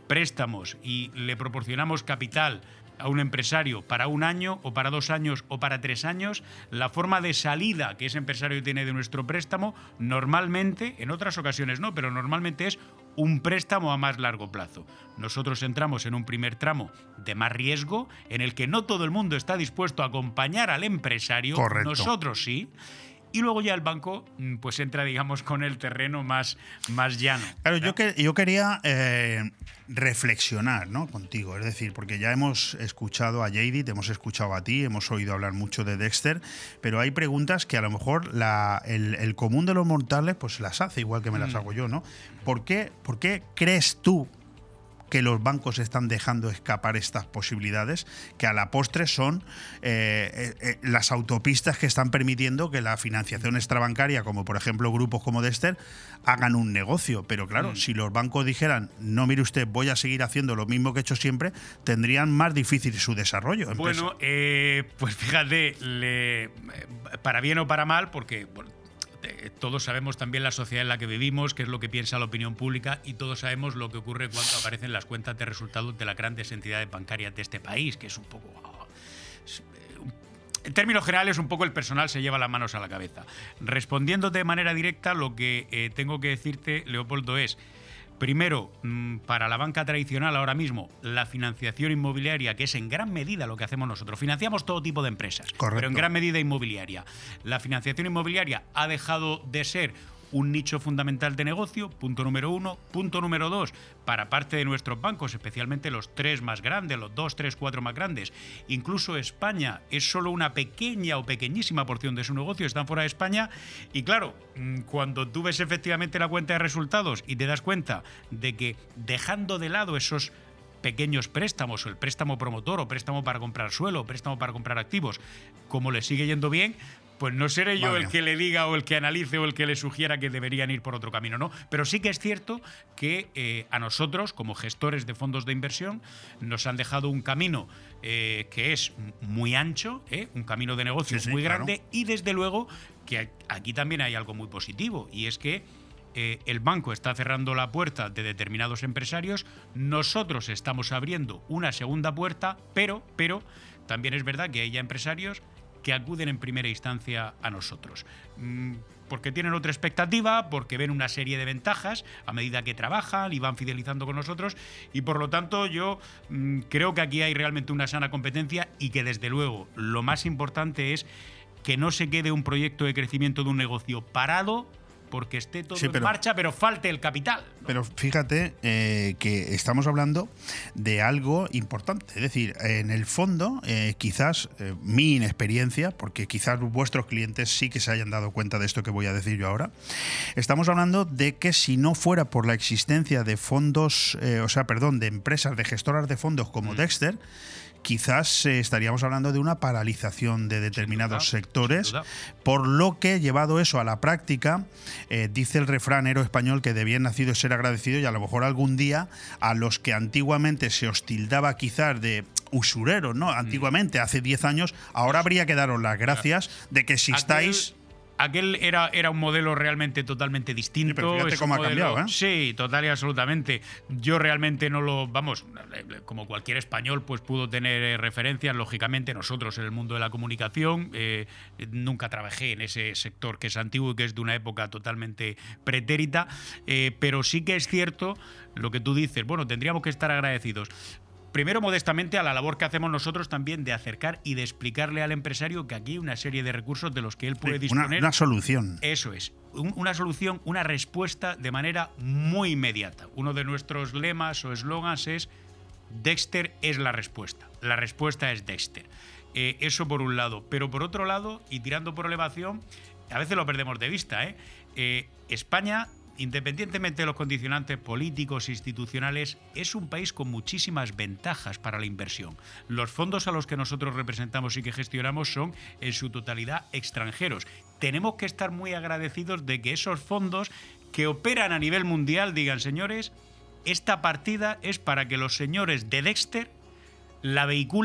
préstamos y le proporcionamos capital a un empresario para un año o para dos años o para tres años, la forma de salida que ese empresario tiene de nuestro préstamo normalmente, en otras ocasiones no, pero normalmente es un préstamo a más largo plazo. Nosotros entramos en un primer tramo de más riesgo en el que no todo el mundo está dispuesto a acompañar al empresario. Correcto. Nosotros sí. Y luego ya el banco pues entra, digamos, con el terreno más, más llano. Claro, yo, que, yo quería eh, reflexionar, ¿no?, contigo. Es decir, porque ya hemos escuchado a Jadit, hemos escuchado a ti, hemos oído hablar mucho de Dexter, pero hay preguntas que a lo mejor la, el, el común de los mortales pues las hace igual que me las Mm. hago yo, ¿no? ¿Por qué, ¿Por qué crees tú que los bancos están dejando escapar estas posibilidades, que a la postre son eh, eh, eh, las autopistas que están permitiendo que la financiación extrabancaria, como por ejemplo grupos como Dexter, hagan un negocio? Pero claro, Mm. si los bancos dijeran, no, mire usted, voy a seguir haciendo lo mismo que he hecho siempre, tendrían más difícil su desarrollo. Empresa. Bueno, eh, pues fíjate, le, para bien o para mal, porque bueno, eh, todos sabemos también la sociedad en la que vivimos, qué es lo que piensa la opinión pública, y todos sabemos lo que ocurre cuando aparecen las cuentas de resultados de las grandes entidades bancarias de este país, que es un poco... oh, es, eh, en términos generales, un poco el personal se lleva las manos a la cabeza. Respondiéndote de manera directa, lo que eh, tengo que decirte, Leopoldo, es... Primero, para la banca tradicional ahora mismo, la financiación inmobiliaria, que es en gran medida lo que hacemos nosotros. Financiamos todo tipo de empresas, Correcto. pero en gran medida inmobiliaria. La financiación inmobiliaria ha dejado de ser un nicho fundamental de negocio, punto número uno. Punto número dos, para parte de nuestros bancos, especialmente los tres más grandes, los dos, tres, cuatro más grandes. Incluso España es solo una pequeña o pequeñísima porción de su negocio, están fuera de España. Y claro, cuando tú ves efectivamente la cuenta de resultados y te das cuenta de que dejando de lado esos pequeños préstamos, o el préstamo promotor, o préstamo para comprar suelo, o préstamo para comprar activos, como le sigue yendo bien, pues no seré yo Vale. el que le diga o el que analice o el que le sugiera que deberían ir por otro camino, ¿no? Pero sí que es cierto que eh, a nosotros, como gestores de fondos de inversión, nos han dejado un camino eh, que es muy ancho, ¿eh? Un camino de negocios Sí, sí, muy claro. grande, y desde luego que aquí también hay algo muy positivo, y es que Eh, el banco está cerrando la puerta de determinados empresarios, nosotros estamos abriendo una segunda puerta, pero, pero también es verdad que hay ya empresarios que acuden en primera instancia a nosotros. Mm, porque tienen otra expectativa, porque ven una serie de ventajas a medida que trabajan y van fidelizando con nosotros, y por lo tanto yo mm, creo que aquí hay realmente una sana competencia, y que desde luego lo más importante es que no se quede un proyecto de crecimiento de un negocio parado porque esté todo Sí, en pero- marcha, pero falte el capital. Pero fíjate eh, que estamos hablando de algo importante. Es decir, en el fondo, eh, quizás eh, mi inexperiencia, porque quizás vuestros clientes sí que se hayan dado cuenta de esto que voy a decir yo ahora, estamos hablando de que si no fuera por la existencia de fondos, eh, o sea, perdón, de empresas, de gestoras de fondos como Mm. Dexter, quizás eh, estaríamos hablando de una paralización de determinados Sin duda, sectores, sin duda. por lo que, llevado eso a la práctica, eh, dice el refranero español que de bien nacido es ser agradecido, y a lo mejor algún día a los que antiguamente se os tildaba quizás de usureros, ¿no? Antiguamente, hace diez años, ahora habría que daros las gracias de que existáis. Aquel, aquel era, era un modelo realmente totalmente distinto. Sí, pero fíjate es un cómo ha modelo- cambiado, ¿eh? Sí, total y absolutamente. Yo realmente no lo... Vamos, como cualquier español, pues pudo tener eh, referencias. Lógicamente, nosotros en el mundo de la comunicación eh, nunca trabajé en ese sector que es antiguo y que es de una época totalmente pretérita, eh, pero sí que es cierto lo que tú dices. Bueno, tendríamos que estar agradecidos. Primero, modestamente, a la labor que hacemos nosotros también de acercar y de explicarle al empresario que aquí hay una serie de recursos de los que él puede Sí, una- disponer. una solución. Eso es. Un- una solución, una respuesta de manera muy inmediata. Uno de nuestros lemas o eslogans es: Dexter es la respuesta. La respuesta es Dexter. Eh, eso por un lado. Pero por otro lado, y tirando por elevación, a veces lo perdemos de vista, ¿eh? Eh, España, independientemente de los condicionantes políticos e institucionales, es un país con muchísimas ventajas para la inversión. Los fondos a los que nosotros representamos y que gestionamos son en su totalidad extranjeros. Tenemos que estar muy agradecidos de que esos fondos que operan a nivel mundial digan: señores, esta partida es para que los señores de Dexter la vehiculen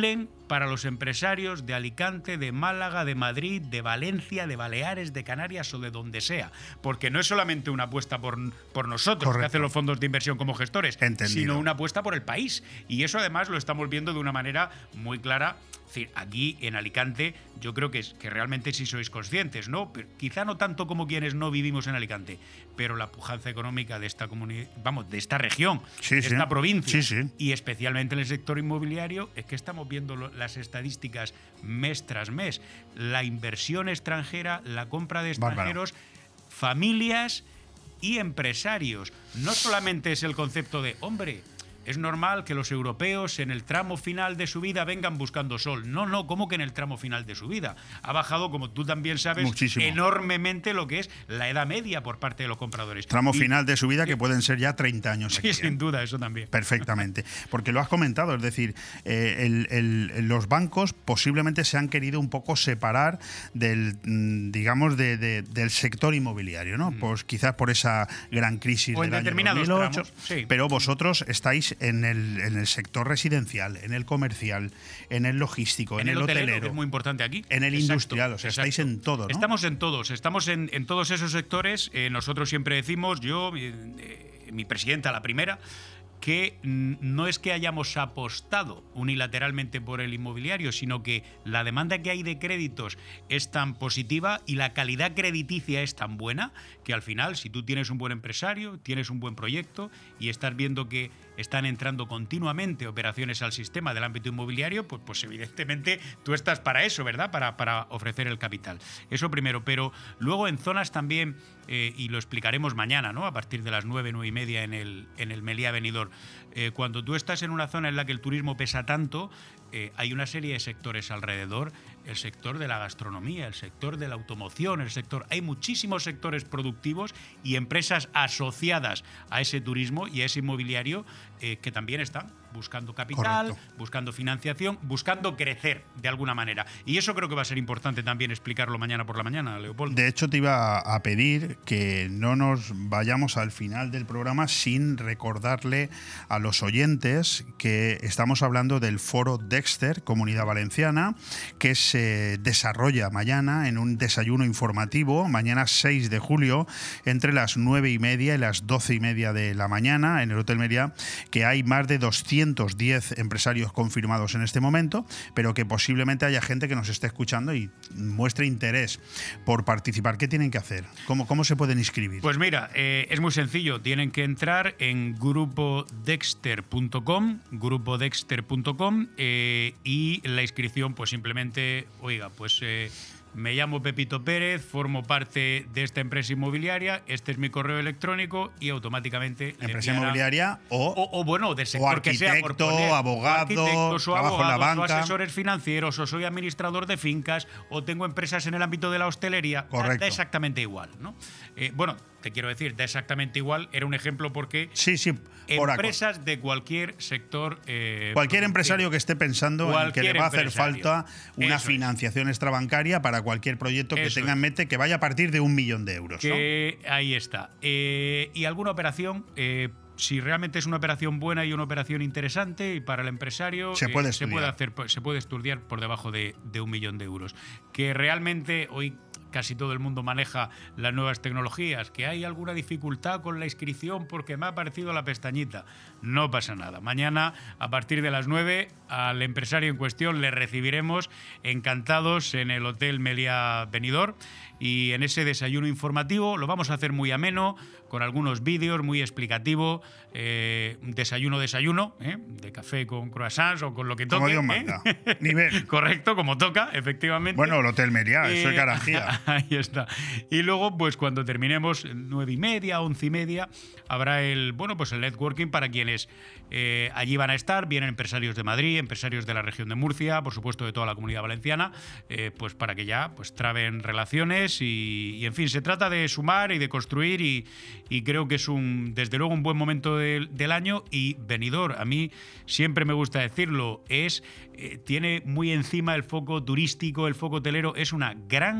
para los empresarios de Alicante, de Málaga, de Madrid, de Valencia, de Baleares, de Canarias o de donde sea. Porque no es solamente una apuesta por, por nosotros, Correcto. que hacen los fondos de inversión como gestores, Entendido. sino una apuesta por el país. Y eso además lo estamos viendo de una manera muy clara. Es decir, aquí en Alicante yo creo que, es, que realmente sí sois conscientes, ¿no? Pero quizá no tanto como quienes no vivimos en Alicante, pero la pujanza económica de esta comunidad, vamos, de esta región, sí, de sí. esta provincia, sí, sí. y especialmente en el sector inmobiliario, es que estamos viendo lo, las estadísticas mes tras mes. La inversión extranjera, la compra de extranjeros, Bárbaro. familias y empresarios. No solamente es el concepto de, hombre, es normal que los europeos en el tramo final de su vida vengan buscando sol. No, no, ¿cómo que en el tramo final de su vida? Ha bajado, como tú también sabes, Muchísimo. enormemente lo que es la edad media por parte de los compradores. Tramo y, final de su vida que pueden ser ya treinta años. Sí, aquí, sin ¿eh? duda, eso también. Perfectamente. Porque lo has comentado, es decir, eh, el, el, los bancos posiblemente se han querido un poco separar del, digamos, de, de, del sector inmobiliario, ¿no? Mm. Pues quizás por esa gran crisis o del en año dos mil ocho, tramos, sí. pero vosotros estáis en el, en el sector residencial, en el comercial, en el logístico, en, en el, el hotelero, hotelero, que es muy importante aquí. En el exacto, industrial, o sea, exacto. estáis en todo, ¿no? Estamos en todos, estamos en, en todos esos sectores. Eh, nosotros siempre decimos, yo, eh, mi presidenta, la primera, que no es que hayamos apostado unilateralmente por el inmobiliario, sino que la demanda que hay de créditos es tan positiva y la calidad crediticia es tan buena que al final, si tú tienes un buen empresario, tienes un buen proyecto y estás viendo que están entrando continuamente operaciones al sistema del ámbito inmobiliario, pues, pues evidentemente tú estás para eso, ¿verdad? Para, para ofrecer el capital. Eso primero, pero luego en zonas también, eh, y lo explicaremos mañana, ¿no? A partir de las nueve, nueve y media en el, en el Meliá Benidorm. Eh, cuando tú estás en una zona en la que el turismo pesa tanto, eh, hay una serie de sectores alrededor, el sector de la gastronomía, el sector de la automoción, el sector... Hay muchísimos sectores productivos y empresas asociadas a ese turismo y a ese inmobiliario eh, que también están buscando capital, Correcto. buscando financiación, buscando crecer de alguna manera. Y eso creo que va a ser importante también explicarlo mañana por la mañana, Leopoldo. De hecho, te iba a pedir que no nos vayamos al final del programa sin recordarle a los oyentes que estamos hablando del Foro Dexter, Comunidad Valenciana, que se desarrolla mañana en un desayuno informativo, mañana seis de julio, entre las nueve y media y las doce y media de la mañana, en el Hotel Meliá, que hay más de doscientos diez empresarios confirmados en este momento, pero que posiblemente haya gente que nos esté escuchando y muestre interés por participar. ¿Qué tienen que hacer? ¿Cómo, cómo se pueden inscribir? Pues mira, eh, es muy sencillo. Tienen que entrar en grupo dexter punto com, grupo dexter punto com, eh, y la inscripción, pues simplemente, oiga, pues... Eh, me llamo Pepito Pérez, formo parte de esta empresa inmobiliaria, este es mi correo electrónico y automáticamente... Empresa inmobiliaria o, o, o bueno, del sector o arquitecto, que sea, por poner, abogado, arquitectos, o trabajo abogados, en la banca. o asesores financieros, o soy administrador de fincas, o tengo empresas en el ámbito de la hostelería. Correcto. Da exactamente igual, ¿no? Eh, bueno, te quiero decir, da exactamente igual, era un ejemplo porque sí, sí, empresas por de cualquier sector... Eh, cualquier empresario que esté pensando en que le va a hacer falta una Eso financiación es. extrabancaria para cualquier proyecto que Eso tenga en mente que vaya a partir de un millón de euros. Que, ¿no? Ahí está. Eh, y alguna operación... Eh, si realmente es una operación buena y una operación interesante y para el empresario se puede, eh, se puede hacer, se puede estudiar por debajo de, de un millón de euros. Que realmente hoy casi todo el mundo maneja las nuevas tecnologías, que hay alguna dificultad con la inscripción porque me ha aparecido la pestañita. No pasa nada. Mañana, a partir de las nueve, al empresario en cuestión le recibiremos encantados en el Hotel Meliá Benidorm y en ese desayuno informativo lo vamos a hacer muy ameno, con algunos vídeos, muy explicativo, eh, desayuno, desayuno, ¿eh? de café con croissants o con lo que toque. Como Dios manda. ¿eh? Nivel. Correcto, como toca, efectivamente. Bueno, el Hotel Meliá, eso es garantía. Ahí está. Y luego, pues cuando terminemos, nueve y media, once y media, habrá el, bueno, pues el networking para quienes eh, allí van a estar. Vienen empresarios de Madrid, empresarios de la región de Murcia, por supuesto de toda la Comunidad Valenciana, eh, pues para que ya pues traben relaciones y, y, en fin, se trata de sumar y de construir y, y creo que es un, desde luego, un buen momento del, del año. Y Benidorm, a mí siempre me gusta decirlo, es eh, tiene muy encima el foco turístico, el foco hotelero, es una gran capital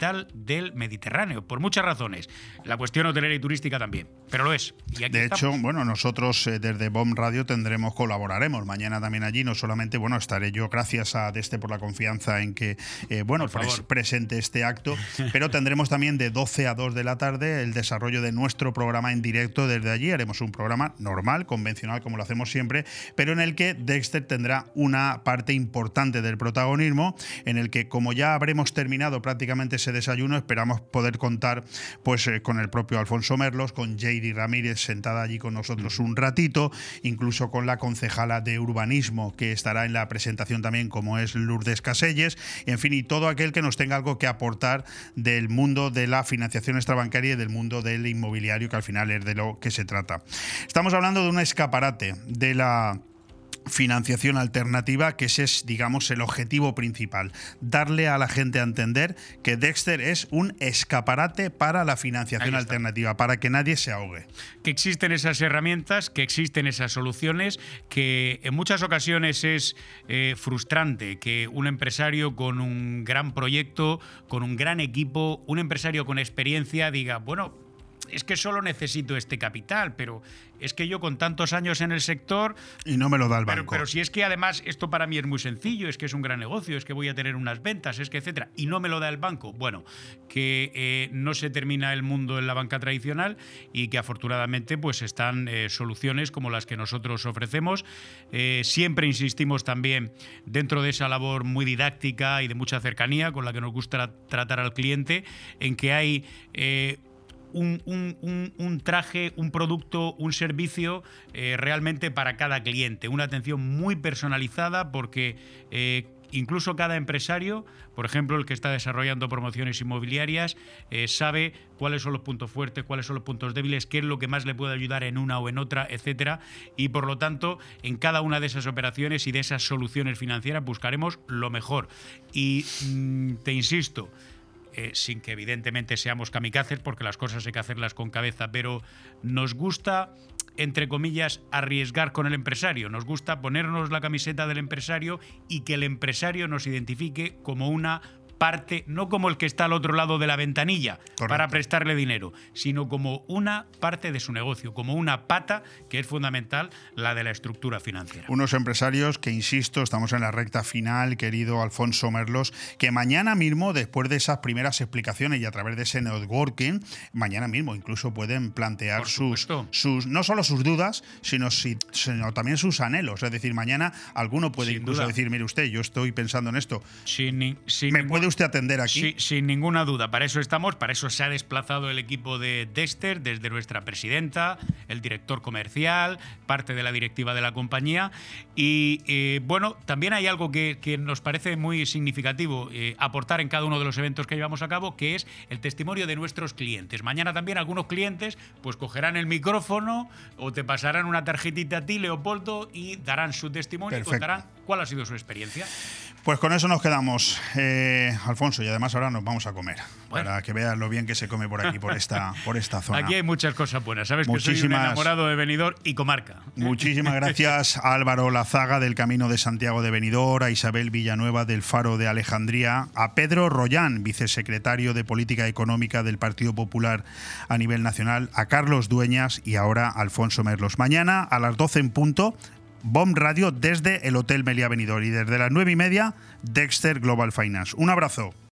capital del Mediterráneo, por muchas razones. La cuestión hotelera y turística también, pero lo es. Y aquí de estamos. hecho, bueno, nosotros eh, desde B O M Radio tendremos, colaboraremos mañana también allí, no solamente, bueno, estaré yo, gracias a Dexter por la confianza en que, eh, bueno, pres presente este acto, pero tendremos también de doce a dos de la tarde el desarrollo de nuestro programa en directo desde allí. Haremos un programa normal, convencional, como lo hacemos siempre, pero en el que Dexter tendrá una parte importante del protagonismo, en el que, como ya habremos terminado prácticamente ese desayuno, esperamos poder contar pues eh, con el propio Alfonso Merlos, con J D Ramírez sentada allí con nosotros un ratito, incluso con la concejala de urbanismo que estará en la presentación también, como es Lourdes Caselles, en fin, y todo aquel que nos tenga algo que aportar del mundo de la financiación extrabancaria y del mundo del inmobiliario, que al final es de lo que se trata. Estamos hablando de un escaparate de la financiación alternativa, que ese es, digamos, el objetivo principal, darle a la gente a entender que Dexter es un escaparate para la financiación alternativa, para que nadie se ahogue. Que existen esas herramientas, que existen esas soluciones, que en muchas ocasiones es eh, frustrante que un empresario con un gran proyecto, con un gran equipo, un empresario con experiencia diga, bueno, es que solo necesito este capital, pero es que yo con tantos años en el sector... Y no me lo da el pero, banco. Pero si es que además esto para mí es muy sencillo, es que es un gran negocio, es que voy a tener unas ventas, es que etcétera, y no me lo da el banco. Bueno, que eh, no se termina el mundo en la banca tradicional y que afortunadamente pues están eh, soluciones como las que nosotros ofrecemos. Eh, siempre insistimos también dentro de esa labor muy didáctica y de mucha cercanía con la que nos gusta tratar al cliente, en que hay... Eh, Un, un, un, un traje, un producto, un servicio eh, realmente para cada cliente, una atención muy personalizada, porque eh, incluso cada empresario, por ejemplo el que está desarrollando promociones inmobiliarias, eh, sabe cuáles son los puntos fuertes, cuáles son los puntos débiles, qué es lo que más le puede ayudar en una o en otra, etcétera, y por lo tanto en cada una de esas operaciones y de esas soluciones financieras buscaremos lo mejor. Y mmm, te insisto, Eh, sin que evidentemente seamos kamikazes, porque las cosas hay que hacerlas con cabeza, pero nos gusta, entre comillas, arriesgar con el empresario. Nos gusta ponernos la camiseta del empresario y que el empresario nos identifique como una parte, no como el que está al otro lado de la ventanilla, correcto, para prestarle dinero, sino como una parte de su negocio, como una pata que es fundamental, la de la estructura financiera. Unos empresarios que, insisto, estamos en la recta final, querido Alfonso Merlos, que mañana mismo, después de esas primeras explicaciones y a través de ese networking, mañana mismo incluso pueden plantear sus, sus, no solo sus dudas, sino, si, sino también sus anhelos. Es decir, mañana alguno puede sin incluso duda. decir, mire usted, yo estoy pensando en esto. Sin, ni, sin ¿Me puede usted atender aquí? Sí, sin ninguna duda, para eso estamos, para eso se ha desplazado el equipo de Dexter, desde nuestra presidenta, el director comercial, parte de la directiva de la compañía, y eh, bueno, también hay algo que, que nos parece muy significativo eh, aportar en cada uno de los eventos que llevamos a cabo, que es el testimonio de nuestros clientes. Mañana también algunos clientes pues cogerán el micrófono o te pasarán una tarjetita a ti, Leopoldo, y darán su testimonio. Perfecto. Y contarán cuál ha sido su experiencia. Pues con eso nos quedamos, eh, Alfonso, y además ahora nos vamos a comer, bueno, para que veas lo bien que se come por aquí, por esta, por esta zona. Aquí hay muchas cosas buenas, sabes Muchísimas, que soy un enamorado de Benidorm y comarca. Muchísimas gracias a Álvaro Lazaga del Camino de Santiago de Benidorm, a Isabel Villanueva del Faro de Alejandría, a Pedro Rollán, vicesecretario de Política Económica del Partido Popular a nivel nacional, a Carlos Dueñas y ahora a Alfonso Merlos. Mañana a las doce en punto, B O M Radio desde el Hotel Meliá Benidorm, y desde las nueve y media, Dexter Global Finance. Un abrazo.